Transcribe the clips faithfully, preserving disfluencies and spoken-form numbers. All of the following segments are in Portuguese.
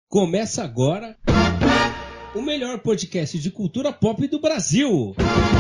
Começa agora o melhor podcast de cultura pop do Brasil.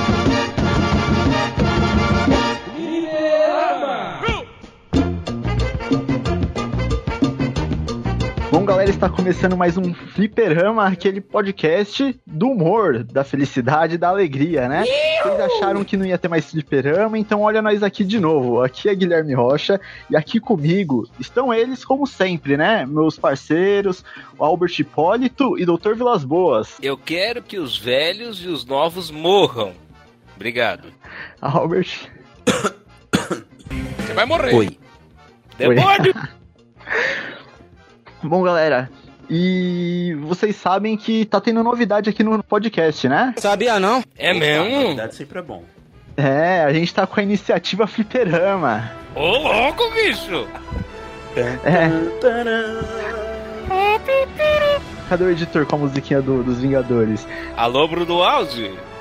Bom, galera, está começando mais um Fliperama, aquele podcast do humor, da felicidade e da alegria, né? Vocês acharam que não ia ter mais Fliperama, então olha nós aqui de novo. Aqui é Guilherme Rocha e aqui comigo estão eles, como sempre, né? Meus parceiros, o Albert Hipólito e doutor Vilas Boas. Eu quero que os velhos e os novos morram. Obrigado. Albert. Você vai morrer. Oi. Demônio! Bom, galera, e vocês sabem que tá tendo novidade aqui no podcast, né? Sabia não? É mesmo? Novidade sempre é bom. É, a gente tá com a iniciativa Fliperama. Ô, louco, bicho! É. Cadê o editor com a musiquinha do, dos Vingadores? Alô, Bruno Alves?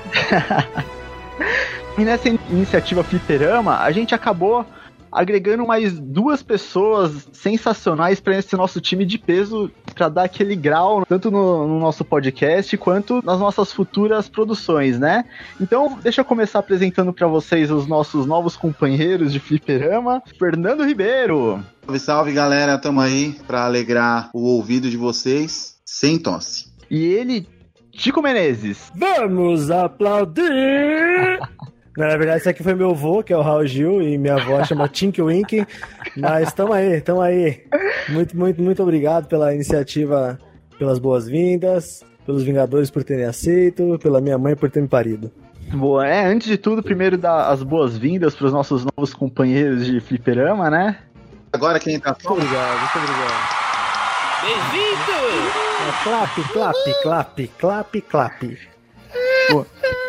E nessa iniciativa Fliperama, a gente acabou agregando mais duas pessoas sensacionais para esse nosso time de peso, para dar aquele grau tanto no, no nosso podcast quanto nas nossas futuras produções, né? Então, deixa eu começar apresentando para vocês os nossos novos companheiros de Fliperama. Fernando Ribeiro. Salve, salve, galera, tamo aí para alegrar o ouvido de vocês, sem tosse. E ele, Chico Menezes. Vamos aplaudir! Na verdade, esse aqui foi meu avô, que é o Raul Gil, e minha avó chama Tinky Winky. Mas tamo aí, tamo aí. Muito, muito, muito obrigado pela iniciativa, pelas boas-vindas, pelos Vingadores por terem aceito, pela minha mãe por ter me parido. Boa, é, antes de tudo, primeiro dar as boas-vindas pros nossos novos companheiros de Fliperama, né? Agora quem tá... Muito obrigado, muito obrigado. Bem-vindo! É, clap, clap, clap, clap, clap. Boa.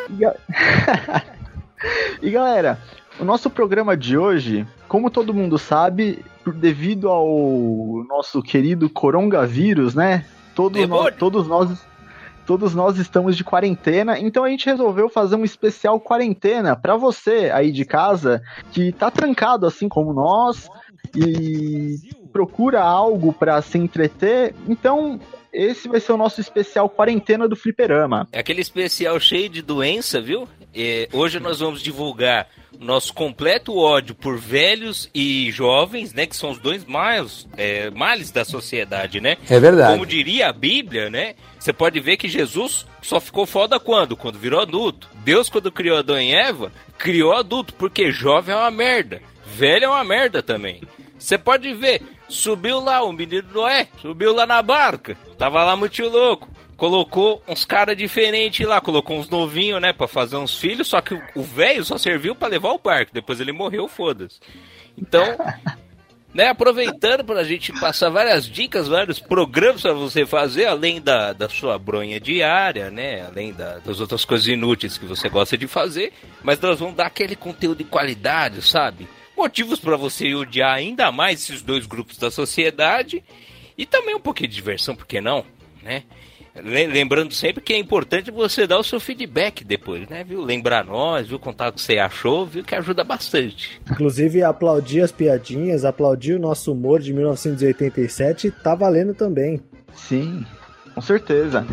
E galera, o nosso programa de hoje, como todo mundo sabe, devido ao nosso querido coronavírus, né? Todos nós, todos nós, todos nós estamos de quarentena, então a gente resolveu fazer um especial quarentena para você aí de casa que tá trancado assim como nós e procura algo para se entreter. Então esse vai ser o nosso especial quarentena do Fliperama. É aquele especial cheio de doença, viu? É, hoje nós vamos divulgar o nosso completo ódio por velhos e jovens, né? Que são os dois males, é, males da sociedade, né? É verdade. Como diria a Bíblia, né? Você pode ver que Jesus só ficou foda quando? Quando virou adulto. Deus, quando criou Adão e Eva, criou adulto, porque jovem é uma merda. Velho é uma merda também. Você pode ver, subiu lá o menino Noé, subiu lá na barca, tava lá muito louco. Colocou uns caras diferentes lá, colocou uns novinhos, né, pra fazer uns filhos, só que o velho só serviu pra levar o barco, depois ele morreu, foda-se. Então, né, aproveitando pra gente passar várias dicas, vários programas pra você fazer, além da, da sua bronha diária, né, além da, das outras coisas inúteis que você gosta de fazer, mas nós vamos dar aquele conteúdo de qualidade, sabe? Motivos pra você odiar ainda mais esses dois grupos da sociedade e também um pouquinho de diversão, por que não, né? Lembrando sempre que é importante você dar o seu feedback depois, né, viu? Lembrar nós, viu? Contar o que você achou, viu? Que ajuda bastante. Inclusive, aplaudir as piadinhas, aplaudir o nosso humor de mil novecentos e oitenta e sete, tá valendo também. Sim, com certeza.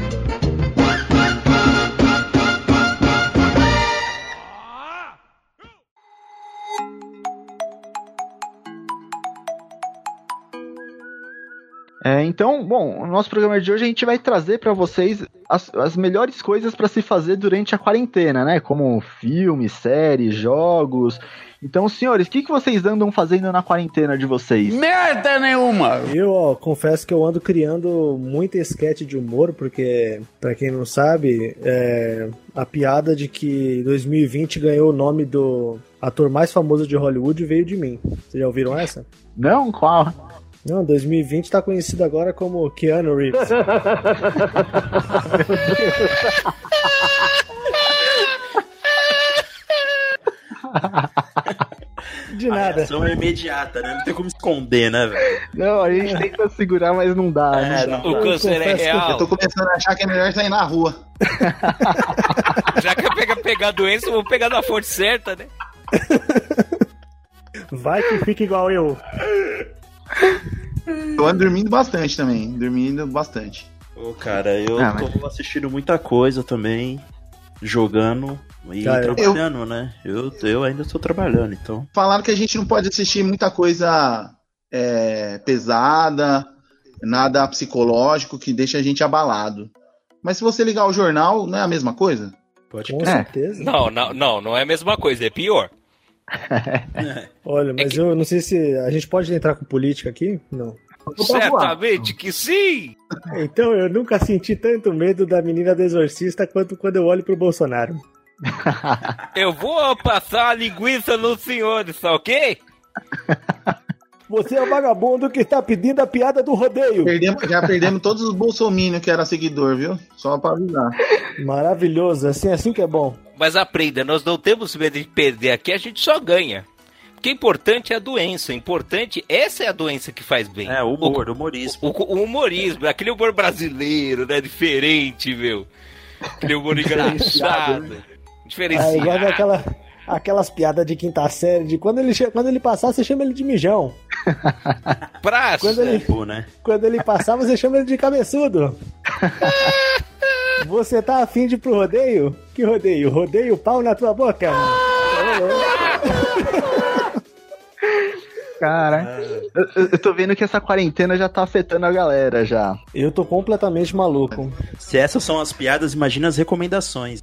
É, então, bom, no nosso programa de hoje a gente vai trazer para vocês as, as melhores coisas para se fazer durante a quarentena, né? Como filmes, séries, jogos. Então, senhores, o que, que vocês andam fazendo na quarentena de vocês? Merda nenhuma! Eu, ó, confesso que eu ando criando muita esquete de humor, porque, pra quem não sabe, é, a piada de que dois mil e vinte ganhou o nome do ator mais famoso de Hollywood veio de mim. Vocês já ouviram essa? Não? Qual? Não, dois mil e vinte tá conhecido agora como Keanu Reeves. De nada. A reação é imediata, né? Não tem como esconder, né, velho? Não, a gente tenta segurar, mas não dá. É, não dá. O câncer é real. Eu tô começando a achar que é melhor sair na rua. Já que eu pegar, pegar a doença, eu vou pegar na fonte certa, né? Vai que fica igual eu. Eu ando dormindo bastante também, dormindo bastante. Ô, cara, eu Ah, tô assistindo muita coisa também, jogando e Cara, trabalhando, né? Eu, eu ainda tô trabalhando, então... Falaram que a gente não pode assistir muita coisa é, pesada, nada psicológico que deixa a gente abalado. Mas se você ligar o jornal, não é a mesma coisa? Pode Com É. certeza. Não, não, não, não é a mesma coisa, é pior. Olha, mas É que- eu não sei se a gente pode entrar com política aqui? Não. Certamente que sim! Então, eu nunca senti tanto medo da menina do Exorcista quanto quando eu olho pro Bolsonaro. Eu vou passar a linguiça nos senhores, tá ok? Você é o vagabundo que está pedindo a piada do rodeio. Perdemos, já perdemos todos os bolsominions que era seguidor, viu? Só pra avisar. Maravilhoso, assim, assim que é bom. Mas aprenda, nós não temos medo de perder aqui, a gente só ganha. Porque o importante é a doença, o importante, essa é a doença que faz bem. É, o humor, o humorismo. O, o humorismo, aquele humor brasileiro, né, diferente, meu. Aquele humor engraçado. Ah, Diferenciado. igual daquela, aquelas piadas de quinta série, de quando ele, che- quando ele passar, você chama ele de mijão. Praça. Quando ele, Pô, né? quando ele passar, você chama ele de cabeçudo. Você tá afim de ir pro rodeio? Que rodeio? Rodeio pau na tua boca? Cara, eu, eu- eu tô vendo que essa quarentena já tá afetando a galera já. Eu tô completamente maluco. Se essas são as piadas, imagina as recomendações.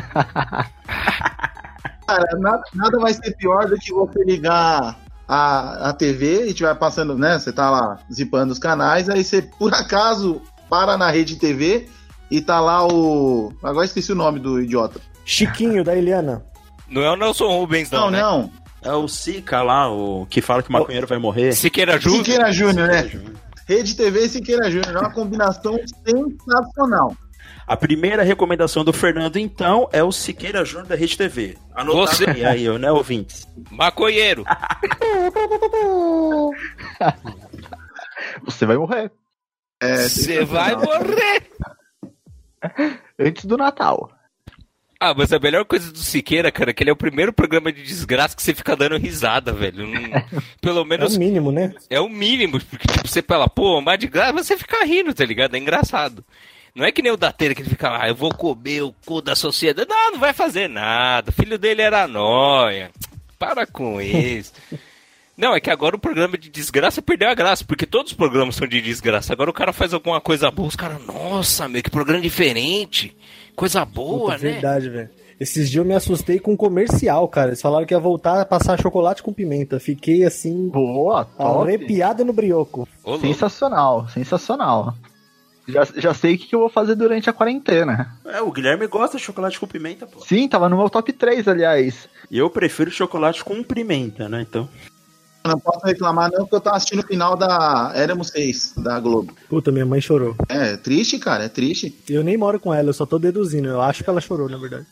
Cara, nada, nada vai ser pior do que você ligar a, a T V e tiver passando, né? Você tá lá zipando os canais, aí você, por acaso, para na rede T V e tá lá o... Agora esqueci o nome do idiota. Chiquinho da Eliana. Não é o Nelson Rubens, não, Não, né? não. É o Sica lá, o que fala que o maconheiro vai morrer. Siqueira Júnior. Siqueira Júnior, né? Rede T V e Siqueira Júnior. É uma combinação sensacional. A primeira recomendação do Fernando, então, é o Siqueira Júnior da Rede T V. Anotaram Você- aí, aí, né, ouvintes? Maconheiro. Você vai morrer. É, Você vai morrer. Antes do Natal. Ah, mas a melhor coisa do Siqueira, cara, é que ele é o primeiro programa de desgraça que você fica dando risada, velho. Não- pelo É menos o mínimo, né? é o mínimo, porque tipo, você fala, pô, mas de graça, mas você fica rindo, tá ligado? É engraçado. Não é que nem o Datena que ele fica lá, ah, eu vou comer o cu da sociedade. Não, não vai fazer nada. O filho dele era nóia. Para com isso. Não, é que agora o programa de desgraça perdeu a graça, porque todos os programas são de desgraça. Agora o cara faz alguma coisa boa, os caras, nossa, meu, que programa diferente. Coisa boa, Puta, né? verdade, velho. Esses dias eu me assustei com um comercial, cara. Eles falaram que ia voltar a passar chocolate com pimenta. Fiquei assim, Boa, top. arrepiado no brioco. Ô, louco. Sensacional, sensacional. Já, já sei o que que eu vou fazer durante a quarentena. É, o Guilherme gosta de chocolate com pimenta, pô. Sim, tava no meu top três, aliás. E eu prefiro chocolate com pimenta, né, então... Eu não posso reclamar não, porque eu tava assistindo o final da Éramos seis, da Globo. Puta, minha mãe chorou. É, triste, cara, é triste. Eu nem moro com ela, eu só tô deduzindo. Eu acho que ela chorou, na verdade.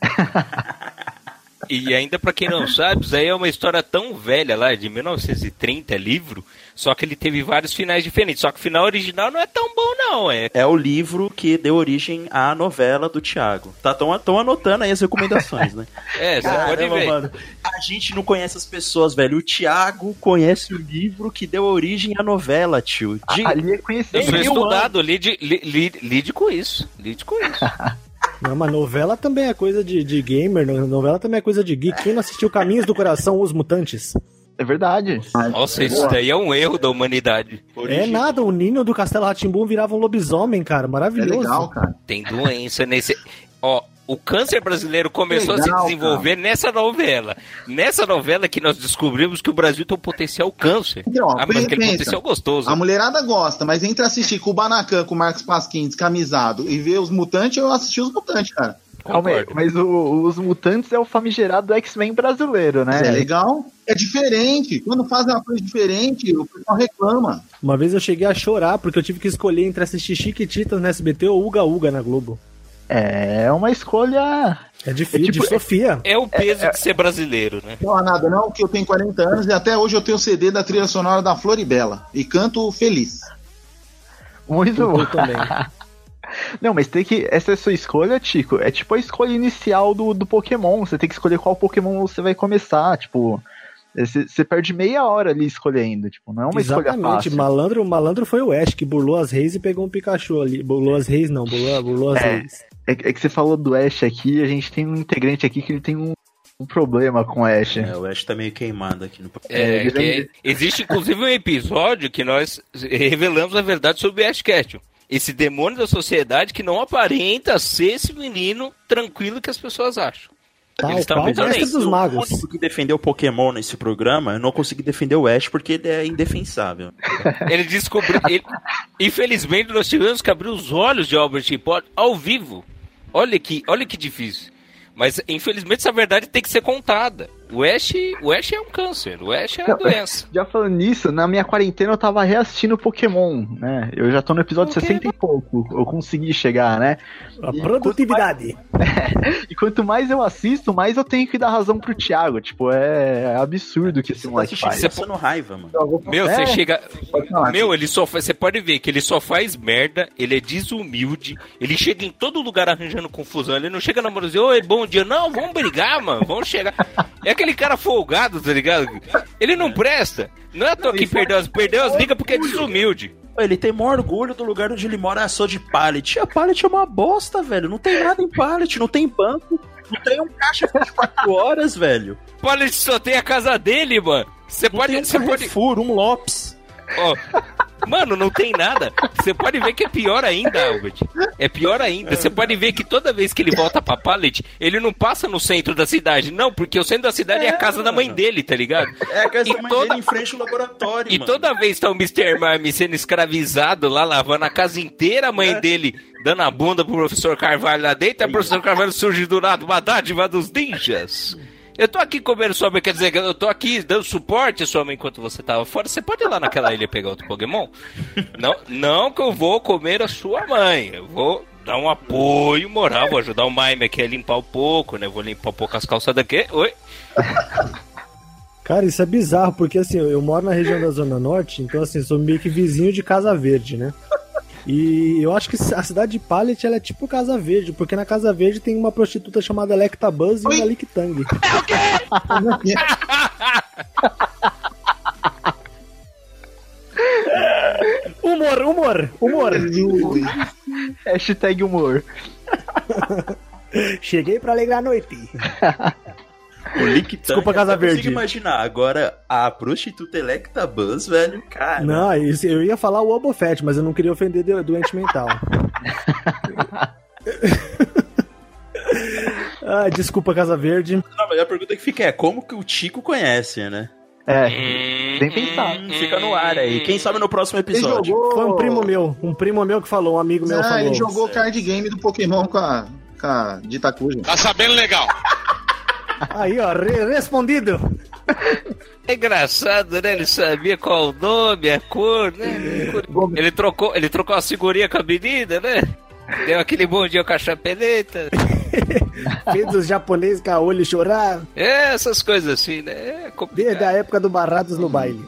E ainda pra quem não sabe, isso aí é uma história tão velha lá, de mil novecentos e trinta, livro, só que ele teve vários finais diferentes. Só que o final original não é tão bom não, é. É o livro que deu origem à novela do Thiago. Tá, tão, tão anotando aí as recomendações, né? É, você pode Caramba, ver. mano. A gente não conhece as pessoas, velho. O Thiago conhece o livro que deu origem à novela, tio. De... Ali é Eu conhecido. sou mil estudado, lide, li- li- lide com isso, lide com isso. Não, mas novela também é coisa de, de gamer, no- novela também é coisa de geek. Quem não assistiu Caminhos do Coração, Os Mutantes? É verdade. Nossa, isso daí é um erro da humanidade. É nada, o Ninho do Castelo Rá-Tim-Bum virava um lobisomem, cara. É Maravilhoso. legal, cara. Tem doença nesse... Ó, o câncer brasileiro começou Legal, a se desenvolver nessa novela. Nessa novela que nós descobrimos que o Brasil tem um potencial câncer. Então, ó, ah, mas aquele pensa. potencial gostoso. A mulherada gosta, mas entre assistir com o Banacan, com o Marcos Pasquim descamisado e ver os mutantes, eu assisti os mutantes, cara. Calma aí, Concordo. mas o- os mutantes é o famigerado X-Men brasileiro, né? Mas é legal. É diferente. Quando fazem uma coisa diferente, o pessoal reclama. Uma vez eu cheguei a chorar porque eu tive que escolher entre assistir Chiquititas no S B T ou Uga Uga na Globo. É uma escolha. É difícil, É tipo- de Sofia. É o peso de ser brasileiro, né? Não há nada não, que eu tenho quarenta anos e até hoje eu tenho o C D da trilha sonora da Floribela. E canto feliz. Muito bom. Eu também. Não, mas tem que. Essa é a sua escolha, Tico. É tipo a escolha inicial do, do Pokémon. Você tem que escolher qual Pokémon você vai começar. Tipo, Você perde meia hora ali escolhendo, tipo, não é uma Exatamente. escolha fácil. Malandro, malandro foi o Ash, que burlou as reis e pegou um Pikachu ali. Burlou as reis não, burlou, burlou as É. reis. É, é que você falou do Ash aqui, a gente tem um integrante aqui que ele tem um, um problema com o Ash. É, o Ash tá meio queimado aqui no É, É, que existe inclusive um episódio que nós revelamos a verdade sobre o Ash Ketchum. Esse demônio da sociedade que não aparenta ser esse menino tranquilo que as pessoas acham. Tá, Eles o pau estavam mestre pensando dos O magos. único que defendeu o Pokémon nesse programa, eu não consegui defender o Ash porque ele é indefensável. Ele descobriu. Ele, infelizmente, nós tivemos que abrir os olhos de Albert Potter ao vivo. Olha que, olha que difícil. Mas, infelizmente, essa verdade tem que ser contada. O Ash, o Ash é um câncer, o Ash é uma doença. Já falando nisso, na minha quarentena eu tava reassistindo Pokémon, né? Eu já tô no episódio sessenta e pouco, eu consegui chegar, né? A produtividade. E quanto mais eu assisto, mais eu tenho que dar razão pro Thiago. Tipo, é absurdo que esse Você tá moleque assistindo faz. passando raiva, mano. Meu, É. você chega. Pode falar, Meu, ele só faz. Você pode ver que ele só faz merda, ele é desumilde, ele chega em todo lugar arranjando confusão. Ele não chega na mão e diz, oi, bom dia. Não, vamos brigar, mano. Vamos chegar. É aquele cara folgado, tá ligado? Ele não presta. Não é à toa que perdeu as, perdeu as ligas porque é desumilde. Ele tem maior orgulho do lugar onde ele mora, é só de pallet. A pallet é uma bosta, velho. Não tem nada em pallet, não tem banco, não tem um caixa vinte e quatro horas, velho. Olha, ele só tem a casa dele, mano. Você Não pode. tem um Você pode. Carrefour, um Lopes. Ó, mano, não tem nada. Você pode ver que é pior ainda, Albert. É pior ainda. Você pode ver que toda vez que ele volta pra Pallet, ele não passa no centro da cidade. Não, porque o centro da cidade é, É, a casa da mãe mano. dele, tá ligado? É a casa E da mãe toda- dele em frente ao laboratório, E mano. toda vez tá o mister Mime sendo escravizado lá, lavando a casa inteira, a mãe dele dando a bunda pro professor Carvalho lá dentro, aí o professor Carvalho surge do nada, uma dádiva dos ninjas. Eu tô aqui comendo sua mãe, quer dizer, eu tô aqui dando suporte à sua mãe enquanto você tava fora. Você pode ir lá naquela ilha pegar outro Pokémon? Não, não que eu vou comer a sua mãe. Eu vou dar um apoio moral, vou ajudar o Mime aqui a limpar um pouco, né? Vou limpar um pouco as calças daqui. Oi? Cara, isso é bizarro, porque assim, eu moro na região da Zona Norte, então assim, sou meio que vizinho de Casa Verde, né? E eu acho que a cidade de Pallet, ela é tipo Casa Verde, porque na Casa Verde tem uma prostituta chamada Electabuzz e Oi? uma Lictang. Humor, humor, humor. Hashtag humor. Cheguei pra alegrar a noite. O Lictang, Desculpa, Casa eu consigo Verde. imaginar. Agora, a prostituta Electabuzz, velho, cara. Não, isso- eu ia falar o Obofet, mas eu não queria ofender do- doente mental. Ah, desculpa, Casa Verde. Não, mas a pergunta que fica é, como que o Tico conhece, né? É, Hum, bem pensado. Hum, fica no ar aí. Quem sabe no próximo Ele episódio. jogou. Foi um primo meu, um primo meu que falou, um amigo meu Ah, falou. ele jogou o card game do Pokémon com a, com a de Itacuja. Tá sabendo legal. Aí, ó, re- respondido. É engraçado, né? Ele sabia qual o nome, a cor, né? Ele trocou, ele trocou a figurinha com a menina, né? Deu aquele bom dia com a chapeleta. Fez os japoneses com a olho chorar. É, essas coisas assim, né? É complicado. Desde a época do Barrados no baile.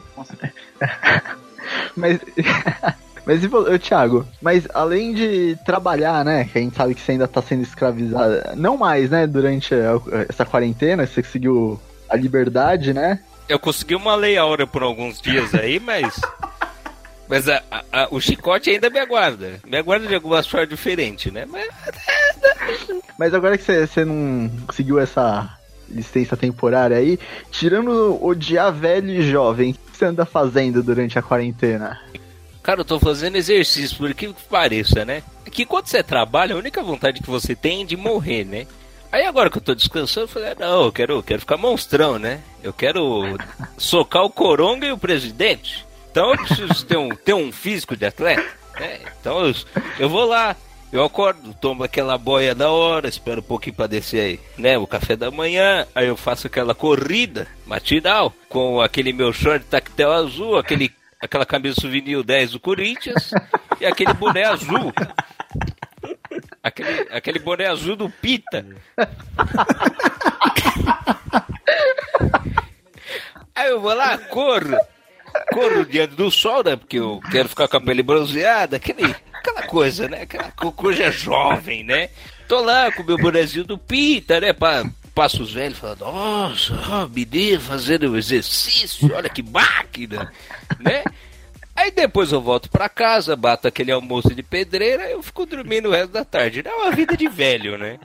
Mas, mas e vo- ô, Thiago, mas além de trabalhar, né, que a gente sabe que você ainda tá sendo escravizado, não mais, né, durante a- essa quarentena, você conseguiu a liberdade, né? Eu consegui uma lei áurea por alguns dias aí, mas. Mas a- a- a- o chicote ainda me aguarda. Me aguarda de algumas formas diferentes, né? Mas Mas agora que você, você não conseguiu essa licença temporária aí, tirando odiar velho e jovem, o que você anda fazendo durante a quarentena? Cara, eu tô fazendo exercício, por que pareça, né? É que quando você trabalha, a única vontade que você tem é de morrer, né? Aí agora que eu tô descansando, eu falei, ah, não, eu quero, eu quero ficar monstrão, né? Eu quero socar o Coronga e o presidente. Então eu preciso ter um, ter um físico de atleta, né? Então eu, eu vou lá, eu acordo, tomo aquela boia da hora, espero um pouquinho pra descer aí, né? O café da manhã, aí eu faço aquela corrida matinal, com aquele meu short tactel azul, aquele aquela camisa souvenir dez do Corinthians e aquele boné azul. Aquele, aquele boné azul do Pita. Aí eu vou lá, corro. Corro diante do sol, né? Porque eu quero ficar com a pele bronzeada, aquele, aquela coisa, né? Aquela co- coisa jovem, né? Tô lá com o meu bonezinho do Pita, né? Pra passa os velhos falando, nossa, ó, menino fazendo exercício, olha que máquina, né? Aí depois eu volto pra casa, bato aquele almoço de pedreira, eu fico dormindo o resto da tarde. Não é uma vida de velho, né?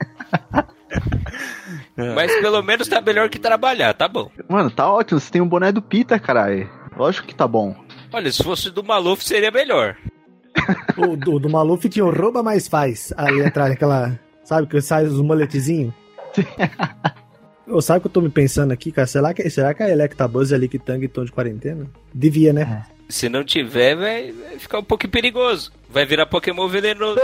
Mas pelo menos tá melhor que trabalhar, tá bom. Mano, tá ótimo, você tem um boné do Pita, caralho. Lógico que tá bom. Olha, se fosse do Maluf seria melhor. O do, do Maluf tinha o rouba mais faz ali atrás, aquela... Sabe, que sai os moletezinhos? Ô, sabe o que eu tô me pensando aqui, cara? Será que, será que a Electabuzz e a Lictang estão de quarentena? Devia, né? É. Se não tiver, vai, vai ficar um pouquinho perigoso. Vai virar Pokémon venenoso.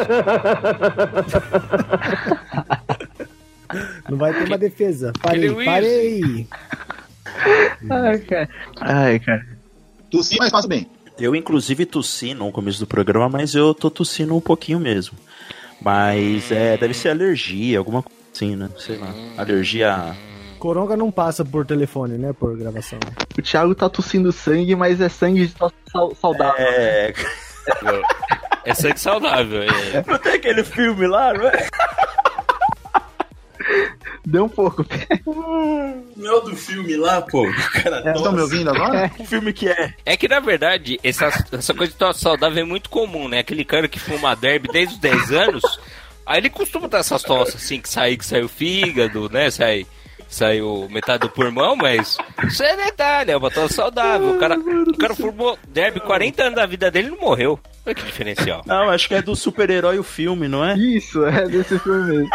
Não vai ter uma defesa. Parei, parei. Ai, cara. Ai, cara. Tossi, mas faço bem. Eu, inclusive, tossi no começo do programa, mas eu tô tossindo um pouquinho mesmo. Mas é, deve ser alergia, alguma coisa assim, né? Sei lá. Alergia a... Coronga não passa por telefone, né? Por gravação. O Thiago tá tossindo sangue, mas é sangue saudável. É... É sangue saudável. É. Não tem aquele filme lá, não é? Deu um pouco. Não é o do filme lá, pô. Vocês estão me ouvindo agora? Que filme que é? É que, na verdade, essa, essa coisa de tosse saudável é muito comum, né? Aquele cara que fuma derby desde os dez anos, aí ele costuma ter essas tosses, assim, que sai, que sai o fígado, né? Sai... Saiu metade do pulmão, mas isso é detalhe, é uma tosse saudável. O cara, o cara fumou derby quarenta anos da vida dele e não morreu. Olha que diferencial. Não, acho que é do super-herói o filme, não é? Isso, é desse filme mesmo.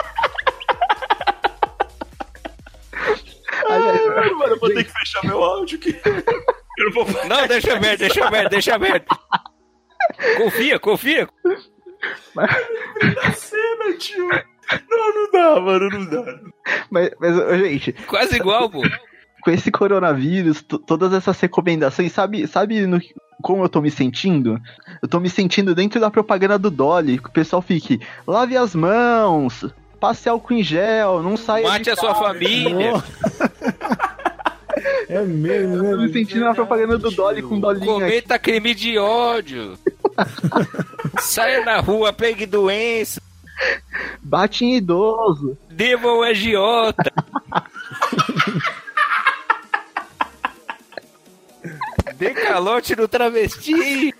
Ai, mano, eu vou ter que fechar meu áudio aqui. Eu não vou... Não, deixa aberto, deixa aberto, deixa aberto. Confia, confia. Da cena, tio. Não, não dá, mano, não dá. Mas, mas, gente... Quase igual, pô. Com esse coronavírus, t- todas essas recomendações, sabe, sabe no, como eu tô me sentindo? Eu tô me sentindo dentro da propaganda do Dolly, que o pessoal fique, lave as mãos, passe álcool em gel, não saia Mate de a sua casa. família. É mesmo, né? Eu tô me sentindo na propaganda do Dolly com Dolinha. Cometa crime de ódio. Saia na rua, pegue doença. Bate em idoso. Deva o agiota. Dê calote no travesti.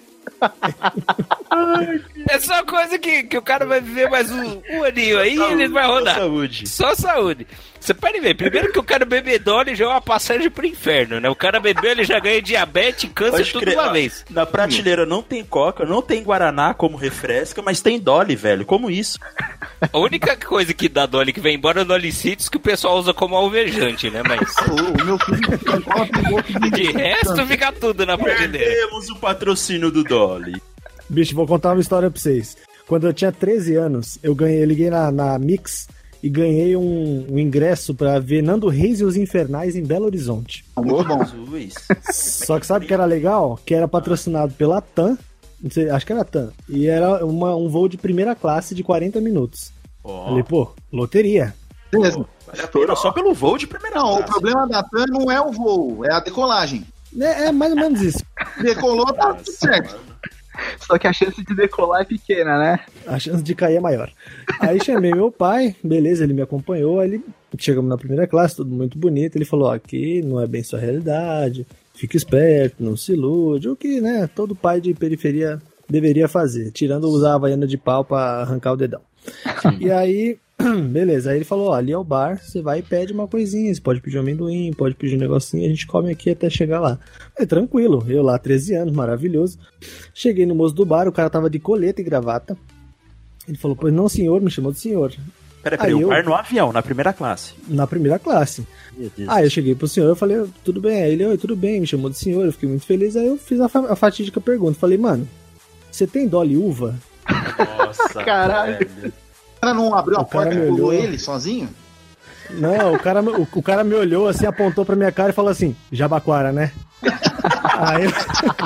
É só coisa que, que o cara vai viver mais um, um aninho aí e ele vai rodar. Só saúde. Só saúde. Você pode ver, primeiro que o cara bebe Dolly já é uma passagem pro inferno, né? O cara bebeu, ele já ganha diabetes, câncer, Pode tudo crer, de uma ó, vez. Na prateleira não tem Coca, não tem Guaraná como refresca, mas tem Dolly, velho. Como isso? A única coisa que dá Dolly que vem embora é o Dolly Citrus, que o pessoal usa como alvejante, né? Mas O, o meu filho tem gosto de... de resto fica tudo na prateleira. Temos o patrocínio do Dolly. Bicho, vou contar uma história pra vocês. Quando eu tinha treze anos, eu ganhei, eu liguei na, na Mix e ganhei um, um ingresso pra ver Nando Reis e os Infernais em Belo Horizonte. Muito bom. Jesus. Só que sabe o que era legal? Que era patrocinado pela TAM, não sei, acho que era TAM, e era uma, um voo de primeira classe de quarenta minutos. Ó, Falei, pô, loteria. Mesmo. vale a pena só pelo voo de primeira Não, o classe. problema da TAM não é o voo, é a decolagem. É, é mais ou menos isso. Decolou, tá tudo certo. Só que a chance de decolar é pequena, né? A chance de cair é maior. Aí chamei meu pai, beleza, ele me acompanhou, aí ele, chegamos na primeira classe, tudo muito bonito, ele falou, ó, aqui não é bem sua realidade, fique esperto, não se ilude, o que, né, todo pai de periferia deveria fazer, tirando usar a havaiana de pau pra arrancar o dedão. E aí, beleza, aí ele falou, ó, ali é o bar, você vai e pede uma coisinha, você pode pedir um amendoim, pode pedir um negocinho, a gente come aqui até chegar lá. É tranquilo, eu lá, treze anos, maravilhoso. Cheguei no moço do bar, o cara tava de coleta e gravata. Ele falou, pois não senhor, me chamou de senhor. Peraí, peraí, Aí o eu- bar no avião, na primeira classe. Na primeira classe. Meu Deus. Aí eu cheguei pro senhor, eu falei, tudo bem? Aí ele, oi, tudo bem, me chamou de senhor, eu fiquei muito feliz. Aí eu fiz a, fa- a fatídica pergunta, falei, mano, você tem Dolly uva? Nossa, Caralho. velho. O cara não abriu a O cara porta e me pulou olhou. ele sozinho? Não, o cara, o, o cara me olhou assim, apontou pra minha cara e falou assim, Jabaquara, né? Aí eu...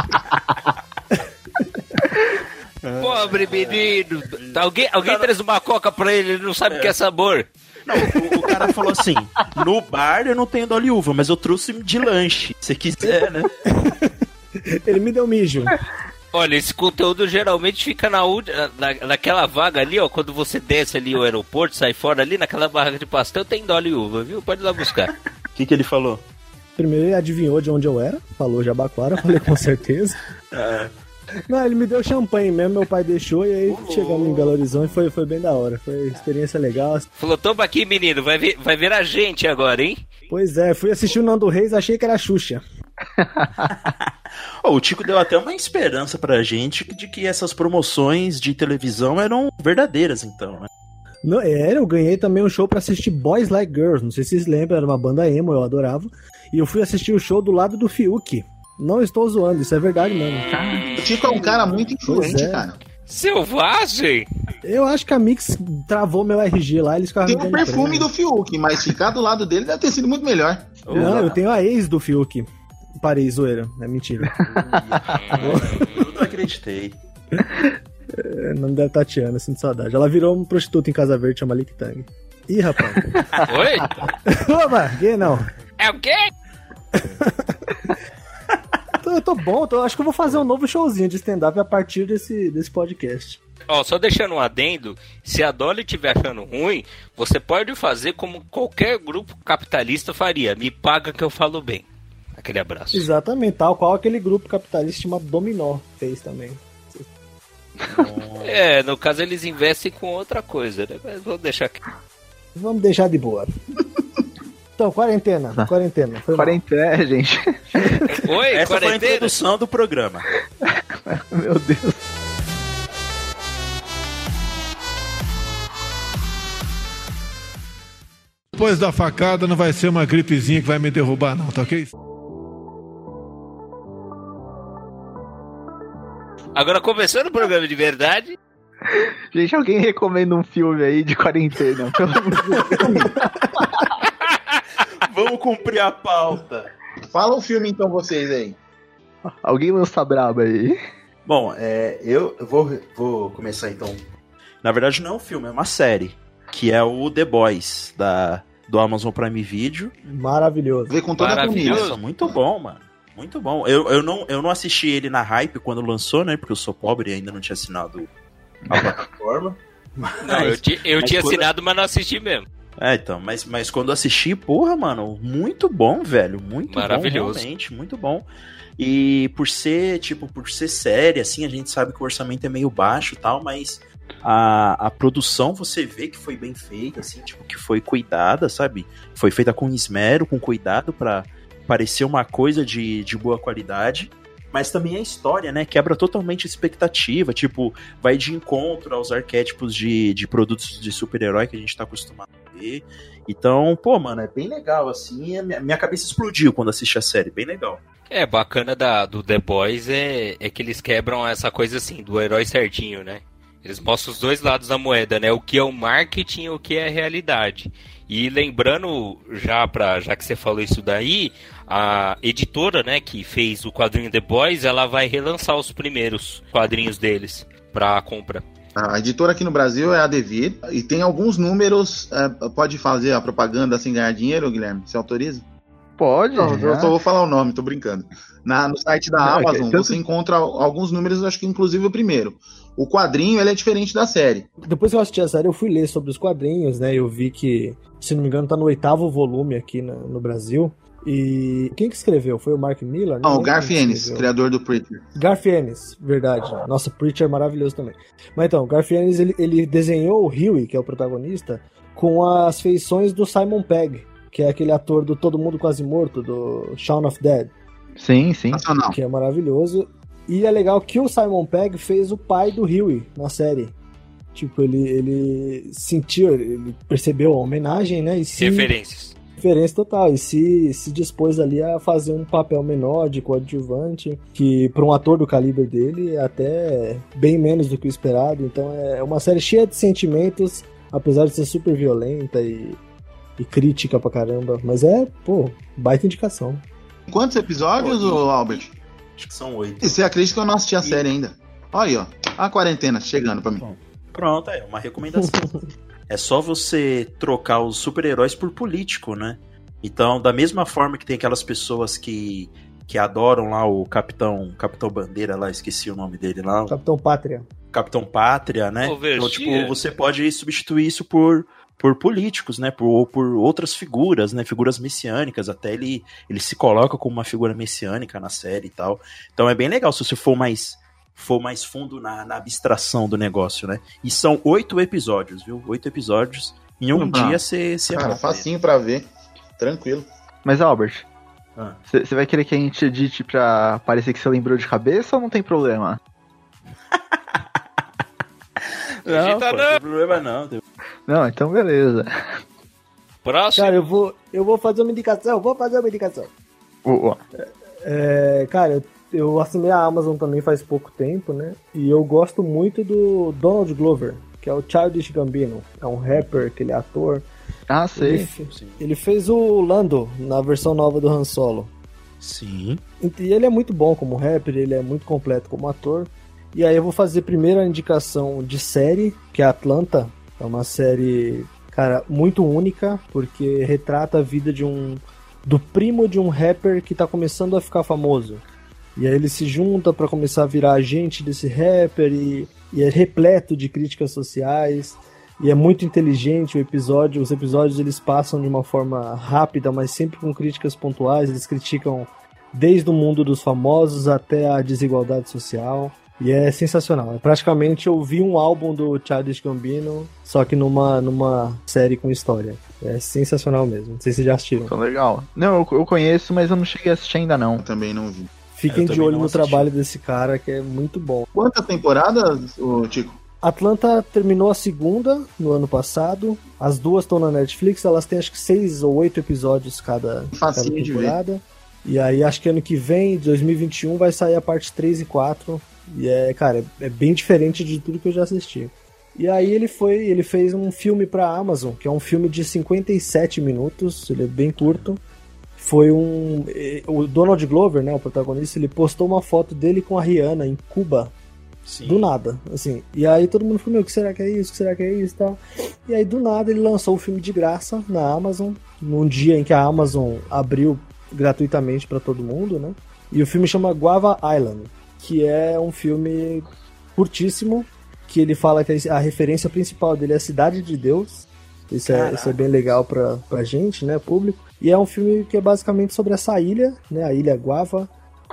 Pobre menino. Alguém, alguém traz uma coca pra ele, ele não sabe o que é sabor. Não, o, o cara falou assim, no bar eu não tenho Dolly uva, mas eu trouxe de lanche, se quiser, né? ele me deu mijo. Olha, esse conteúdo geralmente fica na, na, naquela vaga ali, ó. Quando você desce ali o aeroporto, sai fora ali, naquela barraca de pastel tem Dolly Uva, viu? Pode ir lá buscar. O que, que ele falou? Primeiro ele adivinhou de onde eu era, falou Jabaquara, falei com certeza. É. Não, ele me deu champanhe mesmo, meu pai deixou, e aí oh. chegamos em Belo Horizonte, foi, foi bem da hora, foi experiência legal. Falou, toma aqui, menino, vai ver, vai ver a gente agora, hein? Pois é, fui assistir o Nando Reis, achei que era a Xuxa. Oh, o Tico deu até uma esperança pra gente de que essas promoções de televisão eram verdadeiras, então, né? Não, era, eu ganhei também um show pra assistir Boys Like Girls, não sei se vocês lembram, era uma banda emo, eu adorava, e eu fui assistir o show do lado do Fiuk. Não estou zoando, isso é verdade mesmo. O Tico é um cara muito influente, é. cara. Selvagem? Eu acho que a Mix travou meu R G lá, eles ficaram... Tem o perfume do Fiuk, mas ficar do lado dele deve ter sido muito melhor. Não, eu tenho a ex do Fiuk. Parei, zoeira. É mentira. Eu não acreditei. É, o nome dela é Tatiana, sinto saudade. Ela virou uma prostituta em Casa Verde, chama Lick Tang. Ih, rapaz. Oi? Opa, que não? É o quê? Eu tô bom, tô, acho que eu vou fazer um novo showzinho de stand-up a partir desse, desse podcast. Ó, só deixando um adendo, se a Dolly estiver achando ruim, você pode fazer como qualquer grupo capitalista faria. Me paga que eu falo bem. Aquele abraço. Exatamente, tal qual aquele grupo capitalista chamado Dominó fez também. É, no caso eles investem com outra coisa, né? Mas vamos deixar aqui. Vamos deixar de boa. Então, quarentena, tá. quarentena. Foi quarentena, mal. Gente. Oi, essa quarentena? foi a introdução do programa. Meu Deus. Depois da facada não vai ser uma gripezinha que vai me derrubar não, tá ok? Agora começando o programa de verdade. Gente, alguém recomenda um filme aí de quarentena? Pelo amor de Deus. Vamos cumprir a pauta. Fala um filme então, vocês aí. Alguém lança braba aí. Bom, é, eu vou, vou começar então. Na verdade não é um filme, é uma série. Que é o The Boys, da, do Amazon Prime Video. Maravilhoso. Vê com toda a família. Nossa, muito bom, mano. Muito bom. Eu, eu, não, eu não assisti ele na hype quando lançou, né? Porque eu sou pobre e ainda não tinha assinado a plataforma. Mas, não, eu, ti, eu tinha quando... assinado, mas não assisti mesmo. É, então, mas, mas quando assisti, porra, mano, muito bom, velho. Muito maravilhoso. Bom, realmente, muito bom. E por ser, tipo, por ser série, assim, a gente sabe que o orçamento é meio baixo e tal, mas a, a produção você vê que foi bem feita, assim, tipo, que foi cuidada, sabe? Foi feita com esmero, com cuidado pra parecer uma coisa de, de boa qualidade. Mas também a história, né, quebra totalmente a expectativa, tipo, vai de encontro aos arquétipos de, de produtos de super-herói que a gente tá acostumado a ver. Então, pô, mano, é bem legal, assim, a minha, minha cabeça explodiu quando assisti a série, bem legal. É, bacana da, do The Boys é, é que eles quebram essa coisa assim, do herói certinho, né? Eles mostram os dois lados da moeda, né? O que é o marketing e o que é a realidade. E lembrando, já, pra, já que você falou isso daí, a editora, né, que fez o quadrinho The Boys, ela vai relançar os primeiros quadrinhos deles pra compra. A editora aqui no Brasil é a Devir, e tem alguns números, é, pode fazer a propaganda sem ganhar dinheiro, Guilherme? Você autoriza? Pode. Não, eu só vou falar o nome, tô brincando. Na, no site da Não, Amazon, tanto... você encontra alguns números, acho que inclusive o primeiro. O quadrinho, ele é diferente da série. Depois que eu assisti a série, eu fui ler sobre os quadrinhos, né? Eu vi que, se não me engano, tá no oitavo volume aqui no, no Brasil. E quem que escreveu? Foi o Mark Millar? Não, o Garth Ennis, criador do Preacher. Garth Ennis, verdade. Nossa, Preacher é maravilhoso também. Mas então, o Garth Ennis, ele, ele desenhou o Huey, que é o protagonista, com as feições do Simon Pegg, que é aquele ator do Todo Mundo Quase Morto, do Shaun of Dead. Sim, sim. Nacional. Que é maravilhoso. E é legal que o Simon Pegg fez o pai do Huey na série. Tipo, ele, ele sentiu, ele percebeu a homenagem, né? E se... Referências. Referência total. E se, se dispôs ali a fazer um papel menor de coadjuvante, que para um ator do calibre dele é até bem menos do que o esperado. Então é uma série cheia de sentimentos, apesar de ser super violenta e, e crítica pra caramba. Mas é, pô, baita indicação. Quantos episódios, Pô, Albert? Acho que são oito. E você acredita que eu não assisti a e... série ainda? Olha aí, ó. A quarentena chegando pra mim. Pronto, é uma recomendação. É só você trocar os super-heróis por político, né? Então, da mesma forma que tem aquelas pessoas que que adoram lá o Capitão Capitão Bandeira lá, esqueci o nome dele lá. Capitão Pátria. Capitão Pátria, né? Ô, então, tipo, você pode substituir isso por, por políticos, né? Por, ou por outras figuras, né? Figuras messiânicas. Até ele, ele se coloca como uma figura messiânica na série e tal. Então é bem legal se você for mais, for mais fundo na, na abstração do negócio, né? E são oito episódios, viu? Oito episódios. Em um Uhum. dia você... você Cara, facinho pra ver. Tranquilo. Mas, Albert, Ah. você vai querer que a gente edite pra parecer que você lembrou de cabeça ou não tem problema? Não, Digita pô, não. não tem problema não. Tem- Não, então beleza. Próximo. Cara, eu vou, eu vou fazer uma indicação, vou fazer uma indicação. Ô, ó, É, cara, eu, eu assinei a Amazon também faz pouco tempo, né? E eu gosto muito do Donald Glover, que é o Childish Gambino. É um rapper, aquele ator. Ah, Ele, sei. fe- ele fez o Lando na versão nova do Han Solo. Sim. E ele é muito bom como rapper, ele é muito completo como ator. E aí eu vou fazer primeiro a indicação de série, que é Atlanta. É uma série, cara, muito única, porque retrata a vida de um do primo de um rapper que tá começando a ficar famoso. E aí ele se junta pra começar a virar agente desse rapper e, e é repleto de críticas sociais. E é muito inteligente o episódio. Os episódios eles passam de uma forma rápida, mas sempre com críticas pontuais. Eles criticam desde o mundo dos famosos até a desigualdade social. E é sensacional. É praticamente eu vi um álbum do Childish Gambino, só que numa, numa série com história. É sensacional mesmo. Não sei se vocês já assistiram. Então, legal. Não, eu, eu conheço, mas eu não cheguei a assistir ainda não. Eu também não vi. Fiquem Eu de também olho não no assisti. trabalho desse cara, que é muito bom. Quantas temporadas, ô, Tico? Atlanta terminou a segunda no ano passado. As duas estão na Netflix. Elas têm acho que seis ou oito episódios cada, cada Facinho de ver. temporada. E aí acho que ano que vem, dois mil e vinte e um, vai sair a parte três e quatro. E é, cara, é bem diferente de tudo que eu já assisti. E aí ele foi, ele fez um filme pra Amazon, que é um filme de cinquenta e sete minutos, ele é bem curto. Foi um... O Donald Glover, né, o protagonista, ele postou uma foto dele com a Rihanna em Cuba, Sim. do nada, assim. E aí todo mundo ficou, meu, o que será que é isso? O que será que é isso e tal? E aí do nada ele lançou o filme de graça na Amazon, num dia em que a Amazon abriu gratuitamente pra todo mundo, né? E o filme chama Guava Island, que é um filme curtíssimo, que ele fala que a referência principal dele é a Cidade de Deus. Isso é, isso é bem legal pra, pra gente, né, público. E é um filme que é basicamente sobre essa ilha, né, a Ilha Guava,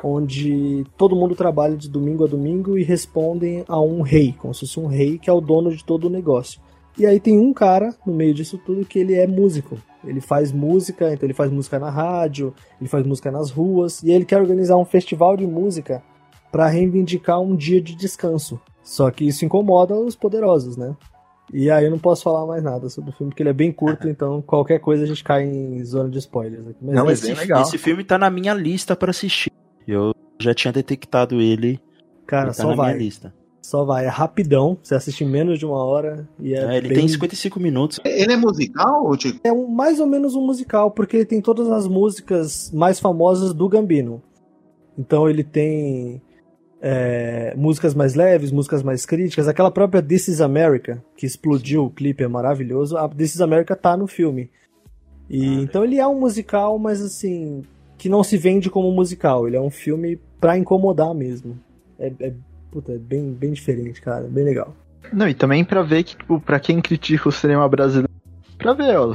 onde todo mundo trabalha de domingo a domingo e respondem a um rei, como se fosse um rei que é o dono de todo o negócio. E aí tem um cara no meio disso tudo que ele é músico. Ele faz música, então ele faz música na rádio, ele faz música nas ruas, e ele quer organizar um festival de música para reivindicar um dia de descanso. Só que isso incomoda os poderosos, né? E aí eu não posso falar mais nada sobre o filme, porque ele é bem curto, então qualquer coisa a gente cai em zona de spoilers. Aqui. Mas Não, mas esse, bem legal. Esse filme tá na minha lista pra assistir. Eu já tinha detectado ele. cara, ele tá só na vai. minha lista. Só vai. É rapidão, você assiste em menos de uma hora. E é É, ele bem... tem cinquenta e cinco minutos. Ele é musical, ô, Tico? É um, mais ou menos um musical, porque ele tem todas as músicas mais famosas do Gambino. Então ele tem é, músicas mais leves, músicas mais críticas. Aquela própria This Is America, que explodiu, o clipe é maravilhoso. A This Is America tá no filme. E, então ele é um musical, mas assim, que não se vende como musical. Ele é um filme pra incomodar mesmo. É, é, puta, é bem, bem diferente, cara. Bem legal. Não, e também pra ver que, tipo, pra quem critica o cinema brasileiro, pra ver, ó,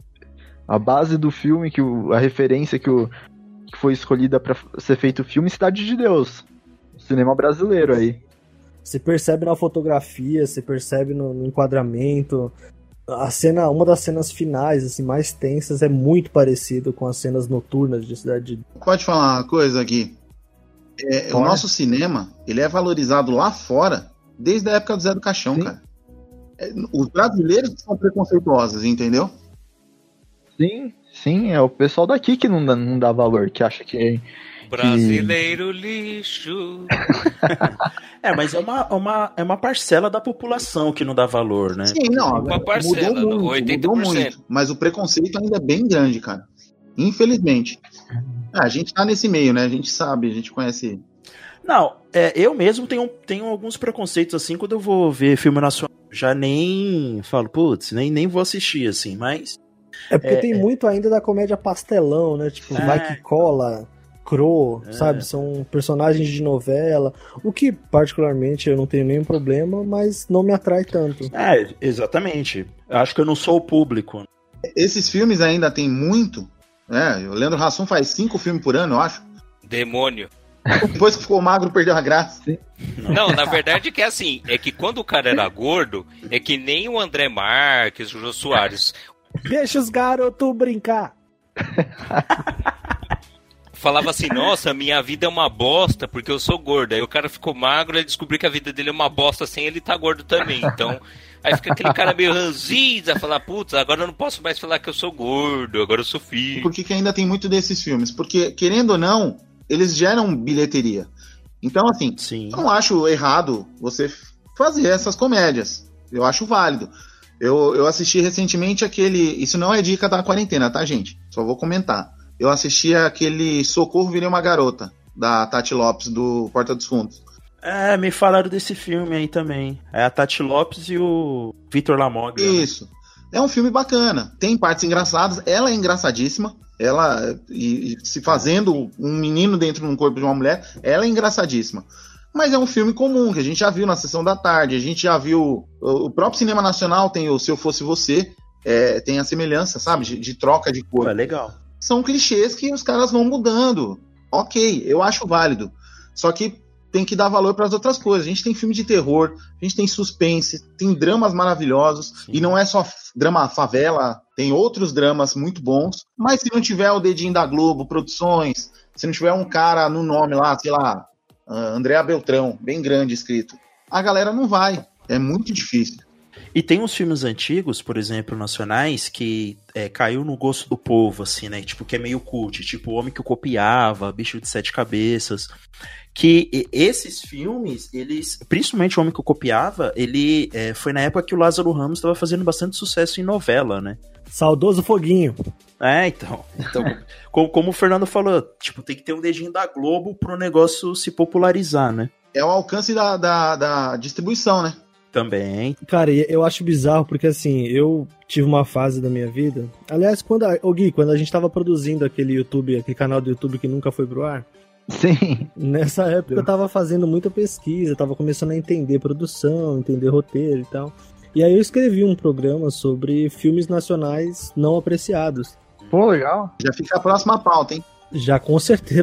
a base do filme, que o, a referência que, o, que foi escolhida pra ser feito o filme, Cidade de Deus. O cinema brasileiro aí. Você percebe na fotografia, você percebe no, no enquadramento. A cena, uma das cenas finais, assim, mais tensas, é muito parecido com as cenas noturnas de Cidade de Pode falar uma coisa aqui? É, o Pode. nosso cinema, ele é valorizado lá fora desde a época do Zé do Caixão, Sim. cara. É, os brasileiros que são preconceituosos, entendeu? Sim, sim, é o pessoal daqui que não dá, não dá valor, que acha que... Brasileiro lixo. É, mas é uma, uma, é uma parcela da população que não dá valor, né? Sim, não, Uma parcela, mudou muito, oitenta mudou por cento. muito, mas o preconceito ainda é bem grande, cara. Infelizmente. Ah, a gente tá nesse meio, né? A gente sabe, a gente conhece. Não, é, eu mesmo tenho, tenho alguns preconceitos assim quando eu vou ver filme nacional. Já nem falo, putz, nem, nem vou assistir, assim, mas. É porque É, tem é. muito ainda da comédia pastelão, né? Tipo, É. vai que cola, Crow, É. sabe? São personagens de novela, o que particularmente eu não tenho nenhum problema, mas não me atrai tanto. É, exatamente. Eu acho que eu não sou o público. Esses filmes ainda tem muito, né? O Leandro Hassum faz cinco filmes por ano, eu acho. Demônio. Depois que ficou magro, perdeu a graça. Não, na verdade que é assim, é que quando o cara era gordo, é que nem o André Marques, o Jô Soares. Deixa os garotos brincar. Falava assim, nossa, minha vida é uma bosta porque eu sou gordo. Aí o cara ficou magro e descobriu que a vida dele é uma bosta sem ele tá gordo também. Então, aí fica aquele cara meio ranzinza, falar, putz, agora eu não posso mais falar que eu sou gordo, agora eu sou filho. Por que que ainda tem muito desses filmes? Porque, querendo ou não, eles geram bilheteria. Então, assim, Sim. eu não acho errado você fazer essas comédias. Eu acho válido. Eu, eu assisti recentemente aquele... Isso não é dica da quarentena, tá, gente? Só vou comentar. Eu assisti aquele Socorro, Virei uma Garota, da Tati Lopes, do Porta dos Fundos. É, me falaram desse filme aí também. É a Tati Lopes e o Vitor Lamoglia. Né? Isso. É um filme bacana. Tem partes engraçadas. Ela é engraçadíssima. Ela, e, e se fazendo um menino dentro de um corpo de uma mulher, ela é engraçadíssima. Mas é um filme comum, que a gente já viu na Sessão da Tarde, a gente já viu... O próprio cinema nacional tem o Se Eu Fosse Você, é, tem a semelhança, sabe? De, de troca de corpo. É legal. São clichês que os caras vão mudando. Ok, eu acho válido. Só que tem que dar valor para as outras coisas. A gente tem filme de terror, a gente tem suspense, tem dramas maravilhosos. Sim. E não é só drama favela, tem outros dramas muito bons. Mas se não tiver o dedinho da Globo, produções, se não tiver um cara no nome lá, sei lá, uh, Andréa Beltrão, bem grande escrito, a galera não vai. É muito difícil. E tem uns filmes antigos, por exemplo, nacionais, que é, caiu no gosto do povo, assim, né? Tipo, que é meio cult. Tipo, O Homem que o Copiava, Bicho de Sete Cabeças. Que e, esses filmes, eles... Principalmente O Homem que o Copiava, ele é, foi na época que o Lázaro Ramos estava fazendo bastante sucesso em novela, né? Saudoso Foguinho. É, então. então como, como o Fernando falou, tipo, tem que ter um dedinho da Globo pro negócio se popularizar, né? É o alcance da, da, da distribuição, né? Também. Cara, eu acho bizarro porque, assim, eu tive uma fase da minha vida... Aliás, quando a, ô Gui, quando a gente tava produzindo aquele YouTube, aquele canal do YouTube que nunca foi pro ar... Sim. Nessa época eu tava fazendo muita pesquisa, tava começando a entender produção, entender roteiro e tal. E aí eu escrevi um programa sobre filmes nacionais não apreciados. Pô, legal. Já fica a próxima pauta, hein? Já com certeza.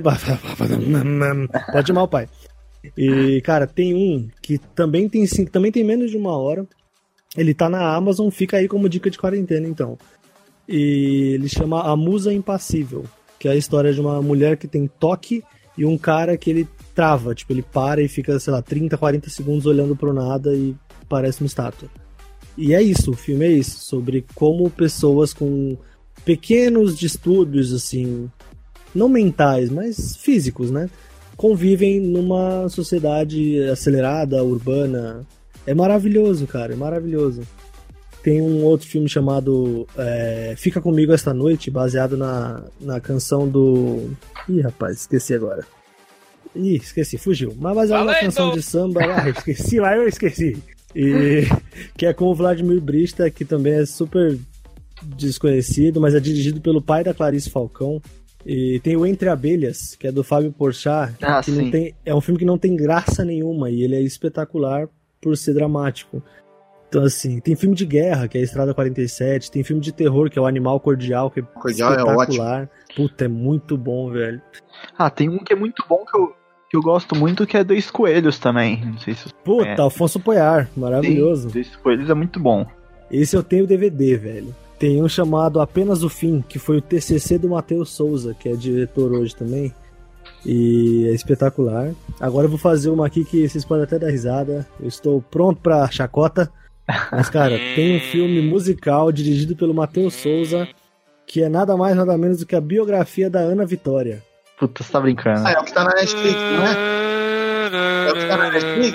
Pode chamar o pai. E, cara, tem um que também tem, também tem menos de uma hora. Ele tá na Amazon, fica aí como dica de quarentena, então. E ele chama A Musa Impassível, que é a história de uma mulher que tem toque e um cara que ele trava, tipo, ele para e fica, sei lá, trinta, quarenta segundos olhando pro nada e parece uma estátua. E é isso, o filme é isso, sobre como pessoas com pequenos distúrbios, assim, não mentais, mas físicos, né? Convivem numa sociedade acelerada, urbana. É maravilhoso, cara, é maravilhoso. Tem um outro filme chamado é, Fica Comigo Esta Noite, baseado na, na canção do... Ih, rapaz, esqueci agora. Ih, esqueci, fugiu. Mas baseado Valendo. na canção de samba, ah, esqueci, lá eu esqueci. E, que é com o Vladimir Brista, que também é super desconhecido, mas é dirigido pelo pai da Clarice Falcão. E tem o Entre Abelhas, que é do Fábio Porchat, ah, que não tem, é um filme que não tem graça nenhuma, e ele é espetacular por ser dramático. Então, assim, tem filme de guerra, que é a Estrada quarenta e sete, tem filme de terror, que é o Animal Cordial, que é Cordial espetacular. É ótimo. Puta, é muito bom, velho. Ah, tem um que é muito bom, que eu, que eu gosto muito, que é Dois Coelhos também. Não sei se Puta, é. Alfonso Poyar, maravilhoso. Sim, Dois Coelhos é muito bom. Esse eu tenho D V D, velho. Tem um chamado Apenas o Fim, que foi o T C C do Matheus Souza, que é diretor hoje também. E é espetacular. Agora eu vou fazer uma aqui que vocês podem até dar risada. Eu estou pronto pra chacota. Mas, cara, tem um filme musical dirigido pelo Matheus Souza, que é nada mais, nada menos do que a biografia da Ana Vitória. Puta, você tá brincando. Ah, é o que tá na Netflix, não é? É o que tá na Netflix?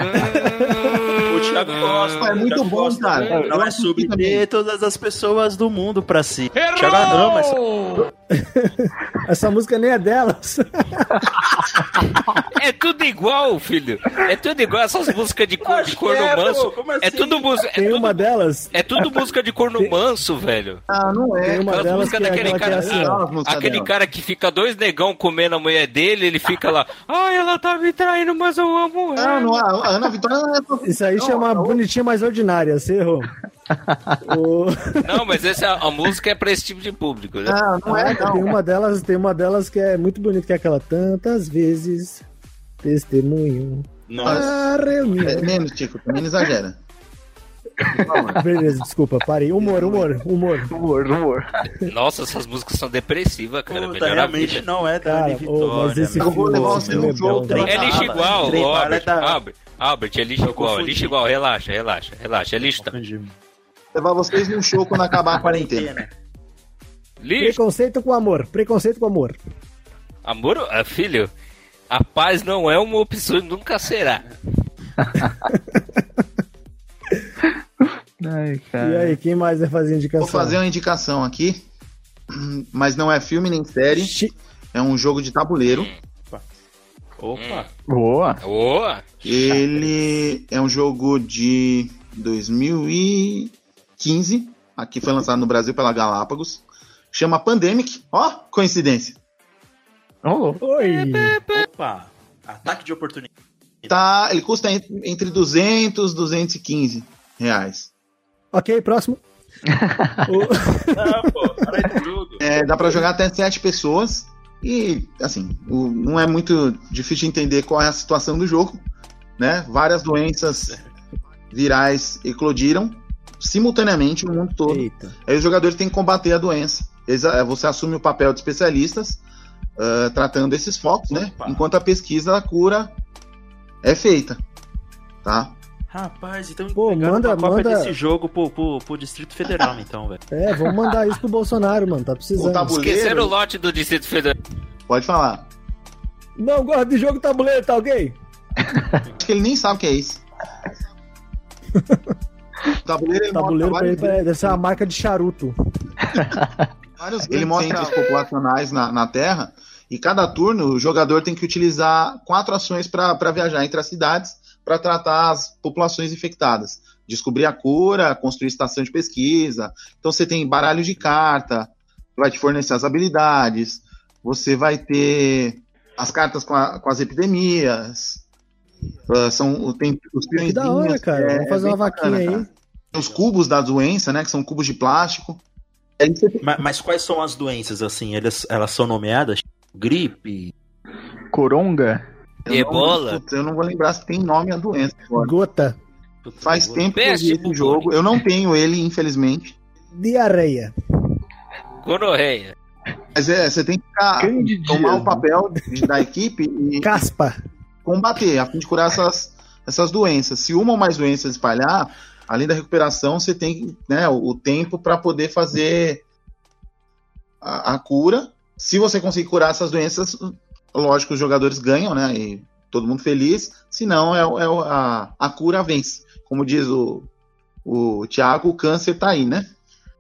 O Thiago gosta. É muito bom, gosta, cara. Não é submeter todas as pessoas do mundo pra si. Errou! Thiago ama essa... Essa música nem é delas. É tudo igual, filho. É tudo igual essas músicas de, cor, de corno é, manso. Como assim? É tudo música. Tem é uma tudo, delas. É tudo música de corno Tem- manso, velho. Ah, não é. Tem uma Aquelas delas músicas que é daquele aquela que é cara. assim, Ah, ó. as músicas Aquele dela. cara que fica dois negão comendo a mulher dele, ele fica lá. Ai, ela tá me traindo, mas eu amo ela. Ah, não, a a Ana Vitória não é. Isso aí não, chama não. Bonitinha Mais Ordinária, você errou. O- Não, mas essa, a música é pra esse tipo de público, né? Ah, não é, Ah, tem não. uma delas, tem uma delas que é muito bonita, que é aquela tantas vezes testemunho. Nossa. A reunião. É, menos, Tico, também não exagera. Por favor. Beleza, desculpa, parei. Humor, humor, humor. Humor, humor. Nossa, essas músicas são depressivas, cara. Puta, Melhor a realmente vida. não é da Cara, Anne ô, Vitória. mas esse meu. Eu vou filme, levar esse você filme no é jogo, bom, trem tá? É lixo Bala, igual, trem ô, bala é Albert, da- Albert, Albert, é lixo Eu igual, é confundi. lixo igual, relaxa, relaxa, relaxa, é lixo, tá? Confundi. Levar vocês num show quando acabar a quarentena. Lixo, Preconceito com amor, preconceito com amor. amor, ah, filho, a paz não é uma opção e nunca será. Ai, E aí, quem mais vai fazer indicação? Vou fazer uma indicação aqui, mas não é filme nem série, Xi- é um jogo de tabuleiro. Opa. Boa. Boa! Ele é um jogo de dois mil e quinze, aqui foi lançado no Brasil pela Galápagos, chama Pandemic. Ó, coincidência. Oh, Oi! Opa. Ataque de oportunidade. Tá, ele custa en- entre duzentos e duzentos e quinze reais. Ok, próximo. O- Não, pô. Para de tudo. É, dá pra jogar até sete pessoas. E, assim, o- não é muito difícil de entender qual é a situação do jogo, né? Várias doenças virais eclodiram simultaneamente no mundo todo. Eita. Aí os jogadores têm que combater a doença. Eles- eh, você assume o papel de especialistas, ah, tratando esses focos, né? Opa. Enquanto a pesquisa da cura é feita, tá? Rapaz, então Pô, pegaram manda- uma cópia manda- desse jogo pro, pro, pro Distrito Federal, então, velho. É, vamos mandar isso pro Bolsonaro, mano. Tá O precisando. tabuleiro, Esqueceram o lote do Distrito Federal. pode falar. Não gosto de jogo tabuleiro, tá ok? Acho que ele nem sabe o que é isso. O tabuleiro, ele Tabuleiro pra mostra ele vários, parece- deve ser uma marca de charuto. vários ele mostra centros populacionais na, na Terra, e cada turno o jogador tem que utilizar quatro ações para viajar entre as cidades para tratar as populações infectadas. Descobrir a cura, construir estação de pesquisa. Então você tem baralho de carta, vai te fornecer as habilidades, você vai ter as cartas com, a- com as epidemias. Ah, são, tem os Que da hora, peõezinhos, cara. é- Vamos fazer é uma bem vaquinha bacana, aí. cara. Tem os cubos da doença, né? Que são cubos de plástico. Aí você tem Mas, mas quais são as doenças, assim? Elas, elas são nomeadas? Gripe? Coronga? Eu não- Ebola. putz, eu não vou lembrar se tem nome a doença agora. Gota. Puta, Faz eu- tempo que eu vi Peste esse jogo. Eu não tenho ele, infelizmente. Diarreia. Gonorreia. Mas é, você tem que ficar, Candidíase. tomar o papel de- da equipe e Caspa. combater, a fim de curar essas, essas doenças. Se uma ou mais doenças espalhar, além da recuperação, você tem, né, o, o tempo para poder fazer a, a cura. Se você conseguir curar essas doenças, lógico, os jogadores ganham, né? E todo mundo feliz. Se não, é, o- é o- a, a cura vence. Como diz o, o Thiago, o câncer tá aí, né?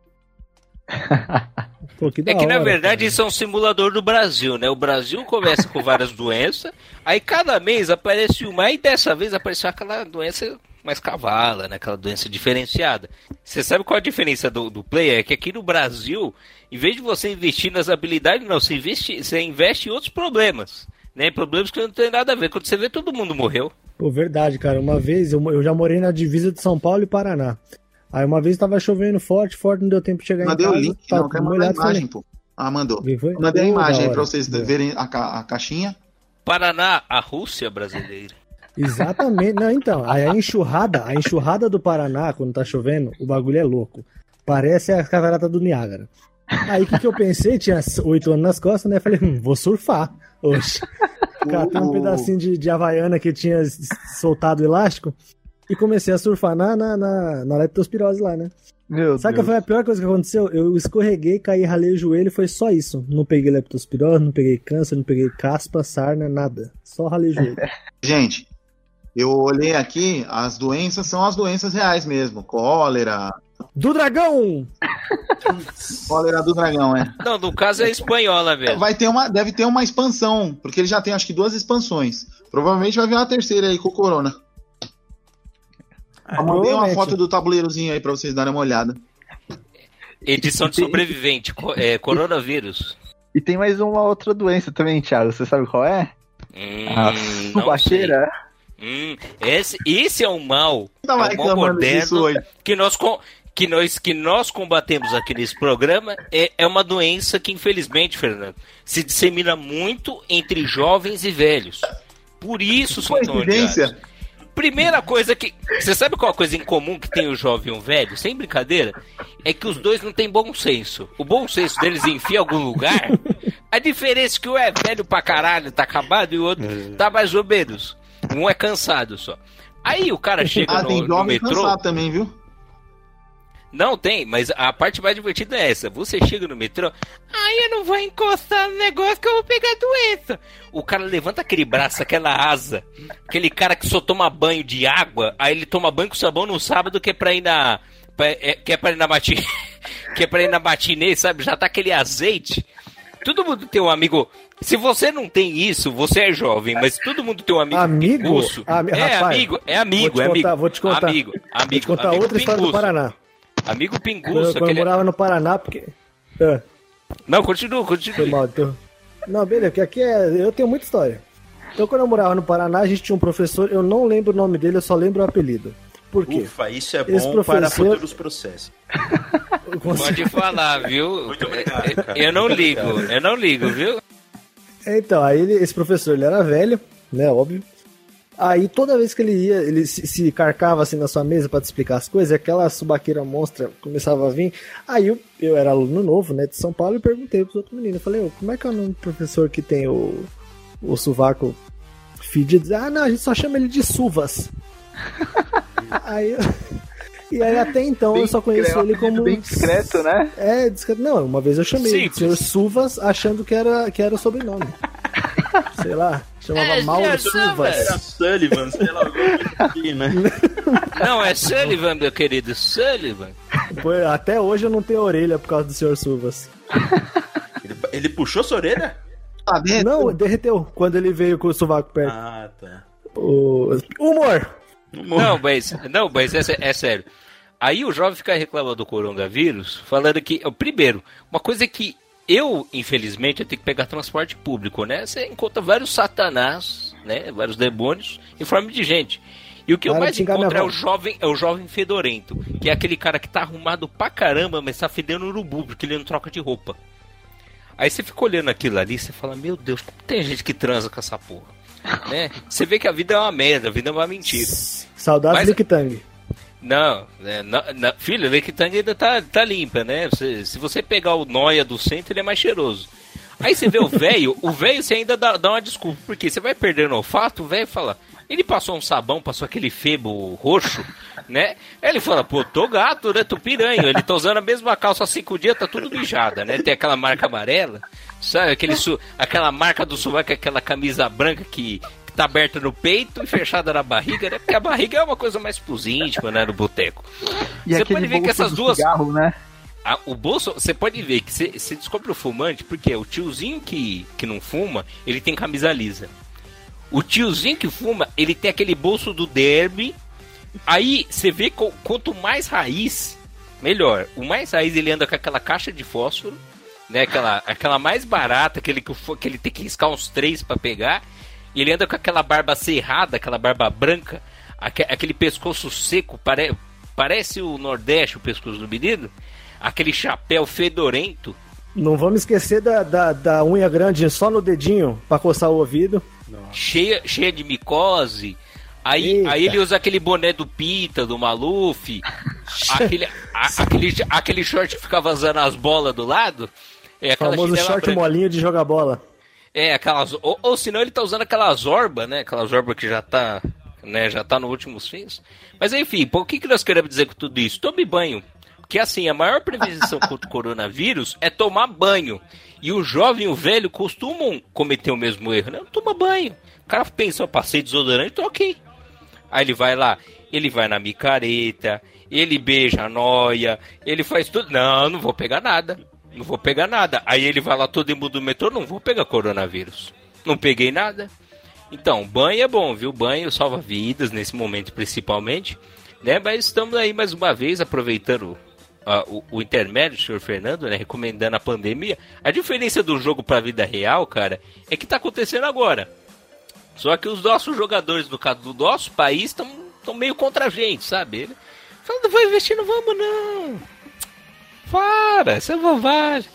Pô, que da É que na hora, verdade cara. isso é um simulador do Brasil, né? O Brasil começa com várias doenças, aí cada mês aparece uma, e dessa vez apareceu aquela doença mais cavala, né? Aquela doença diferenciada. Você sabe qual a diferença do, do player? É que aqui no Brasil, em vez de você investir nas habilidades, não, você investe, você investe em outros problemas. Né? Problemas que não tem nada a ver. Quando você vê, todo mundo morreu. Pô, verdade, cara. Uma vez eu, eu já morei na divisa de São Paulo e Paraná. Aí uma vez tava chovendo forte, forte, não deu tempo de chegar Mandei em o casa. link, tava não, quero tudo mandar a molhado, falei, imagem, pô. Ah, mandou. Quem foi? Mandei a Pô, imagem da aí hora. pra vocês Boa. verem a, ca- a caixinha. Paraná, a Rússia brasileira. Exatamente. Não, então, aí a enxurrada, a enxurrada do Paraná, quando tá chovendo, o bagulho é louco. Parece a catarata do Niágara. Aí o que, que eu pensei? Tinha oito anos nas costas, né? Falei, hum, vou surfar. Oxe. Catei um pedacinho de, de Havaiana que tinha s- soltado o elástico e comecei a surfar na, na, na, na leptospirose lá, né? Meu Sabe qual Deus. foi a pior coisa que aconteceu? Eu escorreguei, caí, ralei o joelho e foi só isso. Não peguei leptospirose, não peguei câncer, não peguei caspa, sarna, nada. Só ralei o joelho. Gente, eu olhei aqui, as doenças são as doenças reais mesmo. Cólera, Do Dragão! Cólera do Dragão, é. Não, no caso é espanhola, velho. Vai ter uma, deve ter uma expansão, porque ele já tem acho que duas expansões. Provavelmente vai vir uma terceira aí com o Corona. Eu mandei uma foto do tabuleirozinho aí pra vocês darem uma olhada. Edição de sobrevivente, co- é, coronavírus. E tem mais uma outra doença também, Thiago. Você sabe qual é? Hum, A não subaqueira. Hum, esse, esse é um mal, Tava é um mal reclamando disso moderno hoje. que nós, com- que, nós, que nós combatemos aqui nesse programa. É, é uma doença que, infelizmente, Fernando, se dissemina muito entre jovens e velhos. Por isso são tão Coincidência? odiados. Primeira coisa que... Você sabe qual a coisa em comum que tem o jovem e o velho? Sem brincadeira. É que os dois não têm bom senso. O bom senso deles enfia em algum lugar. A diferença é que um é velho pra caralho, tá acabado, e o outro tá mais ou menos. Um é cansado só. Aí o cara chega Ah, no, tem no jovem metrô... cansado também, viu? Não tem, mas a parte mais divertida é essa. Você chega no metrô, ai, eu não vou encostar no negócio que eu vou pegar doença. O cara levanta aquele braço, aquela asa. Aquele cara que só toma banho de água, aí ele toma banho com sabão no sábado que é pra ir na... Pra, é, que é pra ir na matinê, que é pra ir na matinê, sabe? Já tá aquele azeite. Todo mundo tem um amigo... Se você não tem isso, você é jovem, mas todo mundo tem um amigo Amigo? pinguço. Ami- É rapaz, amigo, é amigo, vou te é amigo. contar, vou te contar. Amigo, amigo, Vou te contar amigo outra história do pinguço. Paraná. Amigo Quando, pinguço, quando eu aquele... morava no Paraná, porque... Ah, Não, continua, foi continua. mal, então... Não, beleza, porque aqui é... Eu tenho muita história. Então, quando eu morava no Paraná, a gente tinha um professor, eu não lembro o nome dele, eu só lembro o apelido. Por quê? Ufa, isso é Esse bom professor- para futuros processos. Eu consigo- Pode falar, viu? Muito obrigado, cara. Eu não Muito ligo, obrigado. eu não ligo, viu? Então, aí ele- esse professor, ele era velho, né, óbvio. Aí toda vez que ele ia, ele se, se carcava assim na sua mesa pra te explicar as coisas, aquela subaqueira monstra começava a vir. Aí eu, eu era aluno novo, né, de São Paulo, e perguntei pros outros meninos. Eu falei, ô, como é que é o nome do professor que tem o, o sovaco fedido? Ah, não, a gente só chama ele de Suvas. Aí eu... E aí até então Bem eu só conheço discreto, ele como... bem discreto, né? É, discreto. Não, uma vez eu chamei ele de Simples. senhor Suvas achando que era, que era o sobrenome. Sei lá, chamava É, Mauro senhor Suvas. Era Sullivan, sei lá, alguma coisa assim, né? Não, é Sullivan, meu querido, Sullivan. Pô, até hoje eu não tenho orelha por causa do senhor Suvas. Ele, ele puxou sua orelha? Tá dentro? Não, derreteu quando ele veio com o sovaco perto. Ah, tá. O... Humor! Não, mas, não, mas é, sé- é sério. Aí o jovem fica reclamando do coronavírus, falando que, ó, primeiro, uma coisa que eu, infelizmente, eu tenho que pegar transporte público, né? Você encontra vários satanás, né? Vários demônios em forma de gente. E o que eu Para de mais xingar encontro minha é o avó. jovem, é o jovem fedorento, que é aquele cara que tá arrumado pra caramba, mas tá fedendo urubu, porque ele não troca de roupa. Aí você fica olhando aquilo ali, você fala, meu Deus, como tem gente que transa com essa porra? Né? Você vê que a vida é uma merda, a vida é uma mentira. Saudades Mas- do Liquitang. Não, né, na, na, filho, a Lequitang ainda tá, tá limpa, né? Você, se você pegar o noia do centro, ele é mais cheiroso. Aí você vê o velho, o velho você ainda dá, dá uma desculpa, porque você vai perdendo o olfato, o velho fala, ele passou um sabão, passou aquele febo roxo, né? Aí ele fala, pô, tô gato, né? Tô piranha, ele tá usando a mesma calça há cinco dias, tá tudo mijada, né? Tem aquela marca amarela, sabe? Aquele su, aquela marca do sovaco, aquela camisa branca que, que tá aberta no peito e fechada na barriga, né? Porque a barriga é uma coisa mais pros íntimos, né? No boteco. E Você aquele pode ver que bolso essas do duas... cigarro, né? A- o bolso, você pode ver que você você descobre o fumante, porque o tiozinho que, que não fuma, ele tem camisa lisa. O tiozinho que fuma, ele tem aquele bolso do derby. Aí você vê que quanto mais raiz, melhor. O mais raiz ele anda com aquela caixa de fósforo, né? Aquela, aquela mais barata, aquele que, o fo- que ele tem que riscar uns três pra pegar. E ele anda com aquela barba cerrada, aquela barba branca, aque- aquele pescoço seco, pare, parece o Nordeste, o pescoço do menino. Aquele chapéu fedorento. Não vamos esquecer da, da, da unha grande só no dedinho pra coçar o ouvido. Cheia, cheia de micose. Aí, Eita. aí ele usa aquele boné do Pita, do Maluf. aquele, a- aquele, aquele short que fica vazando as bolas do lado. É O aquela famoso chinela short branca. molinho de jogar bola. É, aquelas. Ou, ou senão ele tá usando aquela zorba, né? Aquela zorba que já tá. Né, já tá nos últimos fins. Mas enfim, pô, o que, que nós queremos dizer com tudo isso? Tome banho. Porque assim, a maior prevenção contra o coronavírus é tomar banho. E o jovem e o velho costumam cometer o mesmo erro, né? Não toma banho. O cara pensa, eu passei desodorante, tô ok. Aí ele vai lá, ele vai na micareta, ele beija a noia, ele faz tudo. Não, não vou pegar nada. Não vou pegar nada. Aí ele vai lá todo mundo do metrô, não vou pegar coronavírus. Não peguei nada. Então, banho é bom, viu? Banho salva vidas, nesse momento principalmente. Né? Mas estamos aí mais uma vez aproveitando uh, o, o intermédio do senhor Fernando, né? Recomendando a pandemia. A diferença do jogo para a vida real, cara, é que tá acontecendo agora. Só que os nossos jogadores, no caso do nosso país, estão meio contra a gente, sabe? Ele falando, não vai investir, não vamos não. Para, essa é bobagem.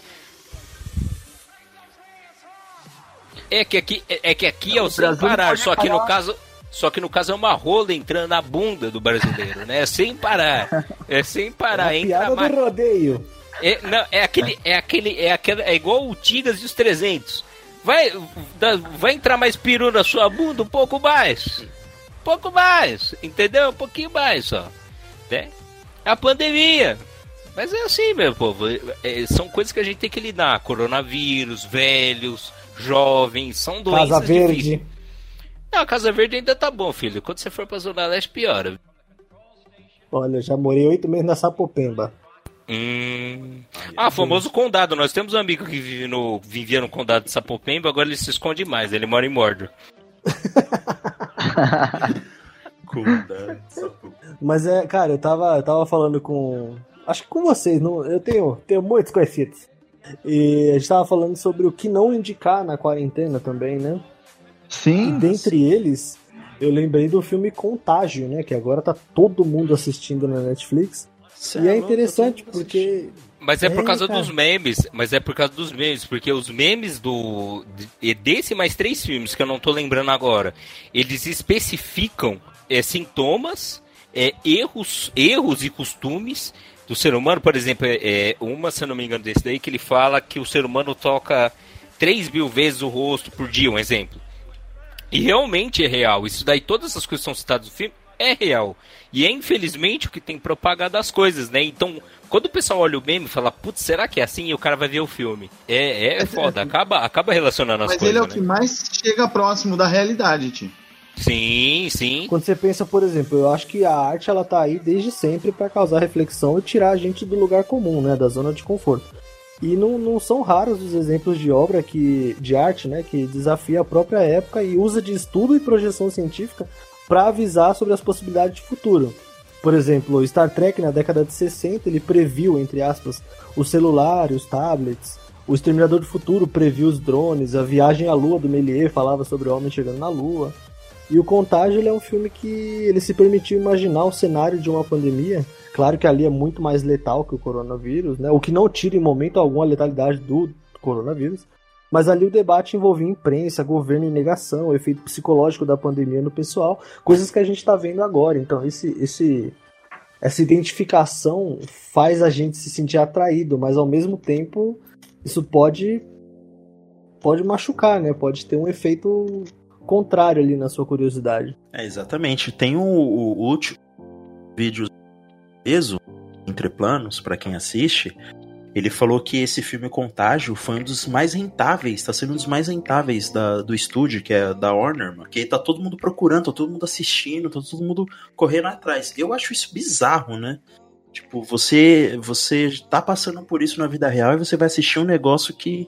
É que aqui é, é, que aqui é o sem parar, só que no caso, só que no caso é uma rola entrando na bunda do brasileiro, né? É sem parar, é sem parar. É a piada do rodeio. É, não, é aquele, é aquele, é aquele, é igual o Tigas e os trezentos. Vai, vai entrar mais peru na sua bunda, um pouco mais, um pouco mais, entendeu? Um pouquinho mais só, né? É a pandemia. Mas é assim, meu povo, é, são coisas que a gente tem que lidar. Coronavírus, velhos, jovens, são doenças Casa Verde. difíceis. Não, a Casa Verde ainda tá bom, filho. Quando você for pra Zona Leste, piora. Olha, eu já morei oito meses na Sapopemba. Hum... Ah, famoso condado. Nós temos um amigo que vive no, vivia no condado de Sapopemba, agora ele se esconde mais. Ele mora em Mordor. Condado de Sapopemba. Mas é, cara, eu tava, eu tava falando com... Acho que com vocês, não, eu tenho, tenho muitos conhecidos. E a gente tava falando sobre o que não indicar na quarentena também, né? Sim. E dentre eles, eu lembrei do filme Contágio, né? Que agora tá todo mundo assistindo na Netflix. Cê e é, é interessante porque... Mas é por é, causa cara. dos memes, mas é por causa dos memes, porque os memes do... de- desse mais três filmes que eu não tô lembrando agora, eles especificam é, sintomas, é, erros, erros e costumes do ser humano. Por exemplo, é, é, uma, se eu não me engano, desse daí, que ele fala que o ser humano toca três mil vezes o rosto por dia, um exemplo. E realmente é real. Isso daí, todas essas coisas que são citadas no filme, é real. E é, infelizmente, o que tem propagado as coisas, né? Então, quando o pessoal olha o meme e fala, putz, será que é assim? E o cara vai ver o filme. É, é foda. Acaba, acaba relacionando as Mas coisas, ele é o né? que mais chega próximo da realidade, tio. Sim, sim. Quando você pensa, por exemplo, eu acho que a arte ela tá aí desde sempre para causar reflexão e tirar a gente do lugar comum, né, da zona de conforto. E não, não são raros os exemplos de obra que, de arte, né, que desafia a própria época e usa de estudo e projeção científica para avisar sobre as possibilidades de futuro. Por exemplo, o Star Trek na década de sessenta ele previu, entre aspas, o celular e os tablets. O Exterminador do Futuro previu os drones, a Viagem à Lua do Méliès falava sobre o homem chegando na Lua. E o Contágio ele é um filme que ele se permitiu imaginar o cenário de uma pandemia. Claro que ali é muito mais letal que o coronavírus, né? O que não tira em momento algum a letalidade do coronavírus. Mas ali o debate envolvia imprensa, governo e negação, o efeito psicológico da pandemia no pessoal, coisas que a gente está vendo agora. Então esse, esse, essa identificação faz a gente se sentir atraído, mas ao mesmo tempo isso pode, pode machucar, né? Pode ter um efeito contrário ali na sua curiosidade. É, exatamente. Tem o, o, o último vídeo peso entre planos, pra quem assiste, ele falou que esse filme Contágio foi um dos mais rentáveis, tá sendo um dos mais rentáveis da, do estúdio, que é da Warner, mano, que tá todo mundo procurando, tá todo mundo assistindo, tá todo mundo correndo atrás. Eu acho isso bizarro, né? Tipo, você, você tá passando por isso na vida real e você vai assistir um negócio que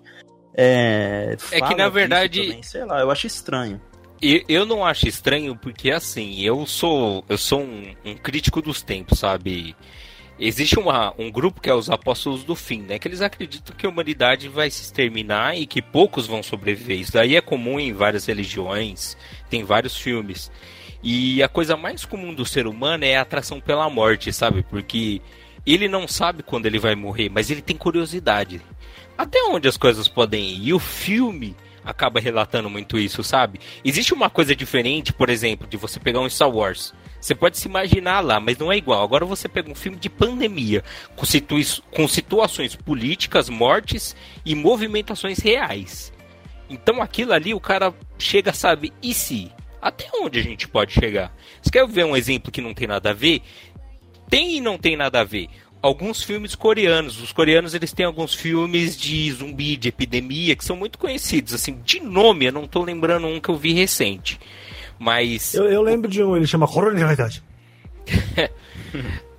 É, é que na verdade, também, sei lá, eu acho estranho. Eu, eu não acho estranho porque assim, eu sou eu sou um, um crítico dos tempos, sabe? Existe uma, um grupo que é os Apóstolos do Fim, né? Que eles acreditam que a humanidade vai se exterminar e que poucos vão sobreviver. Isso daí é comum em várias religiões, tem vários filmes. E a coisa mais comum do ser humano é a atração pela morte, sabe? Porque ele não sabe quando ele vai morrer, mas ele tem curiosidade. Até onde as coisas podem ir? E o filme acaba relatando muito isso, sabe? Existe uma coisa diferente, por exemplo, de você pegar um Star Wars. Você pode se imaginar lá, mas não é igual. Agora você pega um filme de pandemia, com, situa- com situações políticas, mortes e movimentações reais. Então aquilo ali o cara chega, sabe, e se? Até onde a gente pode chegar? Você quer ver um exemplo que não tem nada a ver? Tem e não tem nada a ver. Alguns filmes coreanos. Os coreanos eles têm alguns filmes de zumbi, de epidemia, que são muito conhecidos. Assim, de nome, eu não tô lembrando um que eu vi recente. Mas... Eu, eu lembro de um, ele chama Coronavírus.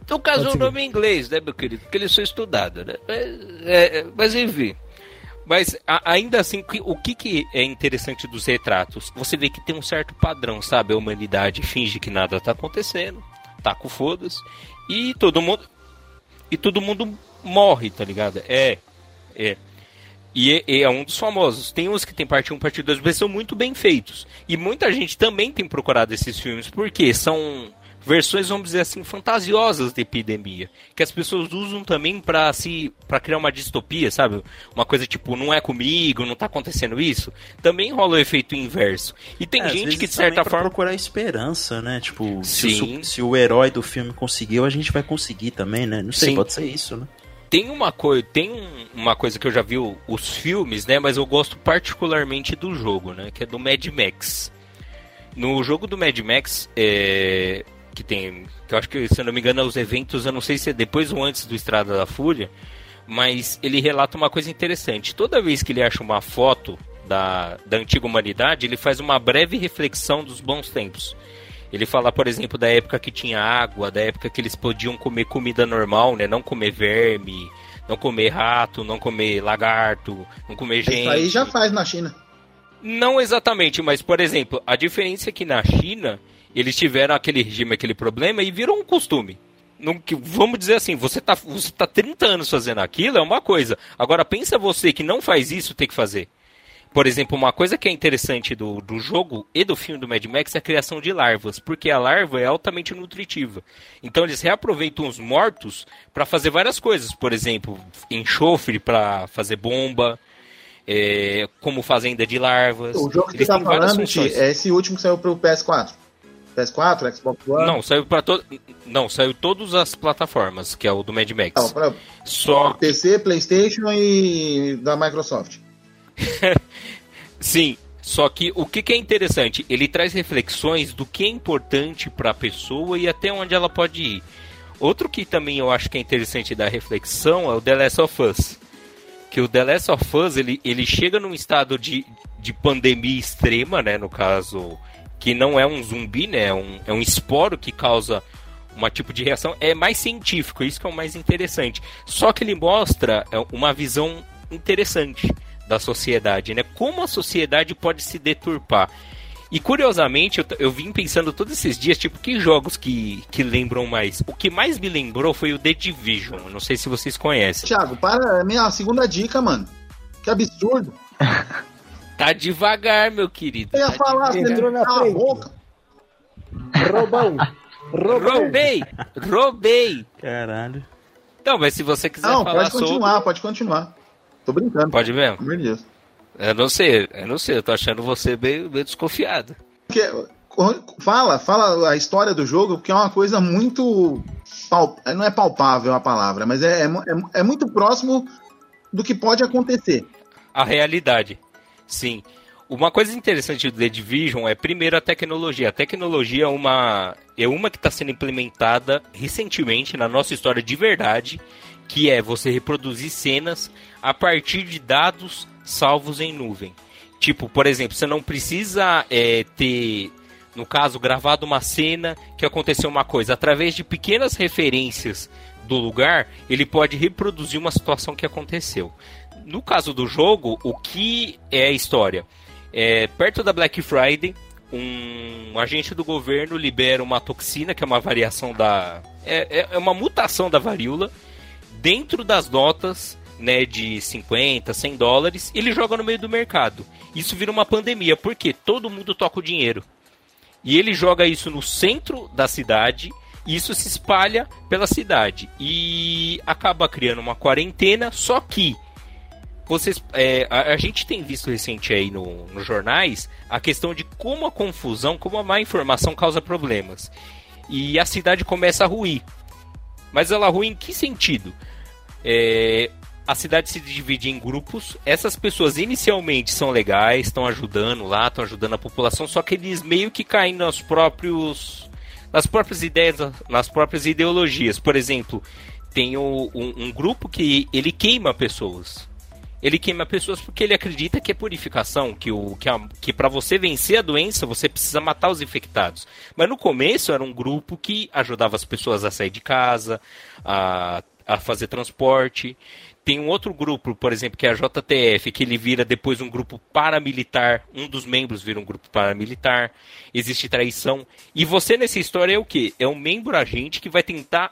No caso, o nome em inglês, né, meu querido? Porque eles são estudados, né? É, é, mas enfim. Mas a, ainda assim, o que, que é interessante dos retratos? Você vê que tem um certo padrão, sabe? A humanidade finge que nada tá acontecendo, tá com foda-se, e todo mundo. E todo mundo morre, tá ligado? É. É. E é, é um dos famosos. Tem uns que tem parte um, parte dois, mas são muito bem feitos. E muita gente também tem procurado esses filmes, porque são versões, vamos dizer assim, fantasiosas da epidemia. Que as pessoas usam também pra, se, pra criar uma distopia, sabe? Uma coisa tipo, não é comigo, não tá acontecendo isso. Também rola o efeito inverso. E tem é, gente que, de certa pra forma... procurar esperança, né? Tipo, se Sim. o, se o herói do filme conseguiu, a gente vai conseguir também, né? Não sei, Sim. pode ser isso, né? Tem uma, coi- tem um- uma coisa que eu já vi o- os filmes, né? Mas eu gosto particularmente do jogo, né? Que é do Mad Max. No jogo do Mad Max, é, que tem... Que eu acho que, se eu não me engano, os eventos, eu não sei se é depois ou antes do Estrada da Fúria, mas ele relata uma coisa interessante. Toda vez que ele acha uma foto da, da antiga humanidade, ele faz uma breve reflexão dos bons tempos. Ele fala, por exemplo, da época que tinha água, da época que eles podiam comer comida normal, né? Não comer verme, não comer rato, não comer lagarto, não comer gente. Isso aí já faz na China. Não exatamente, mas, por exemplo, a diferença é que na China, eles tiveram aquele regime, aquele problema e virou um costume. Não, que, vamos dizer assim, você tá, você tá trinta anos fazendo aquilo, é uma coisa. Agora, pensa você que não faz isso, ter que fazer. Por exemplo, uma coisa que é interessante do, do jogo e do filme do Mad Max é a criação de larvas, porque a larva é altamente nutritiva. Então eles reaproveitam os mortos para fazer várias coisas. Por exemplo, enxofre para fazer bomba, é, como fazenda de larvas. O jogo que eles você tá têm várias falando, funções. Ti, é esse último que saiu pro P S quatro. P S quatro, Xbox One? Não, saiu para to... Não, saiu todas as plataformas, que é o do Mad Max. Não, pra... Só P C, PlayStation e da Microsoft. Sim, só que o que, que é interessante, ele traz reflexões do que é importante para a pessoa e até onde ela pode ir. Outro que também eu acho que é interessante da reflexão é o The Last of Us. Que o The Last of Us, ele, ele chega num estado de, de pandemia extrema, né, no caso, que não é um zumbi, né, é um, é um esporo que causa uma tipo de reação, é mais científico, isso que é o mais interessante. Só que ele mostra uma visão interessante da sociedade, né? Como a sociedade pode se deturpar. E curiosamente, eu, eu vim pensando todos esses dias, tipo, que jogos que, que lembram mais? O que mais me lembrou foi o The Division. Não sei se vocês conhecem. Thiago, para, é minha segunda dica, mano. Que absurdo. Tá devagar, meu querido. Eu ia tá falar, você Entrou me na cala a frente. boca. Roubão. Roubão. Roubei! Roubei! Caralho. Não, mas se você quiser Não, falar pode continuar, sobre... pode continuar. Tô brincando. Pode mesmo? Pelo amor de Deus. Eu não sei, eu não sei. Eu tô achando você meio, meio desconfiado. Porque, fala, fala a história do jogo, porque é uma coisa muito... Pal... Não é palpável a palavra, mas é, é, é muito próximo do que pode acontecer. A realidade, sim. Uma coisa interessante do The Division é, primeiro, a tecnologia. A tecnologia é uma, é uma que está sendo implementada recentemente na nossa história de verdade, que é você reproduzir cenas a partir de dados salvos em nuvem. Tipo, por exemplo, você não precisa é, ter, no caso, gravado uma cena que aconteceu uma coisa. Através de pequenas referências do lugar, ele pode reproduzir uma situação que aconteceu. No caso do jogo, o que é a história? É, perto da Black Friday, um agente do governo libera uma toxina, que é uma variação da... É, é uma mutação da varíola, dentro das notas, né, de cinquenta, cem dólares, ele joga no meio do mercado. Isso vira uma pandemia, porque todo mundo toca o dinheiro. E ele joga isso no centro da cidade, e isso se espalha pela cidade. E acaba criando uma quarentena, só que vocês, é, a, a gente tem visto recente aí no, nos jornais a questão de como a confusão, como a má informação causa problemas. E a cidade começa a ruir. Mas ela ruim em que sentido? É, a cidade se divide em grupos. Essas pessoas inicialmente são legais, estão ajudando lá, estão ajudando a população, só que eles meio que caem nos próprios, nas próprias ideias, nas próprias ideologias. Por exemplo, tem o, um, um grupo que ele queima pessoas. Ele queima pessoas porque ele acredita que é purificação, que, o, que, a, que para você vencer a doença, você precisa matar os infectados. Mas no começo era um grupo que ajudava as pessoas a sair de casa, a, a fazer transporte. Tem um outro grupo, por exemplo, que é a J T F, que ele vira depois um grupo paramilitar, um dos membros vira um grupo paramilitar, existe traição. E você nessa história é o quê? É um membro agente que vai tentar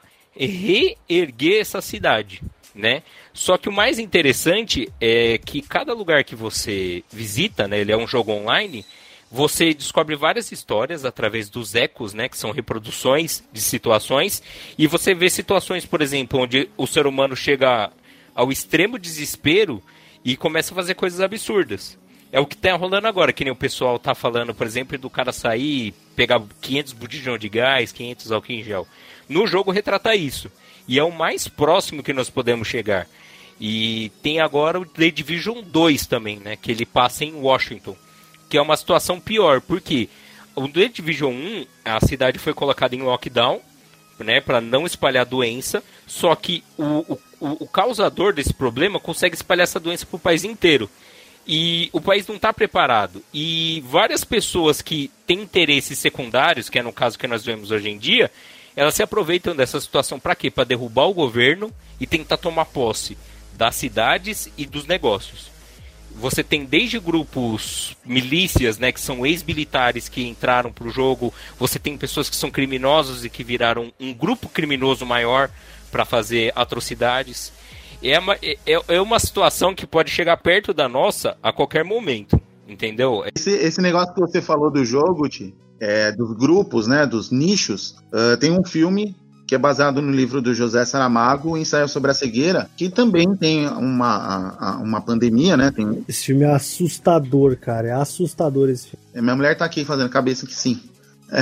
reerguer essa cidade, né? Só que o mais interessante é que cada lugar que você visita, né, ele é um jogo online, você descobre várias histórias através dos ecos, né, que são reproduções de situações, e você vê situações, por exemplo, onde o ser humano chega ao extremo desespero e começa a fazer coisas absurdas. É o que está rolando agora, que nem o pessoal tá falando, por exemplo, do cara sair, pegar quinhentos botijão de gás, quinhentos álcool em gel. No jogo retrata isso. E é o mais próximo que nós podemos chegar. E tem agora o The Division dois também, né? Que ele passa em Washington. Que é uma situação pior. Porque o The Division um, a cidade foi colocada em lockdown, né? Para não espalhar a doença. Só que o, o, o causador desse problema consegue espalhar essa doença para o país inteiro. E o país não está preparado. E várias pessoas que têm interesses secundários, que é no caso que nós vemos hoje em dia, elas se aproveitam dessa situação para quê? Para derrubar o governo e tentar tomar posse das cidades e dos negócios. Você tem desde grupos milícias, né, que são ex-militares que entraram para o jogo. Você tem pessoas que são criminosos e que viraram um grupo criminoso maior para fazer atrocidades. É uma, é, é uma situação que pode chegar perto da nossa a qualquer momento, entendeu? Esse, esse negócio que você falou do jogo, Ti, é, dos grupos, né, dos nichos, uh, tem um filme que é baseado no livro do José Saramago, Ensaio sobre a Cegueira, que também tem uma, a, a, uma pandemia, né? Tem... Esse filme é assustador, cara, é assustador esse filme. Minha mulher tá aqui fazendo cabeça que sim. É.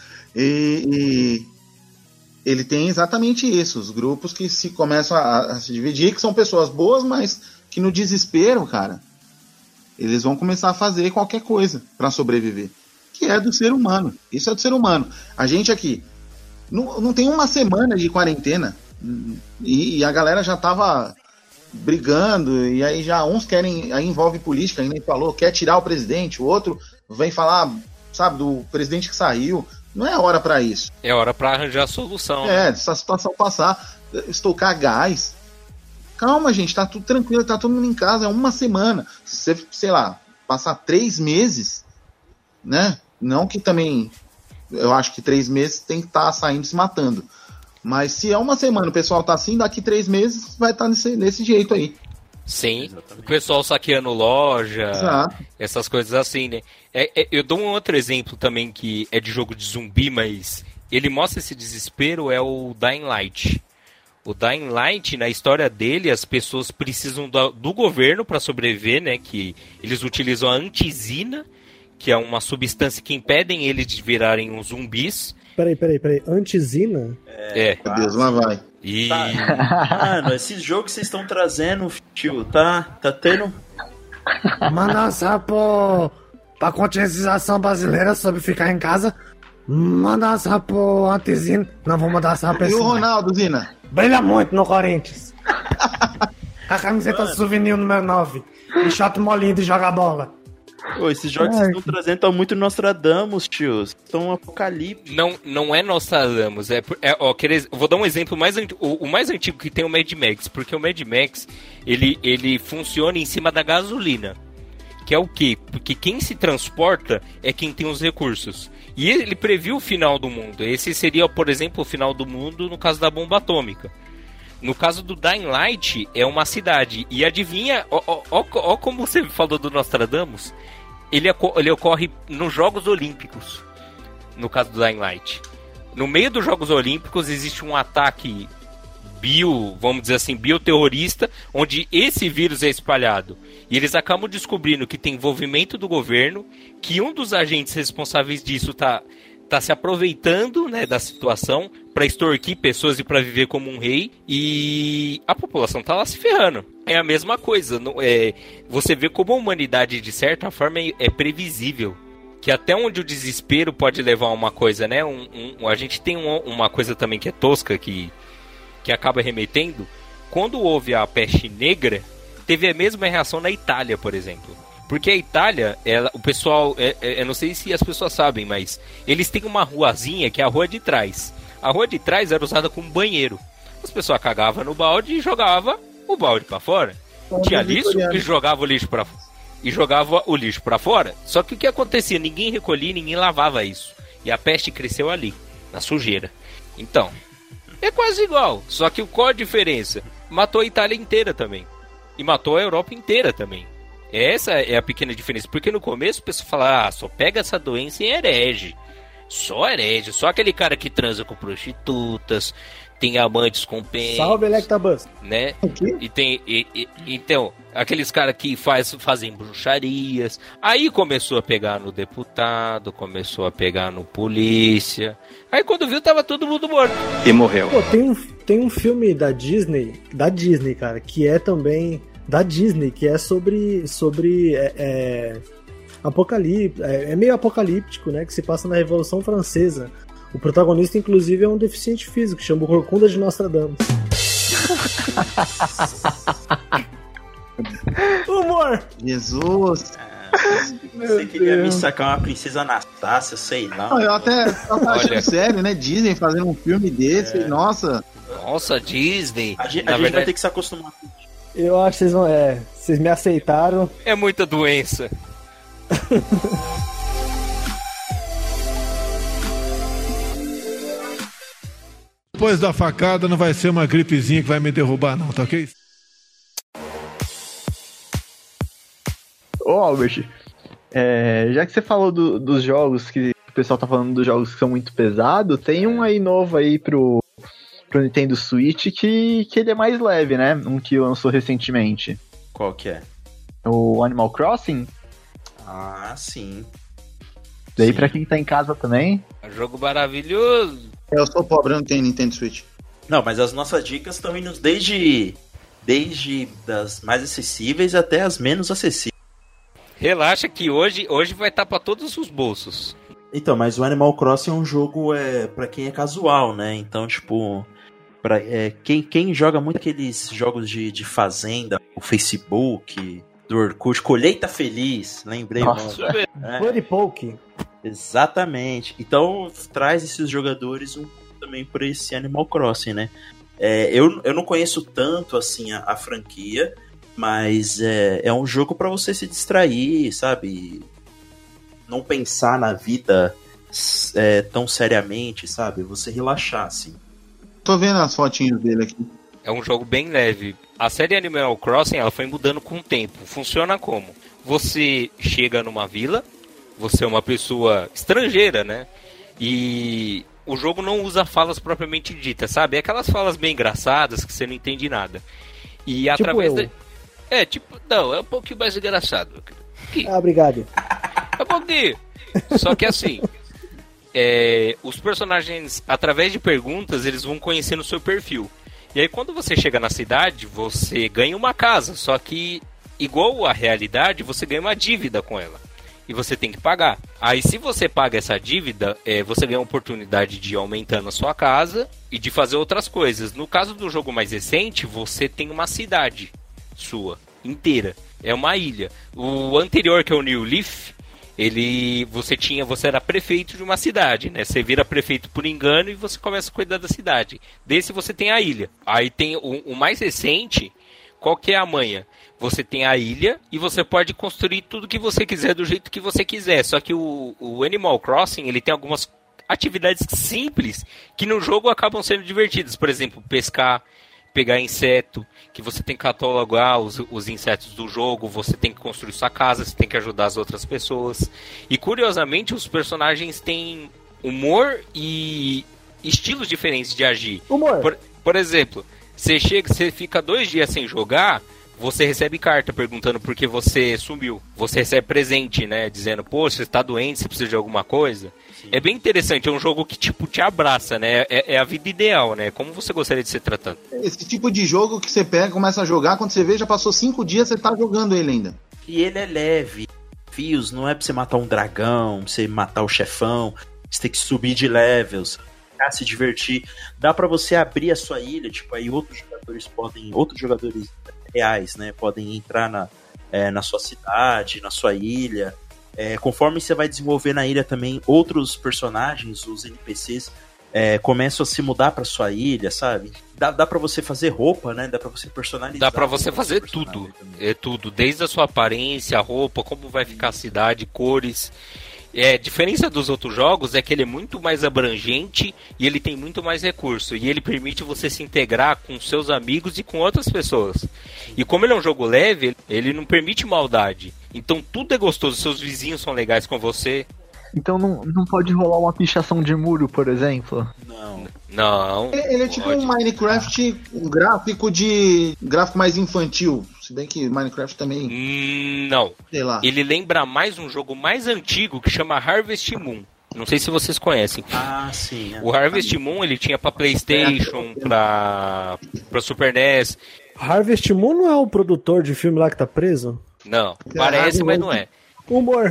E, e ele tem exatamente isso, os grupos que se começam a, a se dividir, que são pessoas boas, mas que no desespero, cara, eles vão começar a fazer qualquer coisa para sobreviver. Que é do ser humano. Isso é do ser humano. A gente aqui não, não tem uma semana de quarentena e, e a galera já tava brigando, e aí já uns querem, aí envolve política, aí nem falou, quer tirar o presidente, o outro vem falar, sabe, do presidente que saiu. Não é hora para isso. É hora para arranjar a solução. É, né? Essa situação passar, estocar gás. Calma, gente, tá tudo tranquilo, tá todo mundo em casa, é uma semana. Se você, sei lá, passar três meses, né? Não que também, eu acho que três meses tem que estar tá saindo se matando. Mas se é uma semana o pessoal tá assim, daqui três meses vai estar tá nesse, nesse jeito aí. Sim, exatamente. O pessoal saqueando loja, exato, essas coisas assim, né? É, é, eu dou um outro exemplo também que é de jogo de zumbi, mas ele mostra esse desespero, é o Dying Light. O Dying Light, na história dele, as pessoas precisam do, do governo para sobreviver, né? Que eles utilizam a antizina, que é uma substância que impedem eles de virarem uns zumbis. Peraí, peraí, peraí. Antizina? É. Meu Deus, lá vai. E... Tá. Mano, esses jogos que vocês estão trazendo, tio, tá, tá tendo... Manda sapo pra conscientização brasileira sobre ficar em casa. Manda sapo antizina. Não, vou mandar sapo E o Ronaldo, Zina? Brilha muito no Corinthians. A camiseta Mano. Souvenir número nove. E shot molinho de jogar bola. Ô, esses jogos Ai, que vocês estão trazendo estão muito Nostradamus, tio. Estão um apocalipse. Não, não é Nostradamus. É, é, ó, querer, vou dar um exemplo mais antigo. O, o mais antigo que tem é o Mad Max. Porque o Mad Max, ele, ele funciona em cima da gasolina. Que é o quê? Porque quem se transporta é quem tem os recursos. E ele previu o final do mundo. Esse seria, por exemplo, o final do mundo no caso da bomba atômica. No caso do Dying Light, é uma cidade. E adivinha, ó, ó, ó, ó como você falou do Nostradamus, ele, ele ocorre nos Jogos Olímpicos, no caso do Dying Light. No meio dos Jogos Olímpicos existe um ataque bio, vamos dizer assim, bioterrorista, onde esse vírus é espalhado. E eles acabam descobrindo que tem envolvimento do governo, que um dos agentes responsáveis disso está... tá se aproveitando, né, da situação para extorquir pessoas e para viver como um rei, e a população tá lá se ferrando. É a mesma coisa. Não, é, você vê como a humanidade, de certa forma, é, é previsível. Que até onde o desespero pode levar a uma coisa, né? Um, um, a gente tem uma, uma coisa também que é tosca, que, que acaba remetendo. Quando houve a peste negra, teve a mesma reação na Itália, por exemplo. Porque a Itália, ela, o pessoal, é, é, eu não sei se as pessoas sabem, mas eles têm uma ruazinha que é a rua de trás. A rua de trás era usada como banheiro. As pessoas cagavam no balde e jogavam o balde pra fora. Tinha lixo e jogava o lixo pra fora. E jogava o lixo pra fora. Só que o que acontecia? Ninguém recolhia, ninguém lavava isso. E a peste cresceu ali, na sujeira. Então, é quase igual. Só que qual a diferença? Matou a Itália inteira também. E matou a Europa inteira também. Essa é a pequena diferença. Porque no começo o pessoal fala, ah, só pega essa doença em herege. Só herege. Só aquele cara que transa com prostitutas, tem amantes com pênis. Salve, Electabuzz. Né? E tem. E, e, então, aqueles caras que faz, fazem bruxarias. Aí começou a pegar no deputado, começou a pegar no polícia. Aí quando viu, tava todo mundo morto. E morreu. Pô, tem um, tem um filme da Disney, da Disney, cara, que é também. Da Disney, que é sobre. sobre é, é, apocalipse, é, é meio apocalíptico, né? Que se passa na Revolução Francesa. O protagonista, inclusive, é um deficiente físico, chama o Corcunda de Nostradamus. Humor! Jesus! Você queria me sacar uma princesa Anastácia, sei lá. Não, eu até tava achando sério, né? Disney fazendo um filme desse, é. nossa. Nossa, Disney. A, a gente verdade... vai ter que se acostumar com isso. Eu acho que vocês vão. É, vocês me aceitaram. É muita doença. Depois da facada não vai ser uma gripezinha que vai me derrubar não, tá ok? Ô Albert, é, já que você falou do, dos jogos, que o pessoal tá falando dos jogos que são muito pesados, tem um aí novo aí pro, pro Nintendo Switch que, que ele é mais leve, né? Um que lançou recentemente. Qual que é? O Animal Crossing. Ah, sim. Daí sim. Pra quem tá em casa também. É um jogo maravilhoso. Eu sou pobre, eu não tenho Nintendo Switch. Não, mas as nossas dicas estão indo desde, desde das mais acessíveis até as menos acessíveis. Relaxa que hoje, hoje vai estar pra todos os bolsos. Então, mas o Animal Crossing é um jogo é, pra quem é casual, né? Então, tipo, pra, é, quem, quem joga muito aqueles jogos de, de fazenda, o Facebook, do Orkut, Colheita Feliz, lembrei. Nossa. É. Buddy Poke. Exatamente. Então traz esses jogadores um, também para esse Animal Crossing, né? É, eu, eu não conheço tanto assim a, a franquia, mas é, é um jogo para você se distrair, sabe? Não pensar na vida é, tão seriamente, sabe? Você relaxar, assim. Tô vendo as fotinhas dele aqui. É um jogo bem leve. A série Animal Crossing ela foi mudando com o tempo. Funciona como? Você chega numa vila, você é uma pessoa estrangeira, né? E o jogo não usa falas propriamente ditas, sabe? É aquelas falas bem engraçadas que você não entende nada. E tipo através eu. da... É, tipo... Não, é um pouquinho mais engraçado. Ah, obrigado. É um pouquinho. Só que assim... É... Os personagens, através de perguntas, eles vão conhecendo o seu perfil. E aí quando você chega na cidade, você ganha uma casa. Só que, igual à realidade, você ganha uma dívida com ela. E você tem que pagar. Aí se você paga essa dívida, é, você ganha a oportunidade de ir aumentando a sua casa e de fazer outras coisas. No caso do jogo mais recente, você tem uma cidade sua, inteira. É uma ilha. O anterior, que é o New Leaf, ele, você tinha, você era prefeito de uma cidade, né? Você vira prefeito por engano e você começa a cuidar da cidade. Desse você tem a ilha. Aí tem o, o mais recente, qual que é a manha? Você tem a ilha e você pode construir tudo que você quiser do jeito que você quiser. Só que o, o Animal Crossing, ele tem algumas atividades simples que no jogo acabam sendo divertidas. Por exemplo, pescar, pegar inseto, que você tem que catalogar os, os insetos do jogo, você tem que construir sua casa, você tem que ajudar as outras pessoas. E curiosamente, os personagens têm humor e estilos diferentes de agir. Humor. Por, por exemplo, você chega, você fica dois dias sem jogar... Você recebe carta perguntando por que você sumiu. Você recebe presente, né? Dizendo, pô, você está doente, você precisa de alguma coisa. Sim. É bem interessante, é um jogo que, tipo, te abraça, né? É, é a vida ideal, né? Como você gostaria de ser tratado? Esse tipo de jogo que você pega, começa a jogar, quando você vê, já passou cinco dias, você tá jogando ele ainda. E ele é leve. Fios, não é pra você matar um dragão, pra você matar o chefão. Você tem que subir de levels, se divertir. Dá pra você abrir a sua ilha, tipo, aí outros jogadores podem... Outros jogadores... reais, né? Podem entrar na, é, na sua cidade, na sua ilha. É, conforme você vai desenvolver na ilha também, outros personagens, os N P Cs, é, começam a se mudar pra sua ilha, sabe? Dá, dá pra você fazer roupa, né? Dá pra você personalizar. Dá pra você fazer tudo. É tudo, desde a sua aparência, a roupa, como vai ficar a cidade, cores. É, a diferença dos outros jogos é que ele é muito mais abrangente e ele tem muito mais recurso. E ele permite você se integrar com seus amigos e com outras pessoas. E como ele é um jogo leve, ele não permite maldade. Então tudo é gostoso, seus vizinhos são legais com você. Então não, não pode rolar uma pichação de muro, por exemplo? Não. Não. Ele é tipo um Minecraft, um gráfico de. gráfico mais infantil. Se bem que Minecraft também. Hum, não. Sei lá. Ele lembra mais um jogo mais antigo que chama Harvest Moon. Não sei se vocês conhecem. Ah, sim. É. O Harvest Moon ele tinha pra PlayStation, pra, pra Super N E S. Harvest Moon não é o produtor de filme lá que tá preso? Não, parece, mas não é. Humor.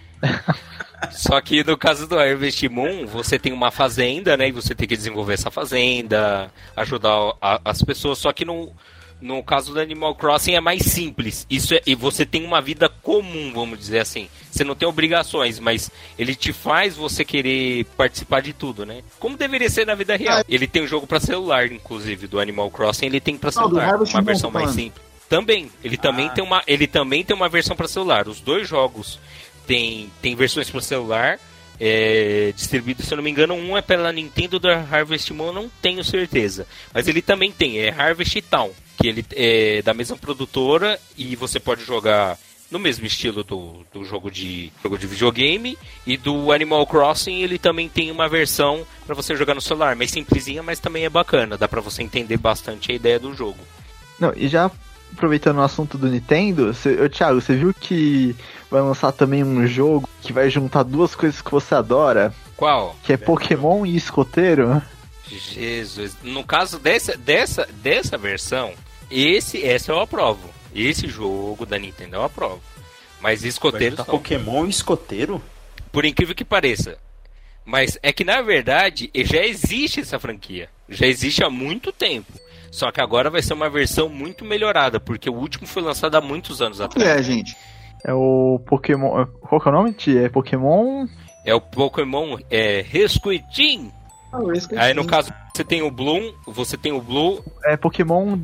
Só que no caso do Harvest Moon, você tem uma fazenda, né? E você tem que desenvolver essa fazenda, ajudar a, as pessoas. Só que no, no caso do Animal Crossing é mais simples. Isso é, e você tem uma vida comum, vamos dizer assim. Você não tem obrigações, mas ele te faz você querer participar de tudo, né? Como deveria ser na vida real. Ele tem um jogo pra celular, inclusive, do Animal Crossing, ele tem pra celular, uma versão mais simples. Também, ele também, ah. tem uma, ele também tem uma versão pra celular. Os dois jogos tem, tem versões para celular é, distribuídos, se eu não me engano, um é pela Nintendo, da Harvest Moon, não tenho certeza, mas ele também tem, é Harvest Town, que ele é da mesma produtora e você pode jogar no mesmo estilo do, do jogo, de, jogo de videogame, e do Animal Crossing ele também tem uma versão para você jogar no celular, mais simplesinha, mas também é bacana, dá para você entender bastante a ideia do jogo. Não, e já aproveitando o assunto do Nintendo, cê, Thiago, você viu que vai lançar também um jogo que vai juntar duas coisas que você adora? Qual? Que é Pokémon e escoteiro? Jesus, no caso dessa, dessa, dessa versão, esse, essa eu aprovo. Esse jogo da Nintendo eu aprovo. Mas escoteiro... Tá Pokémon e escoteiro? Por incrível que pareça. Mas é que na verdade já existe essa franquia. Já existe há muito tempo. Só que agora vai ser uma versão muito melhorada, porque o último foi lançado há muitos anos atrás. É, gente. É o Pokémon... Qual que é o nome, tia? É Pokémon... É o Pokémon é, Rescuitin. Ah, Rescuitin. Aí no caso você tem o Bloom, você tem o Blue... É Pokémon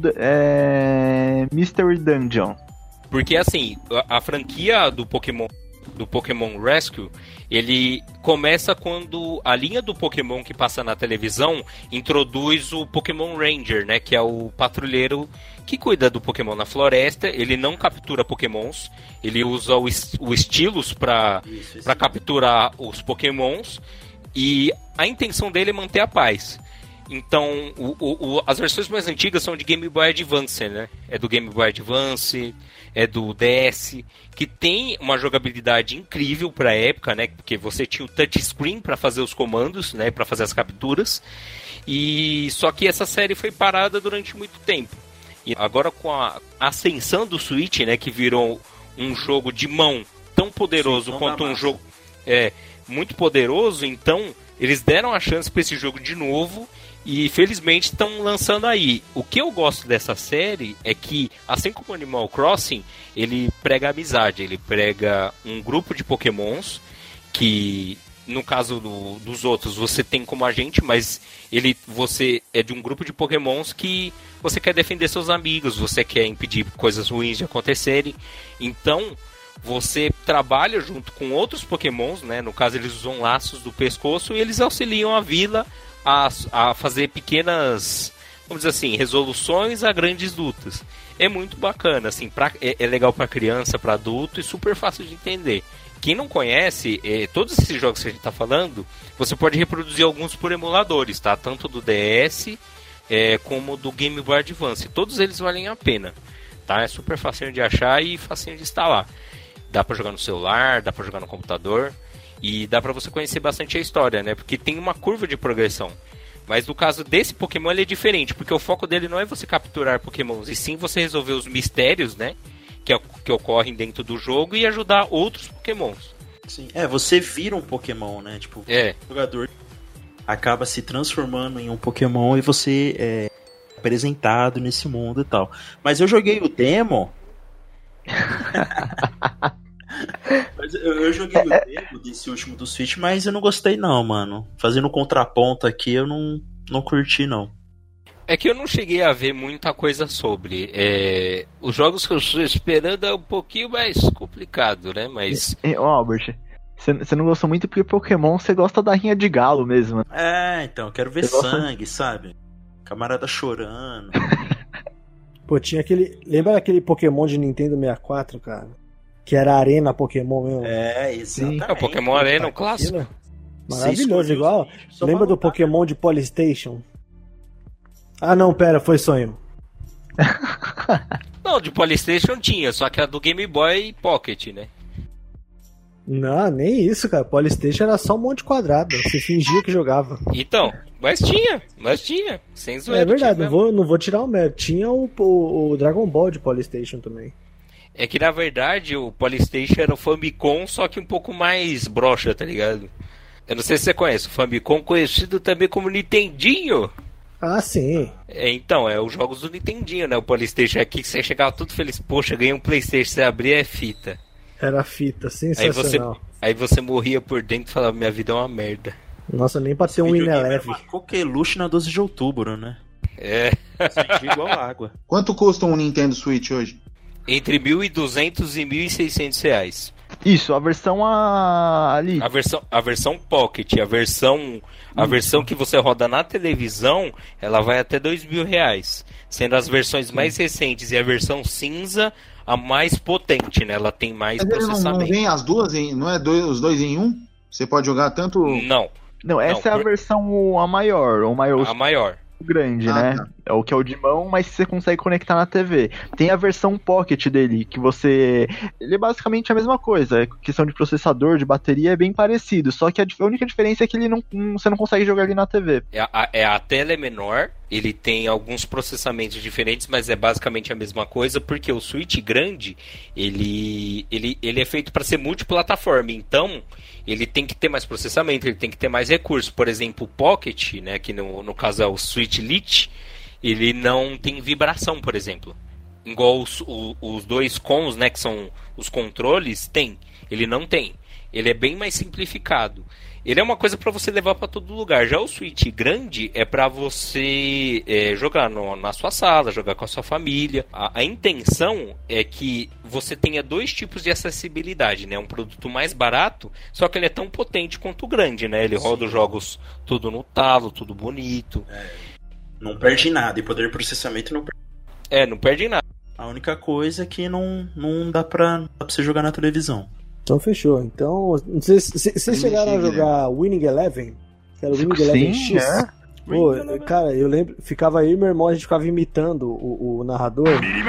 é... Mystery Dungeon. Porque assim, a, a franquia do Pokémon... do Pokémon Rescue, ele começa quando a linha do Pokémon que passa na televisão introduz o Pokémon Ranger, né, que é o patrulheiro que cuida do Pokémon na floresta. Ele não captura Pokémons, ele usa o, o Stylus para para capturar os Pokémons, e a intenção dele é manter a paz. Então, o, o, o, as versões mais antigas são de Game Boy Advance, né? É do Game Boy Advance, é do D S, que tem uma jogabilidade incrível para a época, né? Porque você tinha o touchscreen para fazer os comandos, né? Para fazer as capturas. E só que essa série foi parada durante muito tempo. E agora com a ascensão do Switch, né? Que virou um jogo de mão tão poderoso Sim, quanto um jogo é muito poderoso, então eles deram a chance para esse jogo de novo. E felizmente estão lançando aí. O que eu gosto dessa série é que, assim como o Animal Crossing, ele prega amizade, ele prega um grupo de Pokémons que, no caso do, dos outros, você tem como agente, mas ele, você é de um grupo de Pokémons que você quer defender seus amigos, você quer impedir coisas ruins de acontecerem. Então, você trabalha junto com outros Pokémons, né? No caso, eles usam laços do pescoço e eles auxiliam a vila A, a fazer pequenas, vamos dizer assim, resoluções a grandes lutas. É muito bacana, assim, pra, é, é legal para criança, para adulto e super fácil de entender. Quem não conhece, é, todos esses jogos que a gente está falando, você pode reproduzir alguns por emuladores, tá? Tanto do D S é, como do Game Boy Advance. Todos eles valem a pena, tá? É super facinho de achar e facinho de instalar. Dá para jogar no celular, dá para jogar no computador. E dá pra você conhecer bastante a história, né? Porque tem uma curva de progressão. Mas no caso desse Pokémon ele é diferente, porque o foco dele não é você capturar Pokémons, e sim você resolver os mistérios, né? Que, que ocorrem dentro do jogo e ajudar outros Pokémons. Sim, é, você vira um Pokémon, né? Tipo, é. o jogador acaba se transformando em um Pokémon e você é, apresentado nesse mundo e tal. Mas eu joguei o demo. Mas eu, eu joguei o demo desse último do Switch, mas eu não gostei não, mano. Fazendo contraponto aqui, eu não, não curti não. É que eu não cheguei a ver muita coisa sobre. É, os jogos que eu estou esperando é um pouquinho mais complicado, né? Mas. Ô, Albert, você não gostou muito porque Pokémon você gosta da rinha de galo mesmo. É, então, eu quero ver cê sangue, gosta? Sabe? Camarada chorando. Pô, tinha aquele. Lembra aquele Pokémon de Nintendo sessenta e quatro, cara? Que era Arena Pokémon mesmo. É, exatamente. É o Pokémon Arena, o clássico. Aquilo? Maravilhoso, igual. Lembra do Pokémon de Polystation? Ah, não, pera, foi sonho. Não, de PlayStation tinha, só que a do Game Boy Pocket, né? Não, nem isso, cara. PlayStation era só um monte de quadrado. Você fingia que jogava. Então, mas tinha, mas tinha. Sem zoeira. É verdade, não vou, não vou tirar o mérito. Tinha o, o, o Dragon Ball de PlayStation também. É que na verdade o PlayStation era o Famicom, só que um pouco mais broxa, tá ligado? Eu não sei se você conhece, o Famicom conhecido também como Nintendinho. Ah, sim. É, então, é os jogos do Nintendinho, né? O PlayStation aqui, que você chegava tudo feliz. Poxa, ganhei um PlayStation, você abria é fita. Era fita, Aí você, sensacional. aí você morria por dentro e falava, minha vida é uma merda. Nossa, nem pra ter um Ineleve. Uma coqueluche na doze de outubro, né? É. Igual água. Quanto custa um Nintendo Switch hoje? Entre mil e duzentos e mil e seiscentos reais. Isso, a versão a... ali. A versão, a versão Pocket, a versão, a versão que você roda na televisão, ela vai até dois mil reais. Sendo as versões mais recentes e a versão cinza a mais potente, né? Ela tem mais Mas processamento. Não, não vem as duas, em, não é dois, os dois em um? Você pode jogar tanto... Não. Não, essa não, é a por... versão a maior, o maior. A maior. Grande, ah, né? Tá. É o que é o de mão, mas você consegue conectar na T V. Tem a versão Pocket dele, que você... Ele é basicamente a mesma coisa. A questão de processador, de bateria é bem parecido. Só que a única diferença é que ele não, você não consegue jogar ele na T V. É a, é a tela é menor, ele tem alguns processamentos diferentes, mas é basicamente a mesma coisa, porque o Switch grande, ele, ele, ele é feito para ser multiplataforma. Então, ele tem que ter mais processamento, ele tem que ter mais recursos. Por exemplo, o Pocket, né, que no, no caso é o Switch Lite, ele não tem vibração, por exemplo. Igual os, os, os dois cons, né, que são os controles, tem. Ele não tem. Ele é bem mais simplificado. Ele é uma coisa para você levar para todo lugar. Já o Switch grande é para você é, jogar no, na sua sala, jogar com a sua família. A, a intenção é que você tenha dois tipos de acessibilidade, né? Um produto mais barato, só que ele é tão potente quanto o grande, né? Ele roda os jogos tudo no talo, tudo bonito. É, não perde nada, e poder de processamento não perde. É, não perde nada. A única coisa é que não, não dá, pra, dá pra você jogar na televisão. Então fechou. Então, vocês chegaram a jogar Winning Eleven? Que era o Winning Eleven Sim, X? É. Pô, cara, eu lembro, ficava aí e meu irmão, a gente ficava imitando o, o narrador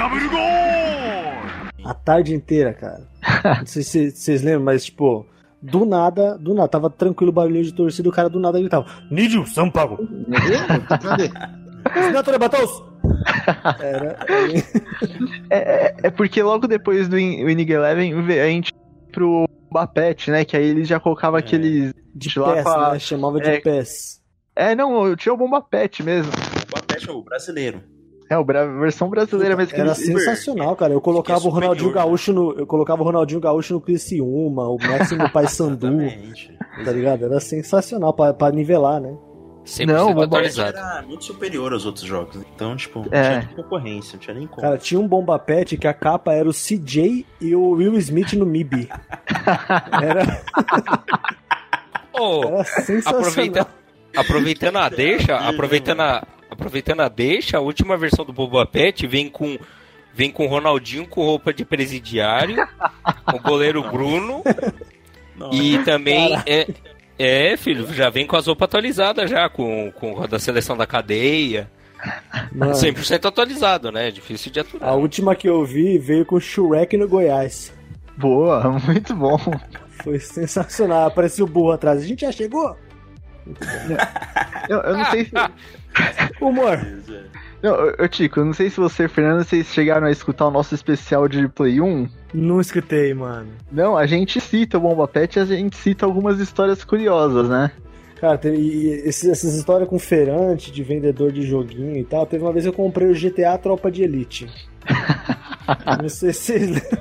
a tarde inteira, cara. Não sei se vocês lembram, mas tipo, do nada, do nada, tava tranquilo o barulhinho de torcida, o cara do nada gritava: Nídio, São Paulo! Cadê? Assinatura Batos! Era. é, é, é porque logo depois do Winning Eleven a gente pro Bapet, né? Que aí eles já colocavam é. aqueles. De pés, a... né? Chamava de é, pés. É, não, eu tinha o Bomba Pet mesmo. O Bomba Pet é o brasileiro. É, a bra... versão brasileira mesmo. Era sensacional, cara. Eu colocava é o Ronaldinho Gaúcho no. Eu colocava o Ronaldinho Gaúcho no Criciúma, o Messi no Paysandu. Tá ligado? Era sensacional pra, pra nivelar, né? Sempre não, o atualizado. Era muito superior aos outros jogos. Então, tipo, não é. tinha concorrência, não tinha nem como. Cara, tinha um Bomba Pet que a capa era o C J e o Will Smith no M I B. Era. Oh, era sensacional. Aproveita... Aproveitando a deixa, aproveitando a, aproveitando a deixa, a última versão do Boba Pet vem com vem com o Ronaldinho com roupa de presidiário, o goleiro Bruno Não. e também é, é, filho, já vem com as roupas atualizadas já, com, com a da seleção da cadeia. Mano, cem por cento atualizado, né? Difícil de aturar. A última que eu vi veio com o Shrek no Goiás. Boa, muito bom. Foi sensacional, apareceu o burro atrás. A gente já chegou? Eu, eu não sei se... Humor. Não, eu, Tico, eu não sei se você, Fernando, vocês chegaram a escutar o nosso especial de Play um. Não escutei, mano. Não, a gente cita o Bomba Pet e a gente cita algumas histórias curiosas, né? Cara, teve, e esses, essas histórias com feirante, de vendedor de joguinho e tal. Teve uma vez que eu comprei o G T A Tropa de Elite. Não sei se vocês lembram.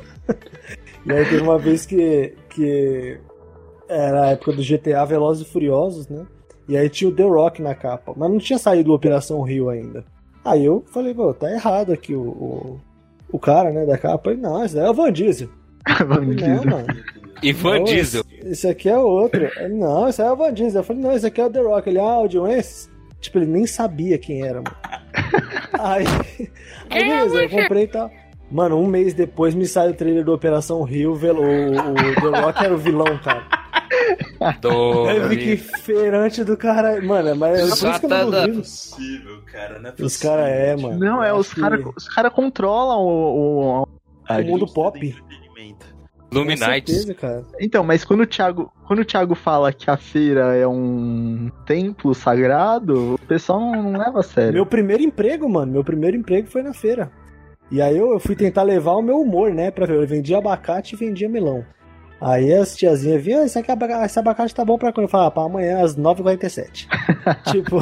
E aí teve uma vez que, que era a época do G T A Velozes e Furiosos, né? E aí tinha o The Rock na capa, mas não tinha saído o Operação Rio ainda. Aí eu falei, pô, tá errado aqui o, o, o cara, né, da capa. Ele, não, esse daí é o Van Diesel. Van Diesel. Não, mano. E Van Não, Diesel. Esse, esse aqui é outro. Ele, não, esse aí é o Van Diesel. Eu falei, não, esse aqui é o The Rock. Ele, ah, o John Wentz? Tipo, ele nem sabia quem era, mano. Aí, aí beleza, eu comprei e tal. Mano, um mês depois me sai o trailer do Operação Rio, o, o, o The Rock era o vilão, cara. Do... Aí eu vi que feirante do cara. Mano, mas é por isso que eu não duvido. Possível, cara, não é possível. Os caras é, mano. Não, é, os caras os cara controlam o, o, o mundo pop. Luminite. Cara. Então, mas quando o, Thiago, quando o Thiago fala que a feira é um templo sagrado, o pessoal não, não leva a sério. Meu primeiro emprego, mano, meu primeiro emprego foi na feira. E aí eu, eu fui tentar levar o meu humor, né, pra ver. Eu vendia abacate e vendia melão. Aí as tiazinhas vinham, esse, aqui, esse abacate tá bom pra quando? Eu falava, pra amanhã às nove e quarenta e sete. Tipo,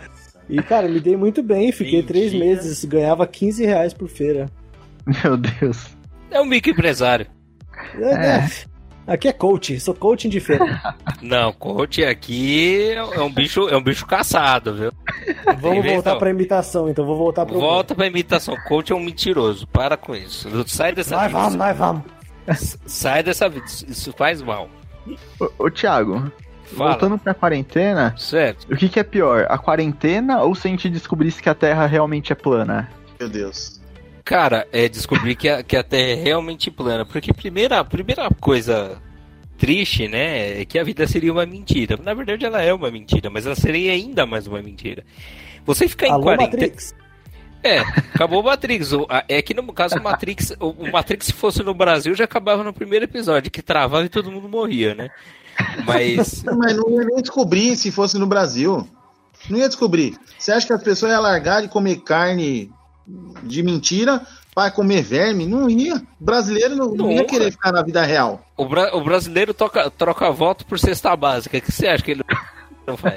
e cara, me dei muito bem, fiquei Mentira. três meses, ganhava quinze reais por feira. Meu Deus. É um microempresário. É, é. Aqui é coach, sou coaching de feira. Não, coach aqui é um bicho, é um bicho caçado, viu? Vamos voltar então. pra imitação, então vou voltar pro. Volta pra imitação. Coach é um mentiroso, para com isso. Sai dessa Nós vida. vamos, nós vamos. Sai dessa vida, isso faz mal. Ô, ô Thiago, Fala. Voltando pra quarentena, certo. O que, que é pior, a quarentena ou se a gente descobrisse que a Terra realmente é plana? Meu Deus. Cara, é descobrir que a, que a Terra é realmente plana. Porque a primeira, a primeira coisa triste, né, é que a vida seria uma mentira. Na verdade, ela é uma mentira, mas ela seria ainda mais uma mentira. Você ficar em quarentena. Matrix. É, acabou o Matrix. É que no caso o Matrix, o Matrix se fosse no Brasil já acabava no primeiro episódio, que travava e todo mundo morria, né? Mas. Mas não ia nem descobrir se fosse no Brasil. Não ia descobrir. Você acha que as pessoas iam largar de comer carne de mentira para comer verme? Não ia. O brasileiro não, não ia querer ficar na vida real. O, bra- o brasileiro toca, troca voto por cesta básica. O que você acha que ele não faz?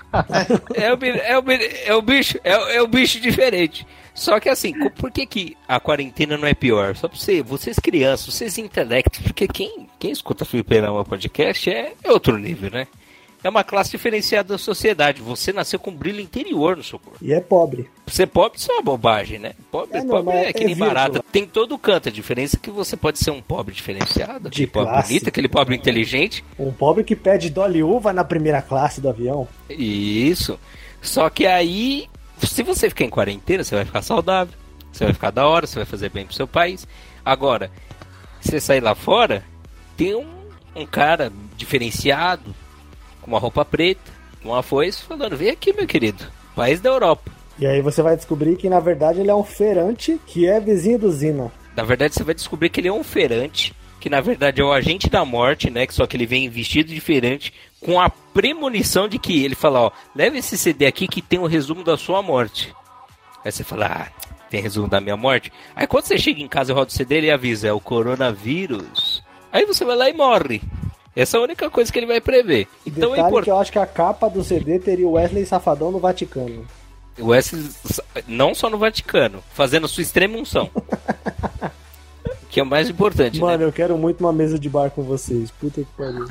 É o, é o, é o bicho, é, é o bicho diferente. Só que assim, por que, que a quarentena não é pior? Só pra você, vocês crianças, vocês intelectos, porque quem, quem escuta Fliperama Podcast é, é outro nível, né? É uma classe diferenciada da sociedade. Você nasceu com brilho interior no seu corpo. E é pobre. Ser pobre isso é uma bobagem, né? Pobre é, não, pobre é que nem é barata. Tem todo canto. A diferença é que você pode ser um pobre diferenciado, de aquele pobre bonito, aquele pobre inteligente. Um pobre que pede dole uva na primeira classe do avião. Isso. Só que aí, se você ficar em quarentena, você vai ficar saudável. Você vai ficar da hora, você vai fazer bem pro seu país. Agora, se você sair lá fora, tem um, um cara diferenciado, com uma roupa preta, com uma foice, falando, vem aqui, meu querido, país da Europa. E aí você vai descobrir que, na verdade, ele é um feirante que é vizinho do Zina. Na verdade, você vai descobrir que ele é um feirante, que na verdade é o agente da morte, né? Que só que ele vem vestido de feirante, com a premonição de que ele fala, ó, leva esse C D aqui que tem um resumo da sua morte. Aí você fala, ah, tem resumo da minha morte? Aí quando você chega em casa e roda o C D, ele avisa, é o coronavírus. Aí você vai lá e morre. Essa é a única coisa que ele vai prever. Então Detalhe é importante. Que eu acho que a capa do C D teria o Wesley Safadão no Vaticano. O Wesley, não só no Vaticano, fazendo sua extrema unção. Que é o mais importante, Mano, né? eu quero muito uma mesa de bar com vocês. Puta que pariu.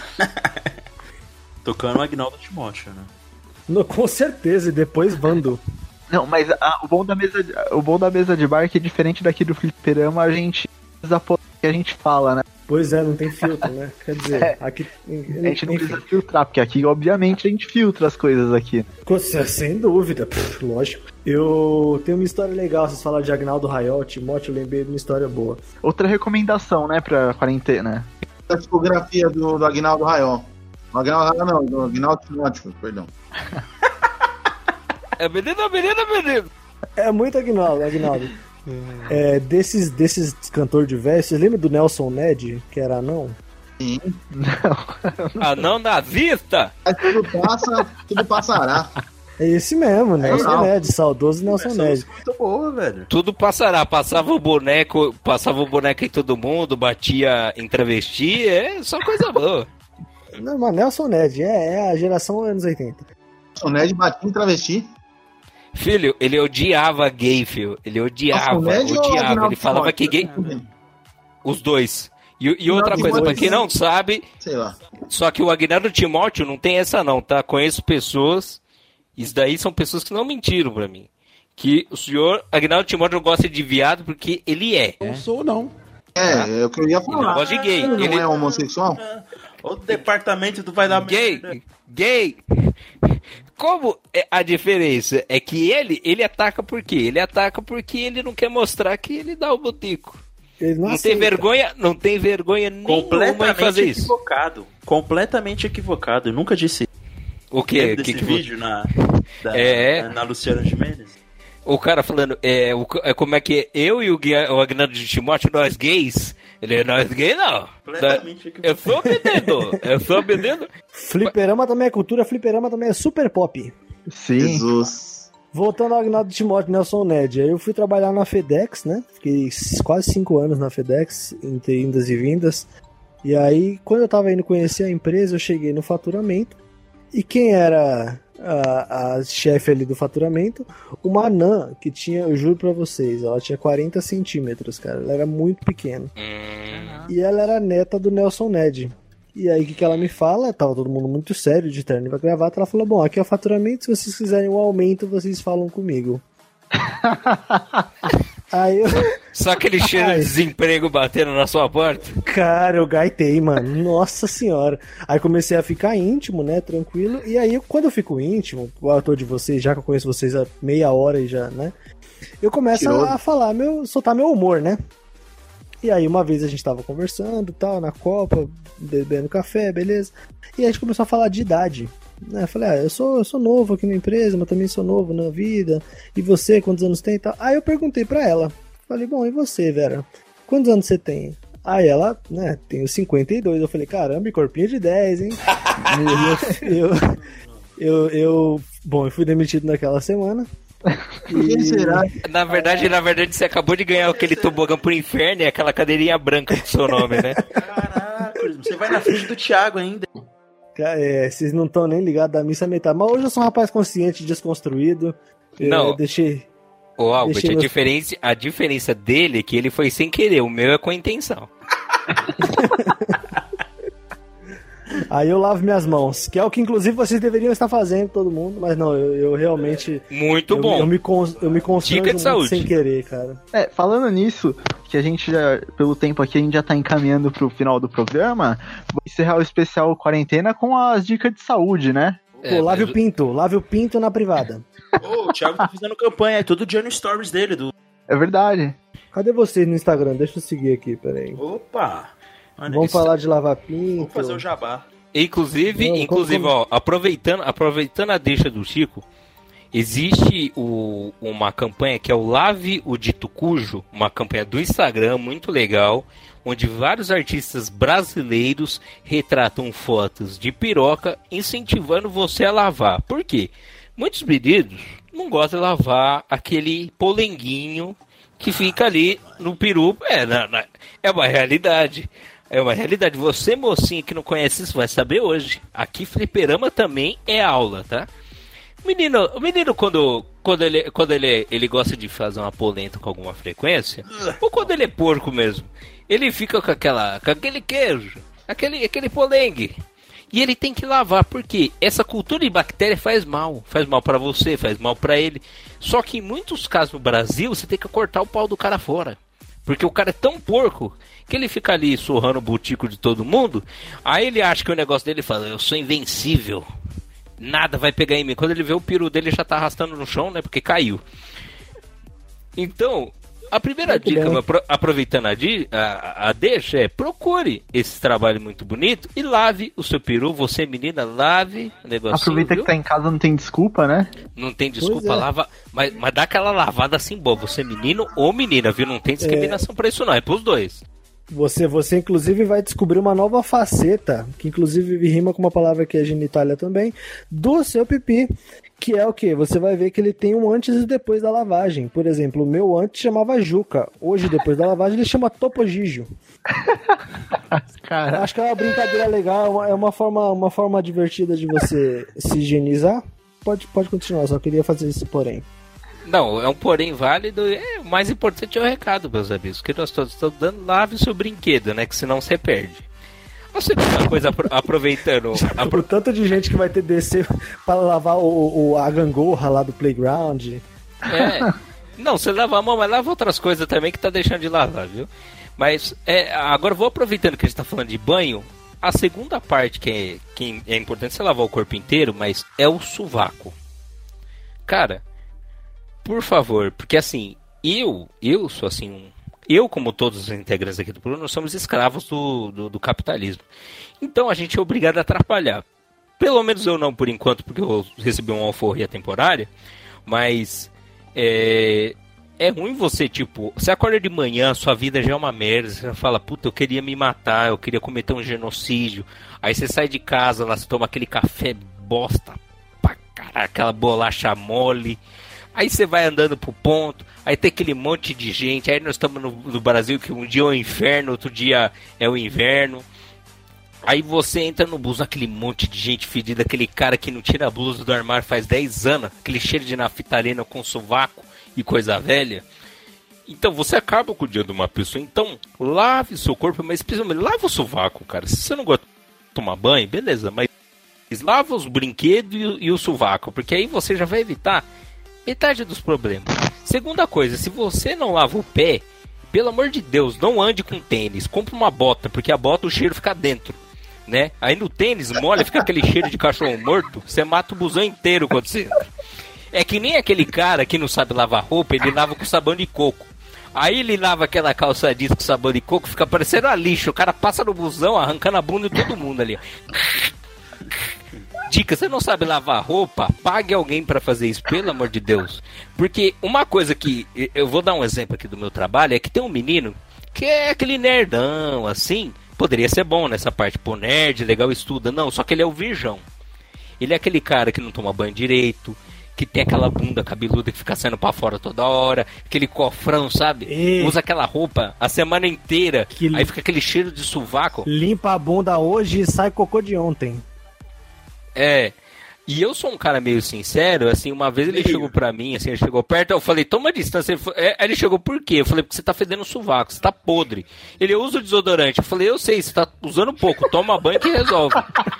Tocando o Agnaldo Timóteo, né? No, com certeza, e depois Vando. Não, mas a, o, bom da mesa de, o bom da mesa de bar é que, diferente daqui do Fliperama, a gente precisa pôr o que a gente fala, né? Pois é, não tem filtro, né? Quer dizer, é, aqui... A gente não precisa filtrar, porque aqui, obviamente, a gente filtra as coisas aqui. Sem dúvida, pff, lógico. Eu tenho uma história legal, vocês falaram de Agnaldo Raiol, Timóteo, eu lembrei de uma história boa. Outra recomendação, né, pra quarentena. A discografia do, do Agnaldo Raiol. Do Agnaldo Raiol não, do Agnaldo Timóteo, perdão. É menino, menino, menino. É muito Agnaldo, Agnaldo. É, desses, desses cantor de velho, vocês lembram do Nelson Ned, que era anão? Sim. Não. Anão nazista? Mas tudo passa, tudo passará. É esse mesmo, Nelson não. Ned, saudoso Nelson Essa Ned. é muito boa, velho. Tudo passará. Passava o boneco, passava o boneco em todo mundo, batia em travesti, é só coisa boa. Não, mas Nelson Ned, é, é a geração anos oitenta. Nelson Ned batia em travesti. Filho, ele odiava gay, filho. Ele odiava, Ned ou odiava. Agnaldo Ele falava que gay... Os dois. E, e outra coisa, pra quem não sabe, sei lá. Só que o Agnaldo Timóteo não tem essa não, tá? Conheço pessoas, isso daí são pessoas que não mentiram pra mim. Que o senhor Agnaldo Timóteo gosta de viado porque ele é. Não sou, não. É, é o que eu ia falar. Ele não gosta de gay. Ele não Ele- é homossexual? O departamento do vai dar Gay, merda. gay. Como é a diferença é que ele, ele ataca por quê? Ele ataca porque ele não quer mostrar que ele dá o botico. Ele não, Não tem aceita. vergonha, não tem vergonha nenhuma em Completamente fazer isso. equivocado. Completamente equivocado. Eu nunca disse. O quê? Lembra Que desse que vo- vídeo na, da- É. na, na Luciana Gimenez? O cara falando, é, o, é como é que é, eu e o, Gui- o Agnaldo de Timóteo, nós gays. Ele é nós gays, não. Completamente Eu sou menino, eu sou menino. Fliperama também é cultura, fliperama também é super pop. Sim. Jesus. Voltando ao Agnaldo Timóteo, Nelson Ned, aí eu fui trabalhar na FedEx, né? Fiquei quase cinco anos na FedEx, entre indas e vindas. E aí, quando eu tava indo conhecer a empresa, eu cheguei no faturamento. E quem era a, a chefe ali do faturamento? Uma anã que tinha, eu juro pra vocês, ela tinha quarenta centímetros, cara. Ela era muito pequena. E ela era neta do Nelson Ned. E aí, o que, que ela me fala? Tava todo mundo muito sério, de terno e pra gravata. Ela falou, bom, aqui é o faturamento, se vocês quiserem um aumento, vocês falam comigo. Aí eu... Só aquele cheiro de desemprego batendo na sua porta. Cara, eu gaitei, mano. Nossa senhora. Aí comecei a ficar íntimo, né? Tranquilo. E aí, quando eu fico íntimo, o ator de vocês, já que eu conheço vocês há meia hora e já, né? Eu começo Tirou. a falar, meu, soltar meu humor, né? E aí, uma vez a gente tava conversando tal, na Copa, bebendo café, beleza. E aí a gente começou a falar de idade. Né? Eu falei, ah, eu sou, eu sou novo aqui na empresa, mas também sou novo na vida. E você, quantos anos tem e tal? Aí eu perguntei pra ela. Falei, bom, e você, Vera? Quantos anos você tem? Aí ela, né, tenho cinquenta e dois. Eu falei, caramba, e corpinho de dez, hein? eu, eu, eu, eu, bom, eu fui demitido naquela semana. Quem será? Na verdade, na verdade, você acabou de ganhar aquele tobogã pro inferno e aquela cadeirinha branca com seu nome, né? Caraca, você vai na frente do Thiago ainda. É, vocês não estão nem ligados da missa metade. Mas hoje eu sou um rapaz consciente, desconstruído. Não. Eu deixei. Ô, Albert, Deixei a, meus- diferença, a diferença dele é que ele foi sem querer, o meu é com intenção. Aí eu lavo minhas mãos, que é o que inclusive vocês deveriam estar fazendo, todo mundo. Mas não, eu, eu realmente. Muito eu, bom. Eu me, cons, eu me constranjo Dica de muito saúde. sem querer, cara. É, falando nisso, que a gente já, pelo tempo aqui, a gente já tá encaminhando pro final do programa, vou encerrar o especial quarentena com as dicas de saúde, né? É, Pô, lave mas- o pinto, lave o pinto na privada. Ô, o Thiago tá fazendo campanha, é todo dia no stories dele. Do... É verdade. Cadê vocês no Instagram? Deixa eu seguir aqui, peraí. Opa! Olha Vamos isso. falar de lavar pinto. Vamos fazer o jabá. Inclusive, Não, inclusive como- ó, aproveitando, aproveitando a deixa do Chico, existe o- uma campanha que é o Lave o Dito Cujo, uma campanha do Instagram muito legal, onde vários artistas brasileiros retratam fotos de piroca, incentivando você a lavar. Por quê? Muitos meninos não gostam de lavar aquele polenguinho que fica ali no peru. É, na- na- é uma realidade. É uma realidade. Você, mocinha, que não conhece isso, vai saber hoje. Aqui, fliperama também é aula, tá? O menino, o menino quando, quando, ele, quando ele, ele gosta de fazer uma polenta com alguma frequência, ou quando ele é porco mesmo, ele fica com, aquela, com aquele queijo, aquele, aquele polengue. E ele tem que lavar, porque essa cultura de bactéria faz mal. Faz mal pra você, faz mal pra ele. Só que em muitos casos no Brasil, você tem que cortar o pau do cara fora. Porque o cara é tão porco que ele fica ali surrando o butico de todo mundo. Aí ele acha que o negócio dele fala, eu sou invencível. Nada vai pegar em mim. Quando ele vê o peru dele, já tá arrastando no chão, né? Porque caiu. Então, a primeira Muito dica, bem. apro- aproveitando a, di- a, a deixa, é procure esse trabalho muito bonito e lave o seu peru. Você, menina, lave o negócio. Aproveita que tá em casa, não tem desculpa, né? Não tem desculpa, Pois é. lava. Mas, mas dá aquela lavada assim boa. Você é menino ou menina, viu? Não tem discriminação pra isso, não. É pros dois. Você, você inclusive vai descobrir uma nova faceta, que inclusive rima com uma palavra que é genitália também, do seu pipi, que é o que? Você vai ver que ele tem um antes e depois da lavagem. Por exemplo, o meu antes chamava Juca, hoje depois da lavagem ele chama Topogijo. Cara, acho que é uma brincadeira legal, é uma, é uma, forma, uma forma divertida de você se higienizar. Pode, pode continuar, só queria fazer esse porém. Não, é um porém válido. É, o mais importante é o recado, meus amigos, que nós todos estamos dando. Lave o seu brinquedo, né? Que senão você perde. A segunda coisa, apro- aproveitando... Apro... O tanto de gente que vai ter que descer para lavar o, o, a gangorra lá do playground. É. Não, você lava a mão, mas lava outras coisas também que tá deixando de lavar, viu? Mas, é, agora vou aproveitando que a gente tá falando de banho. A segunda parte que é, que é importante você lavar o corpo inteiro, mas é o sovaco. Cara... Por favor, porque assim, eu, eu sou assim, um, eu como todos os integrantes aqui do programa, nós somos escravos do, do, do capitalismo. Então a gente é obrigado a atrapalhar. Pelo menos eu não por enquanto, porque eu recebi uma alforria temporária, mas é, é ruim você, tipo, você acorda de manhã, sua vida já é uma merda, você fala, puta, eu queria me matar, eu queria cometer um genocídio. Aí você sai de casa, lá você toma aquele café bosta, pra caralho, aquela bolacha mole. Aí você vai andando pro ponto, aí tem aquele monte de gente, aí nós estamos no, no Brasil que um dia é o inferno, outro dia é o inverno. Aí você entra no bus, aquele monte de gente fedida, aquele cara que não tira a blusa do armário faz dez anos, aquele cheiro de naftalina com sovaco e coisa velha. Então você acaba com o dia de uma pessoa. Então lave seu corpo, mas principalmente lave o sovaco, cara. Se você não gosta de tomar banho, beleza, mas lava os brinquedos e, e o sovaco, porque aí você já vai evitar metade dos problemas. Segunda coisa, se você não lava o pé, pelo amor de Deus, não ande com tênis. Compre uma bota, porque a bota o cheiro fica dentro, né? Aí no tênis, molha, fica aquele cheiro de cachorro morto. Você mata o busão inteiro quando você entra. É que nem aquele cara que não sabe lavar roupa, ele lava com sabão de coco. Aí ele lava aquela calça jeans com sabão de coco, fica parecendo a lixo. O cara passa no busão, arrancando a bunda de todo mundo ali. Dica, você não sabe lavar roupa? Pague alguém pra fazer isso, pelo amor de Deus. Porque uma coisa que... Eu vou dar um exemplo aqui do meu trabalho. É que tem um menino que é aquele nerdão, assim. Poderia ser bom nessa parte. Pô, nerd, legal, estuda. Não, só que ele é o virgão. Ele é aquele cara que não toma banho direito, que tem aquela bunda cabeluda que fica saindo pra fora toda hora, aquele cofrão, sabe? E... Usa aquela roupa a semana inteira. Que... Aí fica aquele cheiro de sovaco. Limpa a bunda hoje e sai cocô de ontem. É, e eu sou um cara meio sincero, assim, uma vez ele chegou pra mim, assim, ele chegou perto, eu falei, toma distância, ele, falou, é, ele chegou por quê? Eu falei, porque você tá fedendo o sovaco, você tá podre. Ele usa o desodorante, eu falei, eu sei, você tá usando pouco, toma banho que resolve.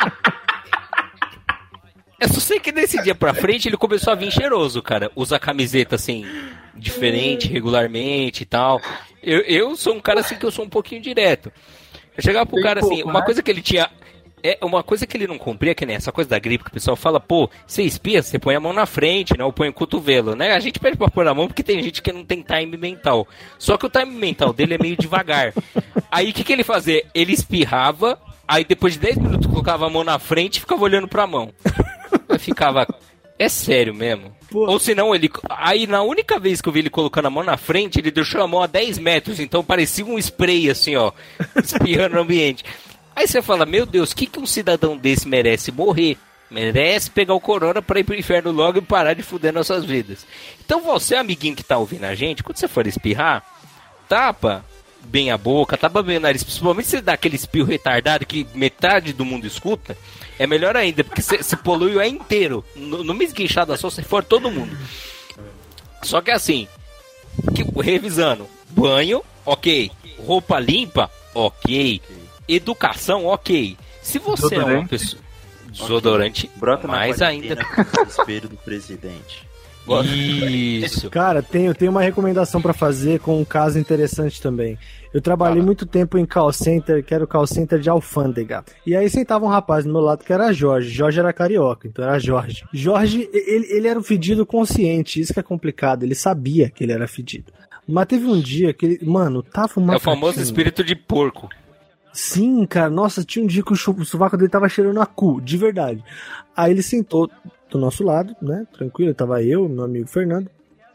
Eu só sei que nesse dia pra frente ele começou a vir cheiroso, cara, usa camiseta, assim, diferente, regularmente e tal. Eu, eu sou um cara, assim, que eu sou um pouquinho direto. Eu chegava pro cara, assim, uma coisa que ele tinha... É uma coisa que ele não cumpria, que nem essa coisa da gripe, que o pessoal fala, pô, você espia, você põe a mão na frente, né, ou põe o cotovelo, né? A gente pede pra pôr na mão porque tem gente que não tem time mental. Só que o time mental dele é meio devagar. Aí o que, que ele fazia? Ele espirrava, aí depois de dez minutos colocava a mão na frente e ficava olhando pra mão. Aí ficava... É sério mesmo? Pô. Ou senão ele... Aí na única vez que eu vi ele colocando a mão na frente, ele deixou a mão a dez metros, então parecia um spray assim, ó, espirrando no ambiente. Aí você fala, meu Deus, o que, que um cidadão desse merece morrer? Merece pegar o corona pra ir pro inferno logo e parar de fuder nossas vidas. Então você, amiguinho que tá ouvindo a gente, quando você for espirrar, tapa bem a boca, tapa bem o nariz, principalmente se você dá aquele espirro retardado que metade do mundo escuta, é melhor ainda, porque você, você polui o ar inteiro. Numa esguinchada só, você for todo mundo. Só que assim, que, revisando, banho, ok. Roupa limpa, ok. Educação, ok. Se você desodorante. É uma pessoa... Desodorante, okay. Brota mais ainda. No desespero do presidente. Isso. Cara, tenho, tenho uma recomendação pra fazer com um caso interessante também. Eu trabalhei ah. muito tempo em call center, que era o call center de alfândega. E aí sentava um rapaz do meu lado que era Jorge. Jorge era carioca, então era Jorge. Jorge, ele, ele era um fedido consciente, isso que é complicado. Ele sabia que ele era fedido. Mas teve um dia que ele... Mano, tava uma... É o famoso espírito de porco. Sim, cara, nossa, tinha um dia que o sovaco dele tava cheirando a cu, de verdade. Aí ele sentou do nosso lado, né, tranquilo, tava eu, meu amigo Fernando,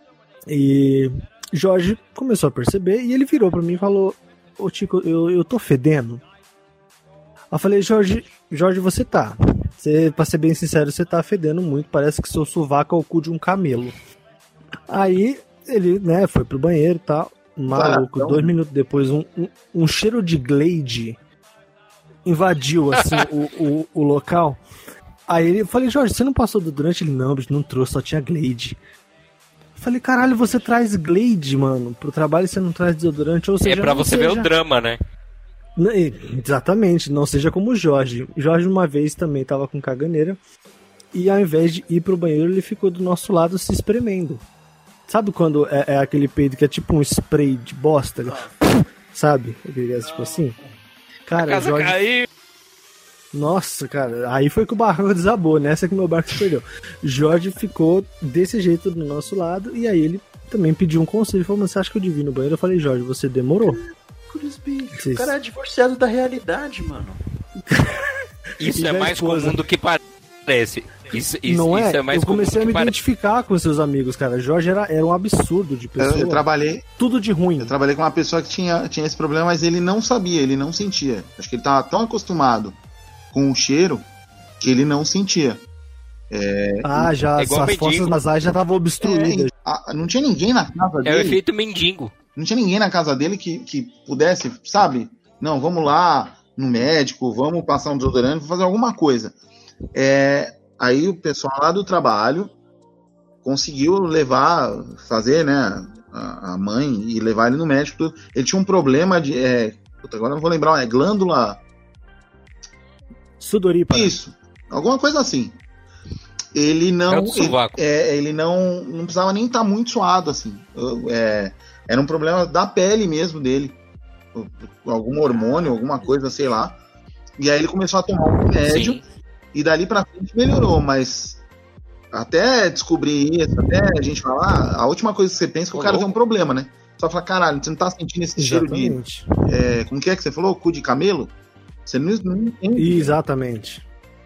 e Jorge começou a perceber, e ele virou pra mim e falou, ô Tico, eu, eu tô fedendo? Eu falei, Jorge, Jorge, você tá, você, pra ser bem sincero, você tá fedendo muito, parece que seu sovaco é o cu de um camelo. Aí ele, né, foi pro banheiro e tal, maluco, dois minutos depois, um, um, um cheiro de Glade invadiu, assim, o, o, o local. Aí ele, eu falei, Jorge, você não passou do durante? Ele, não, bicho, não trouxe, só tinha Glade. Eu falei, caralho, você traz Glade, mano, pro trabalho e você não traz desodorante? Ou seja, é pra você seja... ver o drama, né? Não, exatamente, não seja como o Jorge. O Jorge uma vez também tava com caganeira e ao invés de ir pro banheiro, ele ficou do nosso lado se espremendo. Sabe quando é, é aquele peido que é tipo um spray de bosta? Sabe? Aquele, tipo assim. Cara, a casa Jorge... caiu. Nossa, cara, aí foi que o barco desabou, nessa que meu barco se perdeu. Jorge ficou desse jeito do nosso lado e aí ele também pediu um conselho. Ele falou, mas você acha que eu devia ir no banheiro? Eu falei, Jorge, você demorou. Vocês... O cara é divorciado da realidade, mano. Isso é mais esposa. comum do que parece. Isso, isso, não é? isso é mais eu comecei a me pare... identificar com seus amigos, cara. Jorge era, era um absurdo de pessoa. Eu, eu trabalhei. Tudo de ruim. Eu trabalhei com uma pessoa que tinha, tinha esse problema, mas ele não sabia, ele não sentia. Acho que ele tava tão acostumado com o cheiro que ele não sentia. É, ah, já é igual as fossas nasais já estavam obstruídas. É, a, não tinha ninguém na casa dele. É o efeito mendigo. Não tinha ninguém na casa dele que, que pudesse, sabe? Não, vamos lá no médico, vamos passar um desodorante, vamos fazer alguma coisa. É, aí o pessoal lá do trabalho conseguiu levar, fazer, né, a, a mãe e levar ele no médico. Tudo. Ele tinha um problema de, é, puta, agora não vou lembrar, é glândula... Sudorípara. Isso, alguma coisa assim. Ele não, é ele, é, ele não, não precisava nem estar muito suado assim. É, era um problema da pele mesmo dele, algum hormônio, alguma coisa, sei lá. E aí ele começou a tomar um remédio. Sim. E dali pra frente melhorou, mas até descobrir isso, até a gente falar, a última coisa que você pensa é que o cara tem um problema, né? Só fala, caralho, você não tá sentindo esse Exatamente. cheiro de... É, como que é que você falou? Cu de camelo? Você não, não entende. Exatamente.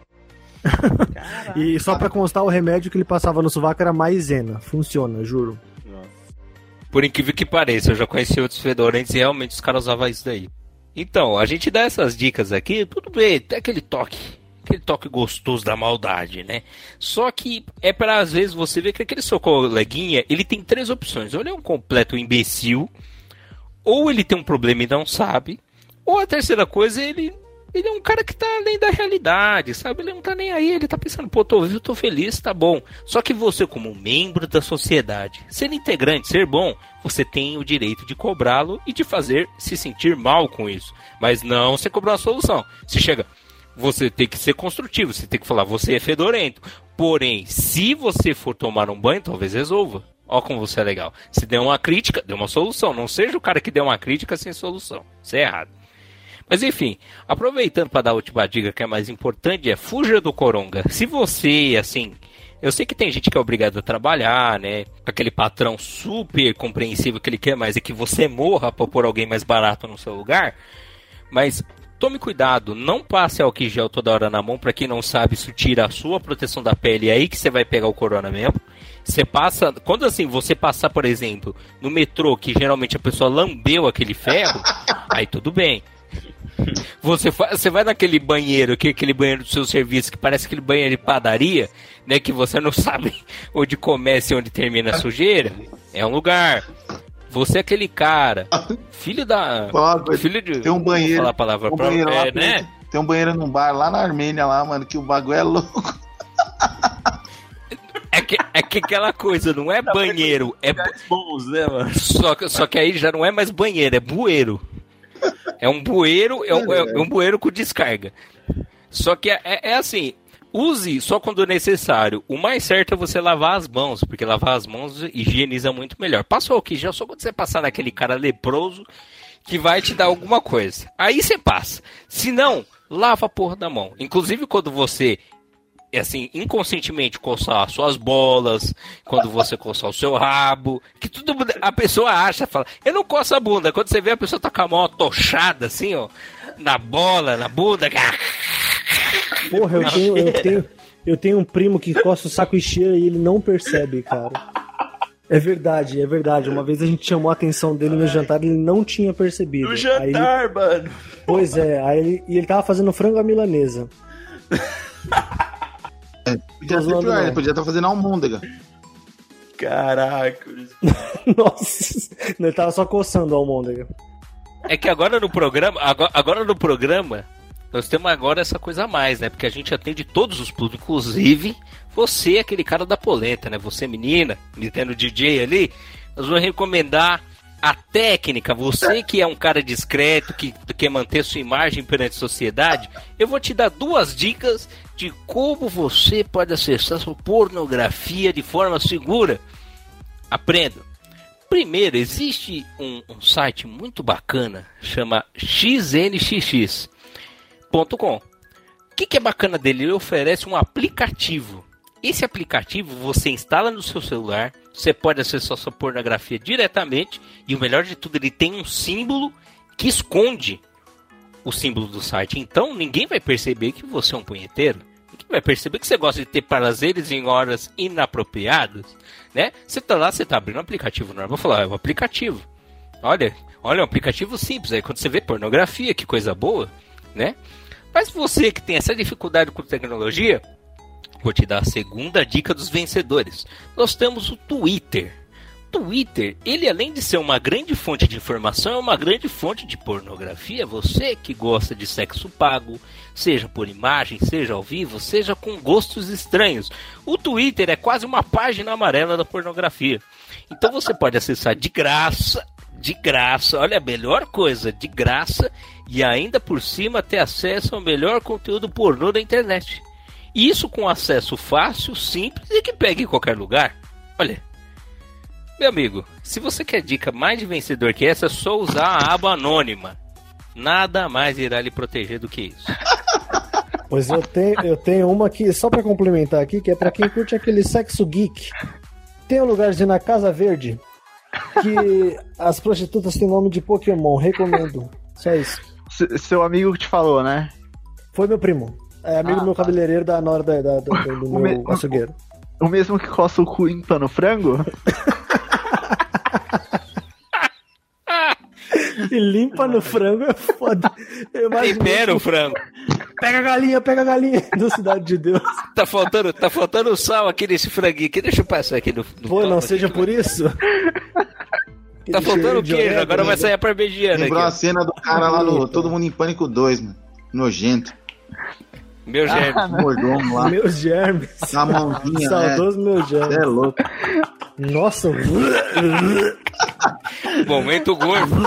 E só pra constar, o remédio que ele passava no sovaco era maisena. Funciona, juro. Por incrível que pareça, eu já conheci outros fedorentos e realmente os caras usavam isso daí. Então, a gente dá essas dicas aqui, tudo bem, tem aquele toque, aquele toque gostoso da maldade, né? Só que é para às vezes você ver que aquele seu coleguinha, ele tem três opções. Ou ele é um completo imbecil, ou ele tem um problema e não sabe, ou a terceira coisa, ele... Ele é um cara que tá além da realidade, sabe? Ele não tá nem aí, ele tá pensando, pô, tô vivo, tô feliz, tá bom. Só que você, como um membro da sociedade, ser integrante, ser bom, você tem o direito de cobrá-lo e de fazer se sentir mal com isso. Mas não você cobrar uma solução. Se chega, você tem que ser construtivo, você tem que falar, você é fedorento. Porém, se você for tomar um banho, talvez resolva. Ó como você é legal. Se der uma crítica, dê uma solução. Não seja o cara que dê uma crítica sem solução. Isso é errado. Mas enfim, aproveitando para dar a última dica que é mais importante, é fuja do coronga. Se você, assim, eu sei que tem gente que é obrigado a trabalhar, né, aquele patrão super compreensível que ele quer mais é que você morra para pôr alguém mais barato no seu lugar, mas tome cuidado, não passe álcool gel toda hora na mão, para quem não sabe, isso tira a sua proteção da pele, é aí que você vai pegar o corona mesmo. Você passa, quando assim, você passar, por exemplo, no metrô, que geralmente a pessoa lambeu aquele ferro, aí tudo bem. Você, você vai naquele banheiro, que aquele banheiro do seu serviço, que parece aquele banheiro de padaria, né? Que você não sabe onde começa e onde termina a sujeira. É um lugar. Você é aquele cara, filho da. Fala, filho de. Tem um banheiro. Vou falar a palavra um pra, banheiro é, lá, né? tem, tem um banheiro num bar lá na Armênia, lá, mano, que o bagulho é louco. É que, é que aquela coisa, não é banheiro, é. Bons, né, mano? Só, só que aí já não é mais banheiro, é bueiro. É um bueiro, é um, é um bueiro com descarga. Só que é, é assim, use só quando necessário. O mais certo é você lavar as mãos, porque lavar as mãos higieniza muito melhor. Passa o álcool gel só quando você passar naquele cara leproso que vai te dar alguma coisa. Aí você passa. Se não, lava a porra da mão. Inclusive quando você... assim, inconscientemente coçar suas bolas, quando você coçar o seu rabo, que tudo a pessoa acha, fala, eu não coço a bunda, quando você vê a pessoa tá com a mão tochada assim, ó, na bola, na bunda. Porra, eu tenho, eu tenho, eu tenho um primo que coça o saco e cheira e ele não percebe, cara. É verdade, é verdade. Uma vez a gente chamou a atenção dele no jantar e ele não tinha percebido. No jantar, ele... mano. Pois é, aí ele, e ele tava fazendo frango à milanesa. É, podia ser pior, ele podia estar fazendo almôndega. Caraca. Nossa, ele tava só coçando a almôndega. É que agora no programa, agora, agora no programa, nós temos agora essa coisa a mais, né? Porque a gente atende todos os públicos, inclusive você, aquele cara da polenta, né? Você, menina, me tendo D J ali, nós vamos recomendar a técnica. Você que é um cara discreto, que quer manter sua imagem perante a sociedade, eu vou te dar duas dicas de como você pode acessar sua pornografia de forma segura. Aprenda. Primeiro, existe um, um site muito bacana, chama x n x x ponto com. O que, que é bacana dele? Ele oferece um aplicativo. Esse aplicativo você instala no seu celular, você pode acessar sua pornografia diretamente e o melhor de tudo, ele tem um símbolo que esconde o símbolo do site. Então ninguém vai perceber que você é um punheteiro. Ninguém vai perceber que você gosta de ter prazeres em horas inapropriadas, né? Você tá lá, você tá abrindo um aplicativo normal, falar, ah, é um aplicativo. Olha, olha, é um aplicativo simples. Aí quando você vê pornografia, que coisa boa, né? Mas você que tem essa dificuldade com tecnologia, vou te dar a segunda dica dos vencedores. Nós temos o Twitter. Twitter, ele além de ser uma grande fonte de informação, é uma grande fonte de pornografia. Você que gosta de sexo pago, seja por imagem, seja ao vivo, seja com gostos estranhos. O Twitter é quase uma página amarela da pornografia. Então você pode acessar de graça, de graça, olha a melhor coisa, de graça, e ainda por cima ter acesso ao melhor conteúdo pornô da internet. Isso com acesso fácil, simples e que pegue em qualquer lugar. Olha, meu amigo, se você quer dica mais de vencedor que essa, é só usar a aba anônima. Nada mais irá lhe proteger do que isso. Pois eu tenho, eu tenho uma aqui, só pra complementar aqui, que é pra quem curte aquele sexo geek. Tem um lugarzinho na Casa Verde que as prostitutas têm nome de Pokémon, recomendo. Só isso. S- seu amigo que te falou, né? Foi meu primo. É amigo Ah, do meu tá. cabeleireiro da Nora da, da, do, do O meu me- açougueiro. O mesmo que coça o cu limpa no frango? E limpa no frango é foda. Eu imagino Tempera o que- frango. Pega a galinha, pega a galinha do Cidade de Deus. Tá faltando, tá faltando sal aqui nesse franguinho aqui. Deixa eu passar aqui no, no Pô, topo não aqui. seja por isso. Tá faltando queijo, agora vai sair a parmegiana aqui. Lembrou ó. a cena do cara lá no Todo Mundo em Pânico dois, mano. Nojento. Meu germe. Mordomo lá. Meus germes. Na mãozinha, Saudoso meus Você germes. é louco. Nossa. Momento gordo.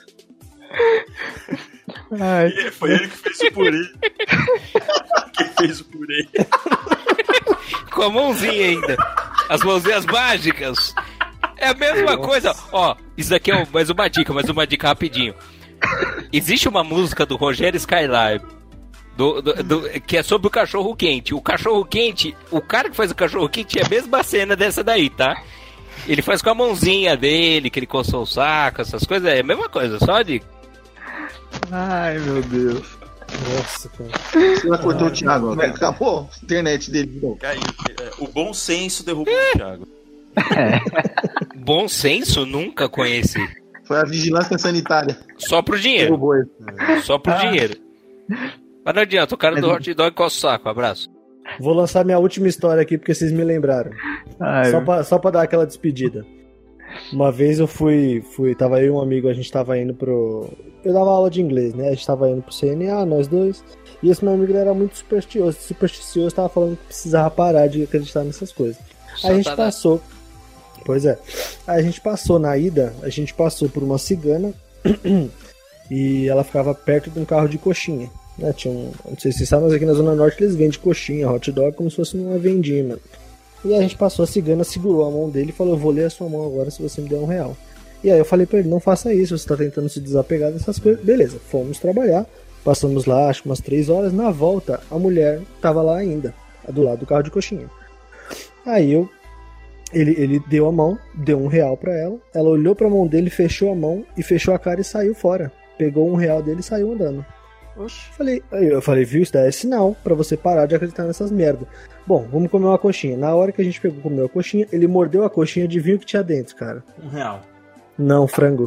Ai, Foi ele que fez o purê. Quem fez o purê? Com a mãozinha ainda. As mãozinhas mágicas. É a mesma coisa. Ó, isso daqui é mais uma dica, mais uma dica rapidinho. Existe uma música do Rogério Skylab. Do, do, do, que é sobre o cachorro quente. O cachorro quente, o cara que faz o cachorro quente é a mesma cena dessa daí, tá? Ele faz com a mãozinha dele, que ele coçou o saco, essas coisas, é a mesma coisa, só de. ai, meu Deus. Nossa, cara. Você vai cortar o Thiago, ó. Acabou a internet dele. Não. Caiu. O bom senso derrubou o Thiago. Bom senso, nunca conheci. Foi a vigilância sanitária. Só pro dinheiro. Derrubou ele. Só pro dinheiro. Mas não adianta, o cara do hot dog coça o saco, abraço. Vou lançar minha última história aqui porque vocês me lembraram. Ai, Só pra, só pra dar aquela despedida. Uma vez eu fui, fui, tava eu e um amigo, a gente tava indo pro... Eu dava aula de inglês, né? A gente tava indo pro C N A, nós dois. E esse meu amigo ele era muito supersticioso. Supersticioso, tava falando que precisava parar de acreditar nessas coisas. Aí a gente Só tá- passou... Pois é. Aí a gente passou na ida, a gente passou por uma cigana e ela ficava perto de um carro de coxinha. Né, tinha um, não sei se vocês sabem, mas aqui na Zona Norte eles vendem coxinha, hot dog, como se fosse uma vendinha, mano. E a gente passou, a cigana segurou a mão dele e falou: eu vou ler a sua mão agora se você me der um real. E aí eu falei pra ele: não faça isso, você tá tentando se desapegar dessas coisas. Beleza, fomos trabalhar, passamos lá acho que umas três horas. Na volta, a mulher tava lá ainda, do lado do carro de coxinha. Aí eu ele, ele deu a mão, deu um real pra ela, ela olhou pra mão dele, fechou a mão e fechou a cara e saiu fora. Pegou um real dele e saiu andando. Falei, aí eu falei, viu, isso daí é sinal pra você parar de acreditar nessas merda. Bom, vamos comer uma coxinha. Na hora que a gente pegou comeu a coxinha, ele mordeu a coxinha, adivinha o que tinha dentro, cara? Um real. Não, frango.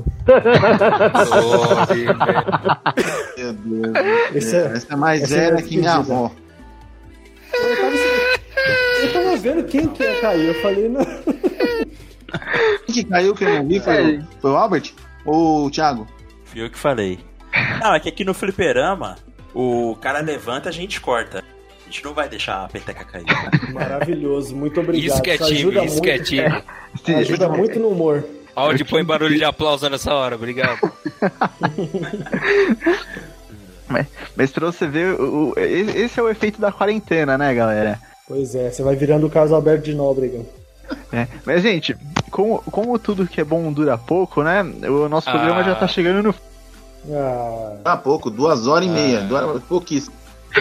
Meu Deus. Esse é- Essa é mais essa é velha mais que minha pedida. avó. Eu tava, eu tava vendo quem que ia cair. Eu falei, não. Quem que caiu que eu não vi foi, foi o Albert? Ou o Thiago? Fui eu que falei. Não, é que aqui no fliperama O cara levanta, a gente corta. A gente não vai deixar a peteca cair. Maravilhoso, muito obrigado. Isso que é time, ajuda isso muito, que é time. é, ajuda muito no humor. Áudio põe barulho de aplauso nessa hora, obrigado. mas, mas pra você ver, o, o, esse é o efeito da quarentena, né, galera? Pois é, você vai virando o Carlos Alberto de Nóbrega. É, mas, gente, como, como tudo que é bom dura pouco, né? O nosso programa Ah. já tá chegando no. Ah, Tá pouco, duas horas e meia. Ah. Duas horas, pouquíssimo.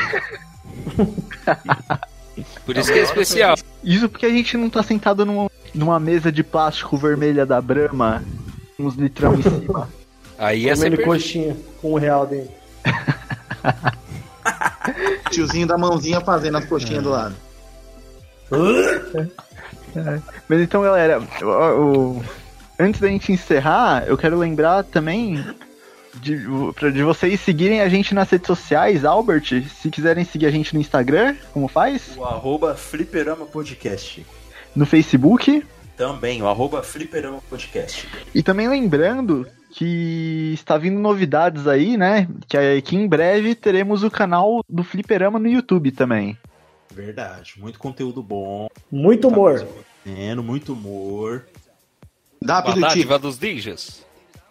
Por isso que é especial. Isso porque a gente não tá sentado numa, numa mesa de plástico vermelha da Brahma, uns litrão em cima. Aí ia ser comendo perfeito. coxinha com um real dentro. Tiozinho da mãozinha fazendo as coxinhas do lado. Mas então, galera, o, o- antes da gente encerrar, eu quero lembrar também de, pra- de vocês seguirem a gente nas redes sociais. Albert, se quiserem seguir a gente no Instagram, como faz? O arroba Fliperama Podcast. No Facebook. Também, o arroba Fliperama Podcast. E também lembrando que está vindo novidades aí, né? Que, que em breve teremos o canal do Fliperama no YouTube também. Verdade, muito conteúdo bom. Muito humor. Tá muito humor. Dá Com a apelativo. dádiva dos ninjas.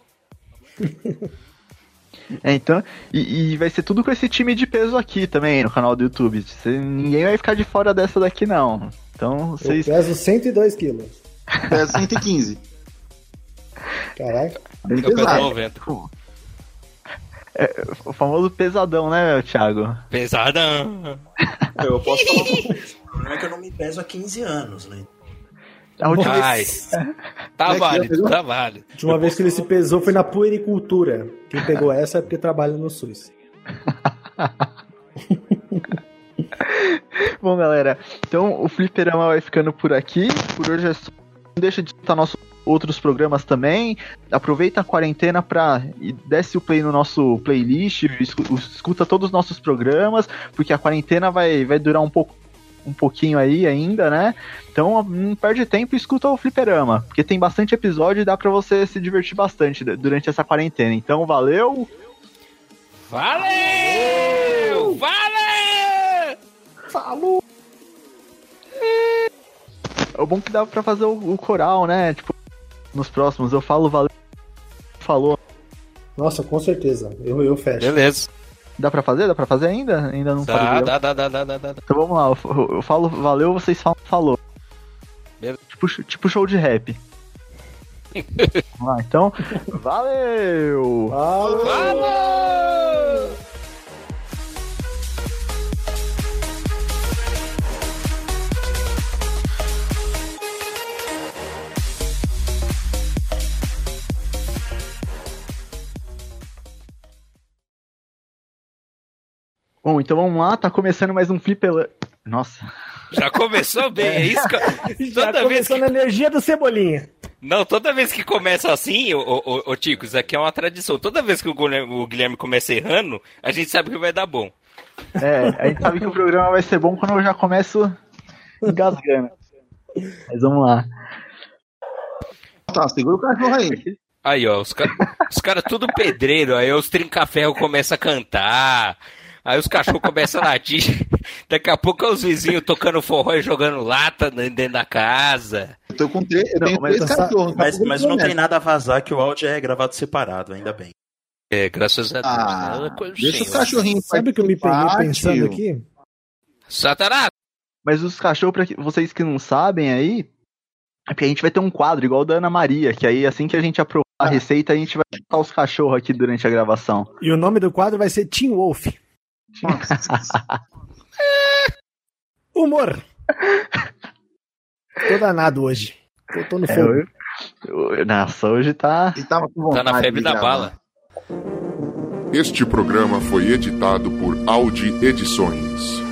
É, então, e, e vai ser tudo com esse time de peso aqui também no canal do YouTube. Cê- ninguém vai ficar de fora dessa daqui, não. Então, Eu vocês. peso cento e dois quilos. É cento e quinze. Caraca. Bem Eu peso pesado. noventa. É, o famoso pesadão, né, Thiago? Pesadão. Eu posso falar uma coisa. O problema é que eu não me peso há quinze anos, né? A última Ai, vez. tá Como é que válido, é? tá válido. A última vez que ele se pesou foi na puericultura. Quem pegou essa é porque trabalha no SUS. Bom, galera, então o Fliperama vai ficando por aqui. Por hoje é só. Não deixa de escutar nossos outros programas também. Aproveita a quarentena pra. E desce o play no nosso playlist. escu- Escuta todos os nossos programas. Porque a quarentena vai, vai durar um pouco. Um pouquinho aí ainda, né? Então não perde tempo e escuta o Fliperama. Porque tem bastante episódio e dá pra você se divertir bastante du- durante essa quarentena. Então valeu! Valeu! Valeu! Falou! É o bom que dá pra fazer o, o coral, né? Tipo, nos próximos eu falo valeu, falou. Nossa, com certeza. Eu, eu fecho. Beleza. Dá pra fazer? Dá pra fazer ainda? Ainda não Dá, falei. dá, dá, dá, dá, dá, dá. Então vamos lá, eu, eu- eu falo valeu, vocês falam falou. Beleza. Tipo, tipo show de rap. Vamos lá, então, valeu! Falou! Falou! Bom, então vamos lá, tá começando mais um Flipper. Nossa. Já começou bem, é isso que eu... Já Toda vez começou que... na energia do Cebolinha. Não, toda vez que começa assim, ô, ô, ô, ô Tico, isso aqui é uma tradição. Toda vez que o Guilherme, o Guilherme começa errando, a gente sabe que vai dar bom. É, a gente sabe que o programa vai ser bom quando eu já começo engasgando. Mas vamos lá. Tá, segura o cachorro aí. Aí, ó, os caras os cara tudo pedreiro, aí os trinca-ferro começam a cantar, aí os cachorros começam a latir, daqui a pouco é os vizinhos tocando forró e jogando lata dentro da casa. Eu tô com três, eu Não, tenho mas três essa- cachorros. Mas, tá mas tudo não tem bem. nada a vazar que o áudio é gravado separado, ainda bem. É, graças a Deus. Ah, né? Coisa deixa assim, os cachorrinhos Sabe o que eu me peguei participar, pensando tio. aqui? Satanás! Mas os cachorros, pra que- vocês que não sabem aí, é porque a gente vai ter um quadro igual o da Ana Maria, que aí assim que a gente aprovar a receita, a gente vai botar os cachorros aqui durante a gravação. E o nome do quadro vai ser Teen Wolf. Humor. Tô danado hoje. Eu tô no É, fogo. eu- eu- nossa, hoje tá. Ele tava com vontade Tá na febre de da gravar. bala. Este programa foi editado por Audi Edições.